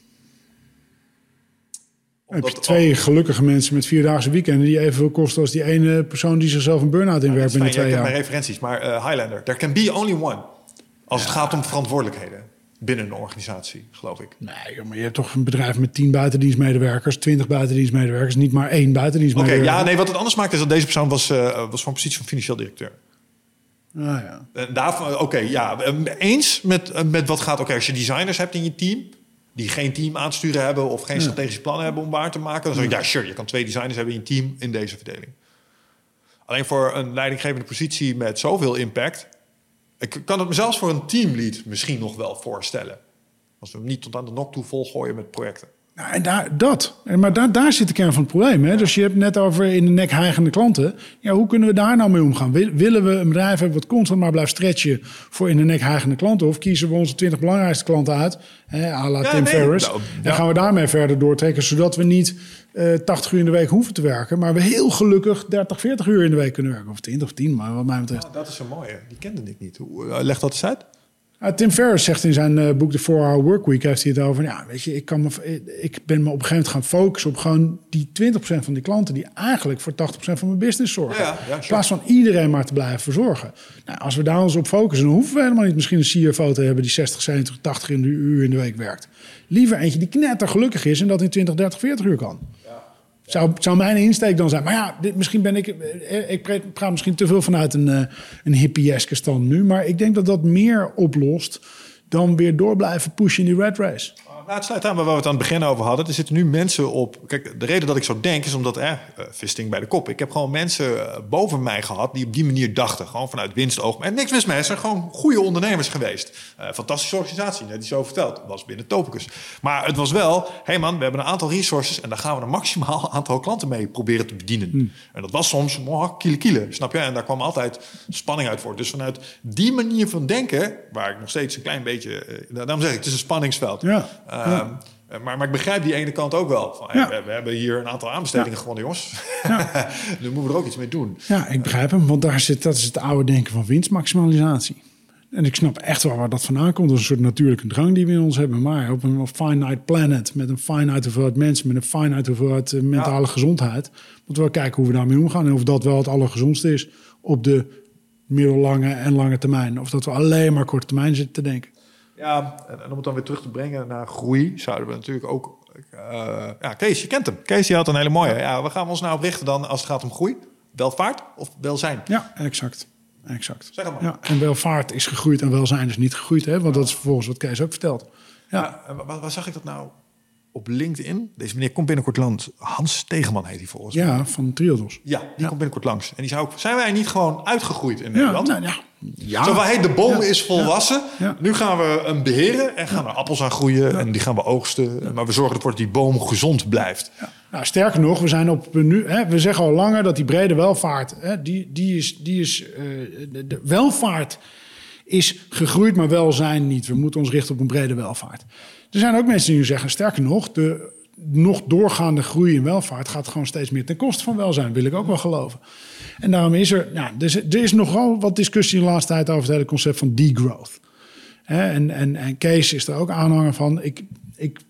Heb je 2 gelukkige mensen met 4-daagse weekenden die evenveel kosten als die ene persoon die zichzelf een burn-out inwerkt binnen 2 jaar. Ik heb mijn referenties, maar Highlander, there can be only one. Als het gaat om verantwoordelijkheden binnen een organisatie, geloof ik. Nee, maar je hebt toch een bedrijf met 10 buitendienstmedewerkers, 20 buitendienstmedewerkers, niet maar 1 buitendienstmedewerker. Oké, wat het anders maakt is dat deze persoon was van een positie van financieel directeur. Ah, ja. En daarvan, eens met wat gaat. Als je designers hebt in je team die geen team aansturen hebben of geen strategische plannen hebben om waar te maken, dan zeg je, ja, sure, je kan 2 designers hebben in je team in deze verdeling. Alleen voor een leidinggevende positie met zoveel impact, ik kan het mezelf voor een teamlead misschien nog wel voorstellen. Als we hem niet tot aan de nok toe volgooien met projecten. Nou, en daar zit de kern van het probleem. Hè? Dus je hebt het net over in de nek hijgende klanten. Ja, hoe kunnen we daar nou mee omgaan? Willen we een bedrijf hebben wat constant maar blijft stretchen voor in de nek hijgende klanten? Of kiezen we onze 20 belangrijkste klanten uit, à la Tim Ferriss? En gaan we daarmee verder doortrekken, zodat we niet 80 uur in de week hoeven te werken, maar we heel gelukkig 30, 40 uur in de week kunnen werken. Of 20 of 10, maar wat mij betreft. Dat is zo mooi. Die kende ik niet. Leg dat eens uit. Tim Ferriss zegt in zijn boek The 4-Hour Workweek, heeft hij het over, ja, weet je, ik ben me op een gegeven moment gaan focussen op gewoon die 20% van die klanten die eigenlijk voor 80% van mijn business zorgen. Ja, sure. In plaats van iedereen maar te blijven verzorgen. Nou, als we daar ons op focussen, dan hoeven we helemaal niet misschien een CFO te hebben die 60, 70, 80 uur in de week werkt. Liever eentje die knettergelukkig is en dat in 20, 30, 40 uur kan. Zou mijn insteek dan zijn. Maar ja, misschien ik praat misschien te veel vanuit een hippieske stand nu. Maar ik denk dat dat meer oplost dan weer door blijven pushen in die rat race. Nou, het sluit aan bij waar we het aan het begin over hadden. Er zitten nu mensen op. Kijk, de reden dat ik zo denk is omdat visting bij de kop. Ik heb gewoon mensen boven mij gehad die op die manier dachten. Gewoon vanuit winstoog. En niks mis mee. Ze zijn gewoon goede ondernemers geweest. Fantastische organisatie, net die zo verteld. Was binnen Topicus. Maar het was wel, hey man, we hebben een aantal resources en daar gaan we een maximaal aantal klanten mee proberen te bedienen. En dat was soms kielen, snap je? En daar kwam altijd spanning uit voort. Dus vanuit die manier van denken, waar ik nog steeds een klein beetje, daarom zeg ik, het is een spanningsveld. Ja. Maar ik begrijp die ene kant ook wel. Van, we hebben hier een aantal aanbestedingen gewonnen, jongens. Ja. Nu moeten we er ook iets mee doen. Ja, ik begrijp hem, want dat is het oude denken van winstmaximalisatie. En ik snap echt wel waar dat vandaan komt. Dat is een soort natuurlijke drang die we in ons hebben. Maar op een finite planet, met een finite hoeveelheid mensen, met een finite hoeveelheid mentale gezondheid, moeten we kijken hoe we daarmee omgaan. En of dat wel het allergezondste is op de middellange en lange termijn. Of dat we alleen maar korte termijn zitten te denken. Ja, en om het dan weer terug te brengen naar groei, zouden we natuurlijk ook... Kees, je kent hem. Kees die had een hele mooie. Ja, waar gaan we ons nou op richten dan als het gaat om groei? Welvaart of welzijn? Ja, exact. Zeg het maar. Ja, en welvaart is gegroeid en welzijn is niet gegroeid. Hè? Want dat is vervolgens wat Kees ook vertelt. Ja. Waar zag ik dat nou op LinkedIn? Deze meneer komt binnenkort langs. Hans Stegeman heet hij volgens mij. Ja, van Triodos. Ja, die komt binnenkort langs. En die zei ook, zijn wij niet gewoon uitgegroeid in Nederland? Ja. Zo van, de boom is volwassen. Ja. Nu gaan we hem beheren en gaan er appels aan groeien. En die gaan we oogsten. Ja. Maar we zorgen ervoor dat die boom gezond blijft. Ja. Nou, sterker nog, we zijn we zeggen al langer dat die brede welvaart, de welvaart is gegroeid, maar welzijn niet. We moeten ons richten op een brede welvaart. Er zijn ook mensen die nu zeggen, sterker nog, de nog doorgaande groei in welvaart gaat gewoon steeds meer ten koste van welzijn. Wil ik ook wel geloven. En daarom is er is nogal wat discussie in de laatste tijd over het hele concept van degrowth. En Kees is er ook aanhanger van.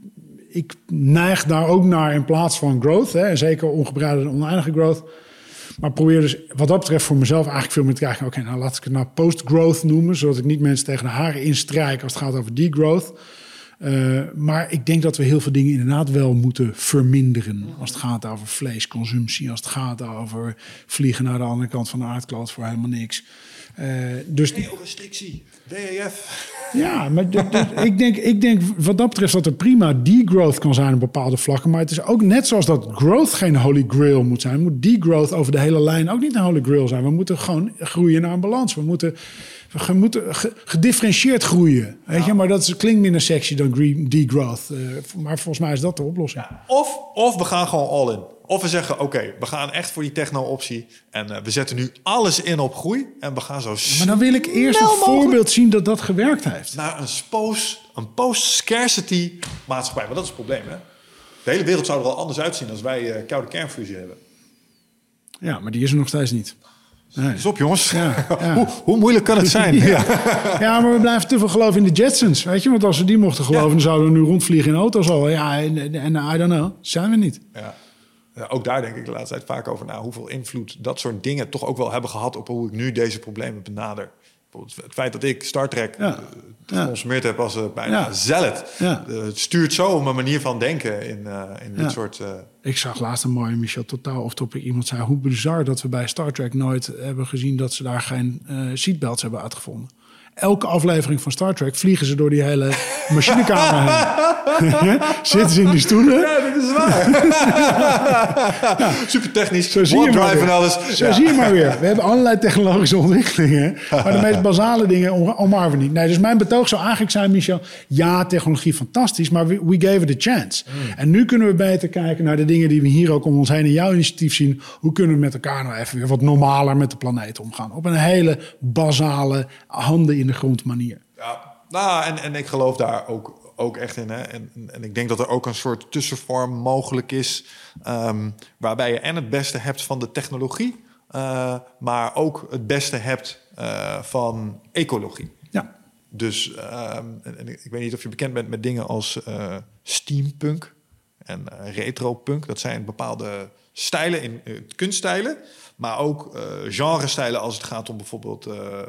Ik neig daar ook naar in plaats van growth. En zeker ongebreide en oneindige growth. Maar probeer dus wat dat betreft voor mezelf eigenlijk veel meer te kijken. Oké, nou laat ik het nou post-growth noemen. Zodat ik niet mensen tegen de haren instrijk als het gaat over degrowth. Maar ik denk dat we heel veel dingen inderdaad wel moeten verminderen. Als het gaat over vleesconsumptie. Als het gaat over vliegen naar de andere kant van de aardkloot voor helemaal niks. Dus restrictie, DEF. Ja, maar ik denk wat dat betreft dat er prima degrowth kan zijn op bepaalde vlakken. Maar het is ook net zoals dat growth geen holy grail moet zijn. Moet degrowth over de hele lijn ook niet een holy grail zijn. We moeten gewoon groeien naar een balans. We moeten gedifferentieerd groeien. Weet je? Maar dat klinkt minder sexy dan degrowth. Maar volgens mij is dat de oplossing. Ja, of we gaan gewoon all in. Of we zeggen, oké, we gaan echt voor die techno-optie. En we zetten nu alles in op groei. En we gaan zo Maar dan wil ik eerst een voorbeeld zien dat dat gewerkt heeft. Naar een post-scarcity maatschappij. Want dat is het probleem, hè? De hele wereld zou er al anders uitzien als wij koude kernfusie hebben. Ja, maar die is er nog steeds niet. Nee. Dus op, jongens. Ja. Hoe moeilijk kan het zijn? Ja, maar we blijven te veel geloven in de Jetsons. Weet je, want als we die mochten geloven, dan zouden we nu rondvliegen in auto's al. Ja, en I don't know, zijn we niet. Ja. Ja, ook daar denk ik de laatste tijd vaak over na. Hoeveel invloed dat soort dingen toch ook wel hebben gehad op hoe ik nu deze problemen benader. Bijvoorbeeld het feit dat ik Star Trek geconsumeerd heb als bijna zealot. Ja. Het stuurt zo mijn manier van denken in dit soort... Ik zag laatst een mooie Michel totaal off-topic. Iemand zei hoe bizar dat we bij Star Trek nooit hebben gezien dat ze daar geen seatbelts hebben uitgevonden. Elke aflevering van Star Trek vliegen ze door die hele machinekamer heen. Zitten ze in die stoelen? Ja, dat is waar. Super technisch. Zo zie je maar en alles. Zo zie je maar weer. We hebben allerlei technologische ontwikkelingen. Maar de meest basale dingen omarmen we niet. Nee, dus mijn betoog zou eigenlijk zijn, Michel. Ja, technologie fantastisch, maar we gave it a chance. En nu kunnen we beter kijken naar de dingen die we hier ook om ons heen in jouw initiatief zien. Hoe kunnen we met elkaar nou even weer wat normaler met de planeet omgaan? Op een hele basale, handen in de grond manier. Ja, nou, en ik geloof daar ook echt in. Hè? En ik denk dat er ook een soort tussenvorm mogelijk is. Waarbij je en het beste hebt van de technologie. Maar ook het beste hebt van ecologie. Ja. Dus en ik weet niet of je bekend bent met dingen als steampunk en retropunk. Dat zijn bepaalde stijlen, in kunststijlen. Maar ook genre-stijlen als het gaat om bijvoorbeeld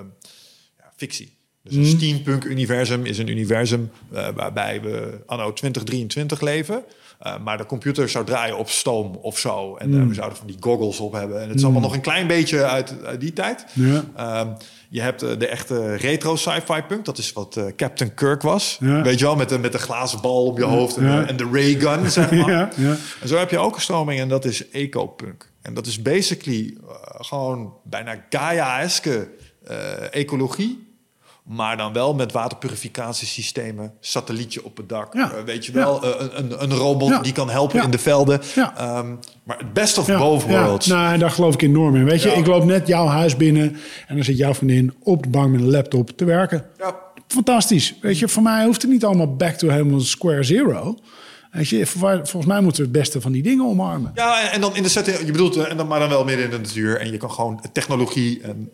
fictie. Dus een steampunk-universum is een universum waarbij we anno 2023 leven. Maar de computer zou draaien op stoom of zo. En we zouden van die goggles op hebben. En het is allemaal nog een klein beetje uit die tijd. Ja. Je hebt de echte retro sci-fi punk. Dat is wat Captain Kirk was. Ja. Weet je wel, met de glazen bal op je hoofd en de raygun, zeg maar. Ja. En zo heb je ook een stroming en dat is eco-punk. En dat is basically gewoon bijna Gaia-eske ecologie. Maar dan wel met waterpurificatiesystemen, satellietje op het dak. Weet je wel, een robot die kan helpen in de velden. Ja. Maar het best of both worlds. Nou, daar geloof ik enorm in. Weet je, ik loop net jouw huis binnen en dan zit jouw vriendin op de bank met een laptop te werken. Ja. Fantastisch. Weet je, voor mij hoeft het niet allemaal back to helemaal square zero. Weet je, volgens mij moeten we het beste van die dingen omarmen. Ja, en dan in de setting, je bedoelt, maar dan wel midden in de natuur. En je kan gewoon technologie en...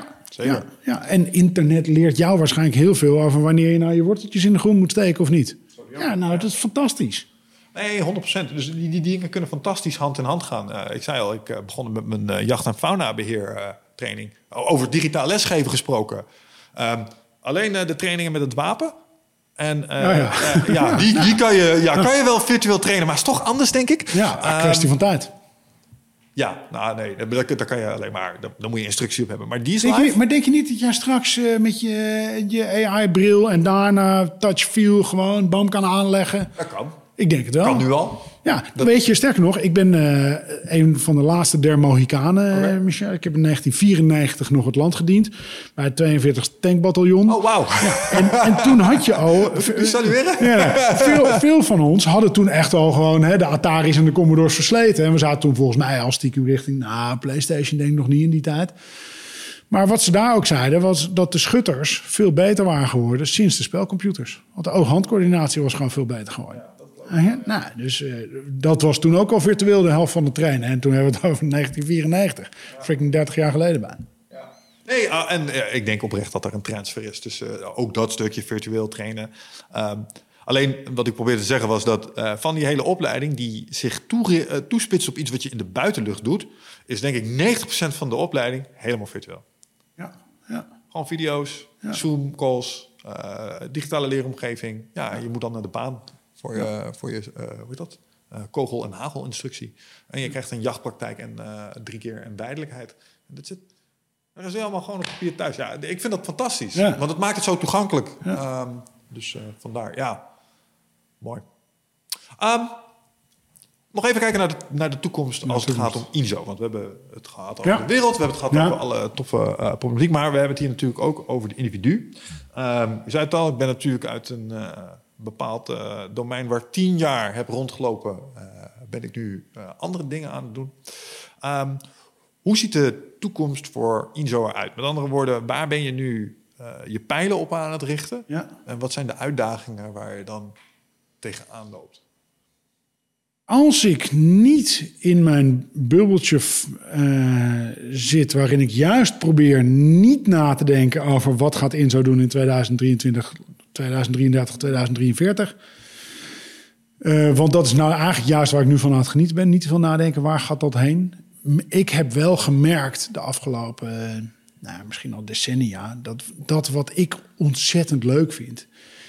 Ja, en internet leert jou waarschijnlijk heel veel over wanneer je nou je worteltjes in de grond moet steken of niet. Ja, nou, dat is fantastisch. Nee, 100%. Dus die dingen kunnen fantastisch hand in hand gaan. Ik zei al, ik begon met mijn jacht- en faunabeheer training. Over digitaal lesgeven gesproken. Alleen de trainingen met het wapen. En die kan je wel virtueel trainen, maar is toch anders, denk ik. Ja, kwestie van tijd. Ja, nou nee, daar kan je alleen maar... Dan moet je instructie op hebben. Maar die is live. Maar denk je niet dat jij straks met je AI-bril... en daarna touch-feel gewoon bam kan aanleggen? Dat kan. Ik denk het wel. Kan nu al. Ja, weet je, sterker nog, ik ben een van de laatste der Mohicanen, Michel. Ik heb in 1994 nog het land gediend bij het 42e tankbataljon. Oh, wauw. Ja, en toen had je al... Veel van ons hadden toen echt al gewoon de Ataris en de Commodores versleten. En we zaten toen volgens mij al stiekem richting PlayStation, denk ik nog niet in die tijd. Maar wat ze daar ook zeiden, was dat de schutters veel beter waren geworden sinds de spelcomputers. Want de oog-handcoördinatie was gewoon veel beter geworden. Nou, dus dat was toen ook al virtueel de helft van de trainen. En toen hebben we het over 1994. Freaking 30 jaar geleden bijna. Ja. Nee, en ik denk oprecht dat er een transfer is tussen ook dat stukje virtueel trainen. Alleen wat ik probeerde te zeggen was dat van die hele opleiding die zich toespitst op iets wat je in de buitenlucht doet, is denk ik 90% van de opleiding helemaal virtueel. Ja. Gewoon video's, Zoom calls, digitale leeromgeving. Ja, je moet dan naar de baan voor je hoe heet dat? Kogel- en hagelinstructie. En je krijgt een jachtpraktijk en 3 keer een weidelijkheid. En dat zit. Dat is allemaal gewoon op papier thuis. Ja, ik vind dat fantastisch. Ja. Want het maakt het zo toegankelijk. Ja. Dus vandaar, ja. Mooi. Nog even kijken naar de toekomst als het gaat om INZO. Want we hebben het gehad over de wereld. We hebben het gehad over alle toffe problematiek. Maar we hebben het hier natuurlijk ook over de individu. Je zei het al, ik ben natuurlijk uit een bepaald domein waar 10 jaar heb rondgelopen. Ben ik nu andere dingen aan het doen. Hoe ziet de toekomst voor INZO eruit? Met andere woorden, waar ben je nu je pijlen op aan het richten? Ja. En wat zijn de uitdagingen waar je dan tegenaan loopt? Als ik niet in mijn bubbeltje zit, waarin ik juist probeer niet na te denken over wat gaat INZO doen in 2023, 2033, 2043. Want dat is nou eigenlijk juist waar ik nu van aan het genieten ben. Niet te veel nadenken, waar gaat dat heen? Ik heb wel gemerkt de afgelopen, misschien al decennia, dat wat ik ontzettend leuk vind,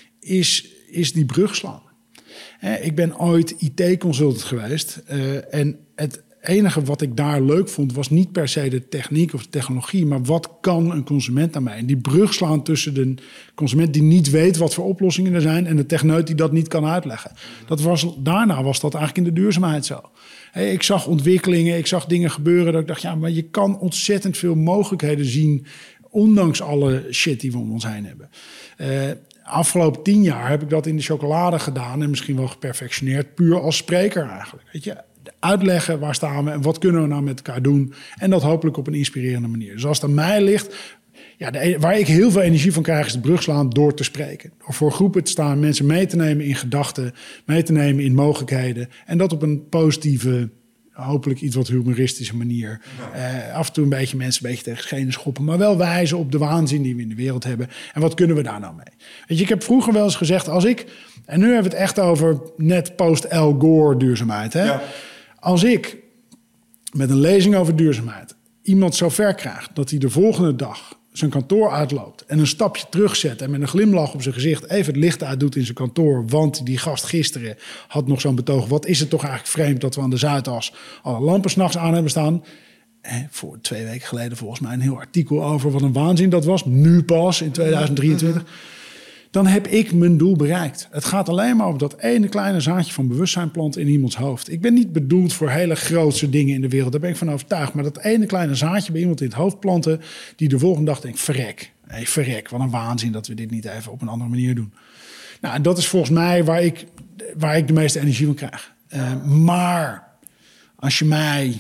is die brug slaan. Ik ben ooit IT-consultant geweest. En het enige wat ik daar leuk vond, was niet per se de techniek of de technologie, maar wat kan een consument daarmee? En die brug slaan tussen de consument die niet weet wat voor oplossingen er zijn en de techneut die dat niet kan uitleggen. Daarna was dat eigenlijk in de duurzaamheid zo. Ik zag ontwikkelingen, ik zag dingen gebeuren dat ik dacht, maar je kan ontzettend veel mogelijkheden zien, ondanks alle shit die we om ons heen hebben. Afgelopen 10 jaar heb ik dat in de chocolade gedaan en misschien wel geperfectioneerd, puur als spreker eigenlijk. Weet je, uitleggen waar staan we en wat kunnen we nou met elkaar doen en dat hopelijk op een inspirerende manier. Dus als het aan mij ligt, waar ik heel veel energie van krijg, is de brug slaan door te spreken. Door voor groepen te staan, mensen mee te nemen in gedachten, mee te nemen in mogelijkheden en dat op een positieve, hopelijk iets wat humoristische manier. Af en toe mensen een beetje tegen schenen schoppen, maar wel wijzen op de waanzin die we in de wereld hebben. En wat kunnen we daar nou mee? Weet je, ik heb vroeger wel eens gezegd, en nu hebben we het echt over net post-Al Gore duurzaamheid. Hè? Ja. Als ik met een lezing over duurzaamheid iemand zo ver krijg dat hij de volgende dag zijn kantoor uitloopt en een stapje terugzet en met een glimlach op zijn gezicht even het licht uitdoet in zijn kantoor, want die gast gisteren had nog zo'n betoog. Wat is het toch eigenlijk vreemd dat we aan de Zuidas alle lampen 's nachts aan hebben staan? Voor 2 weken geleden volgens mij een heel artikel over wat een waanzin dat was. Nu pas in 2023. Dan heb ik mijn doel bereikt. Het gaat alleen maar om dat ene kleine zaadje van bewustzijn planten in iemands hoofd. Ik ben niet bedoeld voor hele grootse dingen in de wereld. Daar ben ik van overtuigd. Maar dat ene kleine zaadje bij iemand in het hoofd planten, die de volgende dag denkt, verrek, wat een waanzin dat we dit niet even op een andere manier doen. Nou, en dat is volgens mij waar ik de meeste energie van krijg. Maar als je mij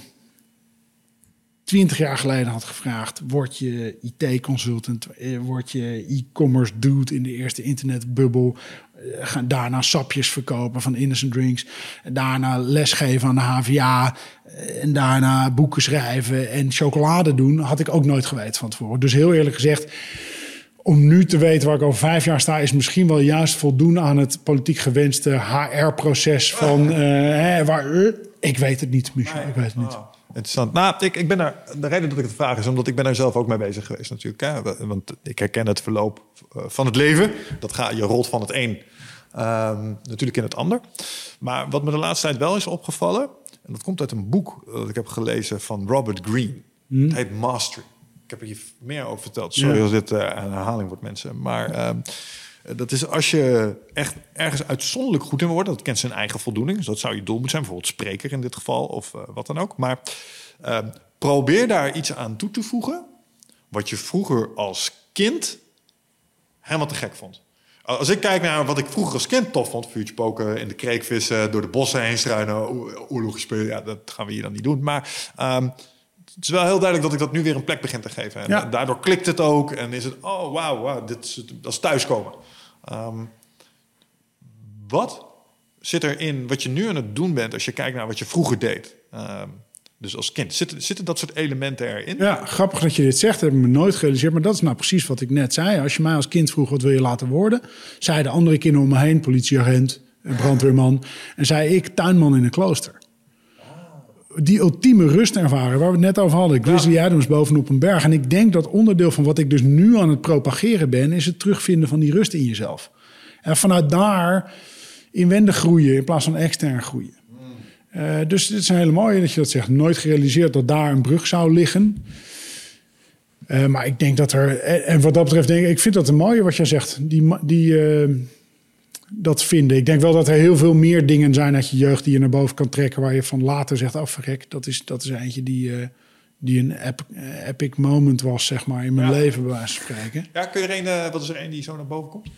20 jaar geleden had gevraagd, word je IT-consultant, word je e-commerce dude in de eerste internetbubbel, daarna sapjes verkopen van Innocent Drinks, daarna lesgeven aan de HVA en daarna boeken schrijven en chocolade doen, had ik ook nooit geweten van tevoren. Dus heel eerlijk gezegd, om nu te weten waar ik over 5 jaar sta, is misschien wel juist voldoen aan het politiek gewenste HR-proces van ik weet het niet, Michel, ik weet het niet. Interessant. Nou, ik ben daar. De reden dat ik het vraag is omdat ik ben daar zelf ook mee bezig geweest natuurlijk. Hè? Want ik herken het verloop van het leven. Je rolt van het een natuurlijk in het ander. Maar wat me de laatste tijd wel is opgevallen, en dat komt uit een boek dat ik heb gelezen van Robert Greene. Het heet Mastery. Ik heb er hier meer over verteld. Sorry als dit een herhaling wordt, mensen. Maar dat is als je echt ergens uitzonderlijk goed in wordt. Dat kent zijn eigen voldoening. Dus dat zou je doel moeten zijn. Bijvoorbeeld spreker in dit geval of wat dan ook. Maar probeer daar iets aan toe te voegen wat je vroeger als kind helemaal te gek vond. Als ik kijk naar wat ik vroeger als kind tof vond, vuurtje poken, in de kreek vissen, door de bossen heen struinen, oorlog spelen, ja, dat gaan we hier dan niet doen. Maar het is wel heel duidelijk dat ik dat nu weer een plek begin te geven. En daardoor klikt het ook en is het, oh wauw, dat is thuiskomen. Wat zit er in wat je nu aan het doen bent als je kijkt naar wat je vroeger deed? Dus als kind, zitten dat soort elementen erin? Ja, grappig dat je dit zegt. Dat heb ik me nooit gerealiseerd. Maar dat is nou precies wat ik net zei. Als je mij als kind vroeg, wat wil je laten worden? Zeiden andere kinderen om me heen, politieagent, brandweerman. En zei ik, tuinman in een klooster. Die ultieme rust ervaren, waar we het net over hadden. Grizzly Adams bovenop een berg. En ik denk dat onderdeel van wat ik dus nu aan het propageren ben, is het terugvinden van die rust in jezelf. En vanuit daar inwendig groeien in plaats van extern groeien. Dus het is een hele mooie dat je dat zegt. Nooit gerealiseerd dat daar een brug zou liggen. Maar ik denk dat er... En wat dat betreft, ik vind dat een mooie wat jij zegt. Dat vinden. Ik denk wel dat er heel veel meer dingen zijn uit je jeugd die je naar boven kan trekken, waar je van later zegt, oh verrek, dat is eentje die een epic moment was, zeg maar, in mijn leven, bij wijze van spreken. Ja, kun je wat is er een die zo naar boven komt?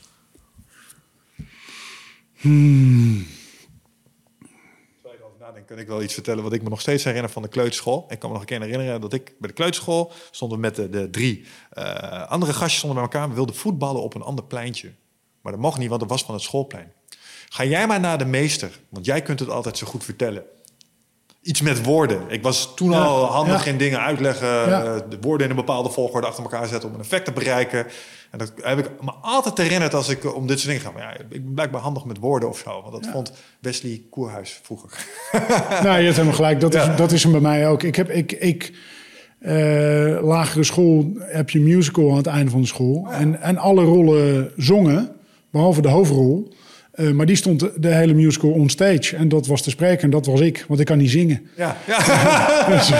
Kan ik wel iets vertellen wat ik me nog steeds herinner van de kleuterschool. Ik kan me nog een keer herinneren dat ik bij de kleuterschool stonden met de 3 andere gastjes stonden bij elkaar. We wilden voetballen op een ander pleintje. Maar dat mocht niet, want dat was van het schoolplein. Ga jij maar naar de meester, want jij kunt het altijd zo goed vertellen. Iets met woorden. Ik was toen al handig in dingen uitleggen. De woorden in een bepaalde volgorde achter elkaar zetten om een effect te bereiken. En dat heb ik me altijd herinnerd als ik om dit soort dingen ga. Maar ja, ik ben blijkbaar handig met woorden of zo. Want dat vond Wesley Koerhuis vroeger. Nou, je hebt helemaal gelijk. Dat is hem bij mij ook. Lagere school heb je musical aan het einde van de school. Oh ja. En alle rollen zongen, behalve de hoofdrol. Maar die stond de hele musical on stage. En dat was de spreker en dat was ik. Want ik kan niet zingen. Ja. Dus,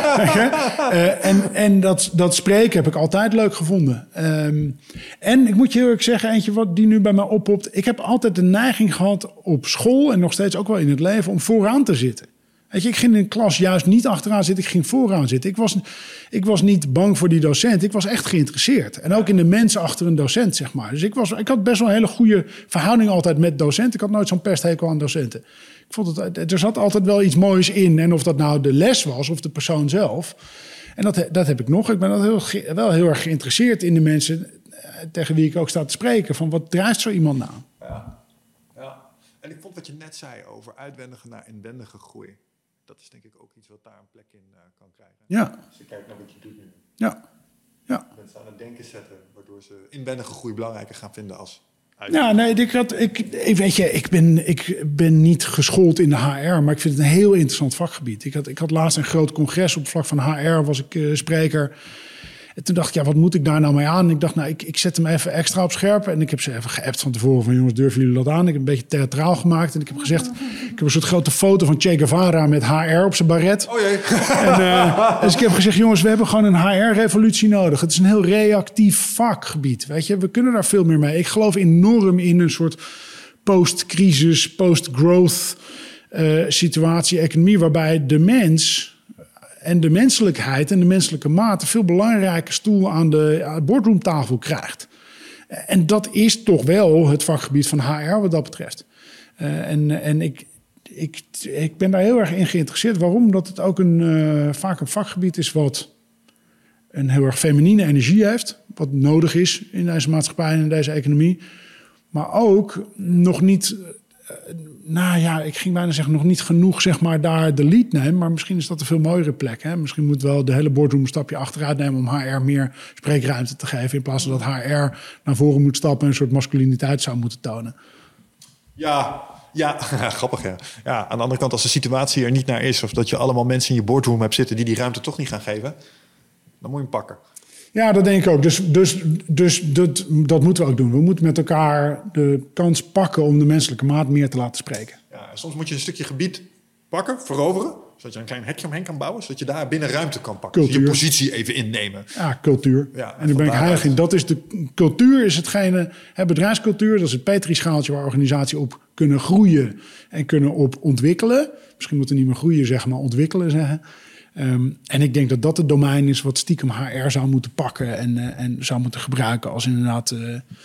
en dat spreken heb ik altijd leuk gevonden. En ik moet je heel erg zeggen, eentje die nu bij mij oppopt. Ik heb altijd de neiging gehad op school en nog steeds ook wel in het leven om vooraan te zitten. Weet je, ik ging in de klas juist niet achteraan zitten, ik ging vooraan zitten. Ik was niet bang voor die docent, ik was echt geïnteresseerd. En ook in de mensen achter een docent, zeg maar. Dus ik had best wel een hele goede verhouding altijd met docenten. Ik had nooit zo'n pesthekel aan docenten. Ik vond er zat altijd wel iets moois in. En of dat nou de les was of de persoon zelf. En dat heb ik nog. Ik ben wel heel erg geïnteresseerd in de mensen tegen wie ik ook sta te spreken. Van wat drijft zo iemand nou? Ja. En ik vond wat je net zei over uitwendige naar inwendige groei. Dat is denk ik ook iets wat daar een plek in kan krijgen. Ja. Als je kijkt naar wat je doet nu. Ja. Mensen aan het denken zetten, waardoor ze inwendige groei belangrijker gaan vinden als Ja, nee, ik ben niet geschoold in de HR, maar ik vind het een heel interessant vakgebied. Ik had laatst een groot congres op het vlak van HR, was ik spreker. En toen dacht ik, wat moet ik daar nou mee aan? Ik dacht, ik zet hem even extra op scherp. En ik heb ze even geappt van tevoren van, jongens, durven jullie dat aan? Ik heb een beetje theatraal gemaakt. En ik heb gezegd, ik heb een soort grote foto van Che Guevara met HR op zijn baret. Oh jee. Dus ik heb gezegd, jongens, we hebben gewoon een HR-revolutie nodig. Het is een heel reactief vakgebied. Weet je, we kunnen daar veel meer mee. Ik geloof enorm in een soort post-crisis, post-growth situatie, economie, waarbij de mens en de menselijkheid en de menselijke maat een veel belangrijke stoel aan de boardroomtafel krijgt. En dat is toch wel het vakgebied van HR wat dat betreft. En ik ben daar heel erg in geïnteresseerd. Waarom? Omdat het ook vaak een vakgebied is wat een heel erg feminine energie heeft. Wat nodig is in deze maatschappij en in deze economie. Maar ook nog niet, ik ging bijna zeggen, nog niet genoeg zeg maar daar de lead nemen. Maar misschien is dat een veel mooiere plek. Hè? Misschien moet wel de hele boardroom een stapje achteruit nemen om HR meer spreekruimte te geven. In plaats van dat HR naar voren moet stappen en een soort masculiniteit zou moeten tonen. Ja, grappig ja. Ja, aan de andere kant, als de situatie er niet naar is, of dat je allemaal mensen in je boardroom hebt zitten die ruimte toch niet gaan geven, dan moet je hem pakken. Ja, dat denk ik ook. Dus dat moeten we ook doen. We moeten met elkaar de kans pakken om de menselijke maat meer te laten spreken. Ja, soms moet je een stukje gebied pakken, veroveren, zodat je een klein hekje omheen kan bouwen, zodat je daar binnen ruimte kan pakken. Dus je positie even innemen. Ja, cultuur. Ja, en daar ben ik heilig in. Dat is de cultuur, is hetgene, bedrijfscultuur, dat is het petrischaaltje waar organisaties op kunnen groeien en kunnen op ontwikkelen. Misschien moeten we niet meer groeien zeggen, maar ontwikkelen zeggen. En ik denk dat dat het domein is wat stiekem HR zou moeten pakken en zou moeten gebruiken als inderdaad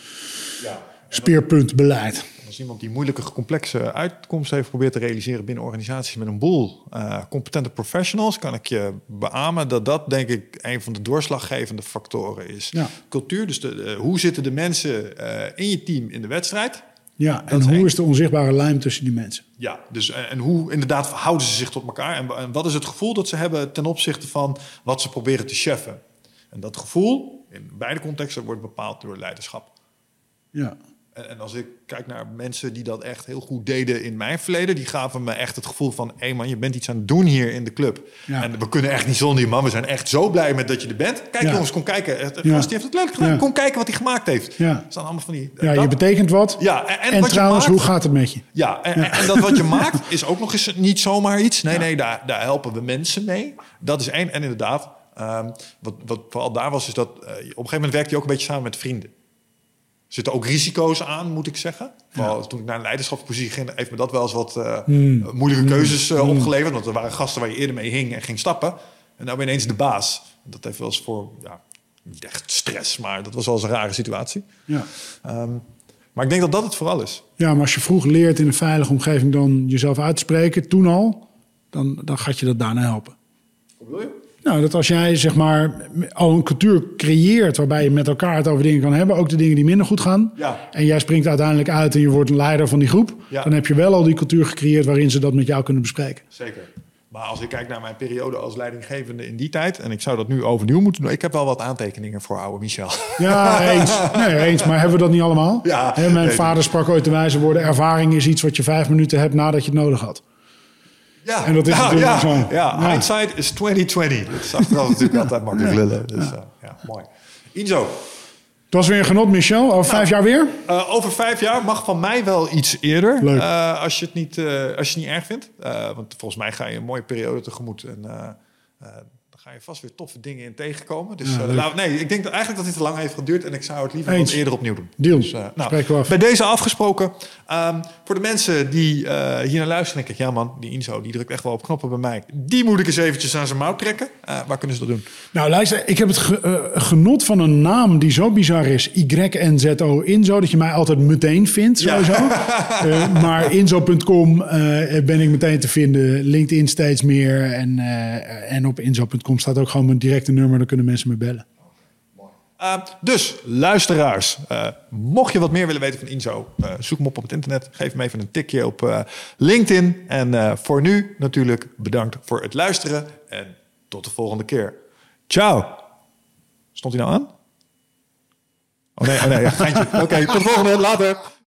speerpuntbeleid. Als iemand die moeilijke, complexe uitkomsten heeft geprobeerd te realiseren binnen organisaties met een boel competente professionals, kan ik je beamen dat denk ik een van de doorslaggevende factoren is. Ja. Cultuur, dus hoe zitten de mensen in je team in de wedstrijd? Ja, en hoe is de onzichtbare lijm tussen die mensen? Ja, dus en hoe inderdaad verhouden ze zich tot elkaar? En wat is het gevoel dat ze hebben ten opzichte van wat ze proberen te cheffen? En dat gevoel, in beide contexten, wordt bepaald door leiderschap. Ja. En als ik kijk naar mensen die dat echt heel goed deden in mijn verleden, die gaven me echt het gevoel van, hé man, je bent iets aan het doen hier in de club. Ja. En we kunnen echt niet zonder je man. We zijn echt zo blij met dat je er bent. Kijk jongens, kom kijken. Die heeft het leuk gedaan. Kom kijken wat hij gemaakt heeft. Ja. Dat zijn allemaal van die... je betekent wat. Ja, en wat trouwens, hoe gaat het met je? Ja, en dat wat je maakt is ook nog eens niet zomaar iets. Nee, daar helpen we mensen mee. Dat is één. En inderdaad, wat vooral daar was, is dat op een gegeven moment werkte je ook een beetje samen met vrienden. Er zitten ook risico's aan, moet ik zeggen. Vooral toen ik naar een leiderschapspositie ging, heeft me dat wel eens wat moeilijke keuzes opgeleverd. Want er waren gasten waar je eerder mee hing en ging stappen. En nou ben je ineens de baas. Dat heeft wel eens voor, niet echt stress, maar dat was wel eens een rare situatie. Ja. Maar ik denk dat dat het vooral is. Ja, maar als je vroeg leert in een veilige omgeving dan jezelf uit te spreken, toen al, dan gaat je dat daarna helpen. Wat bedoel je? Nou, dat als jij zeg maar al een cultuur creëert waarbij je met elkaar het over dingen kan hebben, ook de dingen die minder goed gaan, en jij springt uiteindelijk uit en je wordt een leider van die groep, dan heb je wel al die cultuur gecreëerd waarin ze dat met jou kunnen bespreken. Zeker. Maar als ik kijk naar mijn periode als leidinggevende in die tijd, en ik zou dat nu overnieuw moeten doen, ik heb wel wat aantekeningen voor oude Michel. Ja, eens. Nee, eens. Maar hebben we dat niet allemaal? Ja, mijn vader sprak ooit de wijze woorden: ervaring is iets wat je 5 minuten hebt nadat je het nodig had. Ja, en dat is natuurlijk zo. Ja, hindsight is 2020. Dat is achteraf natuurlijk altijd makkelijk lullen. Dus mooi. Inzo. Het was weer een genot, Michel. Over 5 jaar weer? Over 5 jaar mag van mij wel iets eerder. Leuk. Als je het niet erg vindt. Want volgens mij ga je een mooie periode tegemoet. En dan ga je vast weer toffe dingen in tegenkomen. Dus ik denk eigenlijk dat dit te lang heeft geduurd. En ik zou het liever wat eerder opnieuw doen. Deal. Dus, spreken we af. Bij deze afgesproken. Voor de mensen die hier naar luisteren, denk ik, ja man, die Inzo, die drukt echt wel op knoppen bij mij. Die moet ik eens eventjes aan zijn mouw trekken. Waar kunnen ze dat doen? Nou, luister, ik heb het genot van een naam die zo bizar is. YNZO Inzo, dat je mij altijd meteen vindt, sowieso. Maar Inzo.com ben ik meteen te vinden. LinkedIn steeds meer. En op Inzo.com staat ook gewoon mijn directe nummer. Dan kunnen mensen me bellen. Dus, luisteraars, mocht je wat meer willen weten van Inzo, zoek hem op het internet. Geef hem even een tikje op LinkedIn. En voor nu natuurlijk bedankt voor het luisteren. En tot de volgende keer. Ciao. Stond hij nou aan? Oh nee, geintje. Oké, tot de volgende. Later.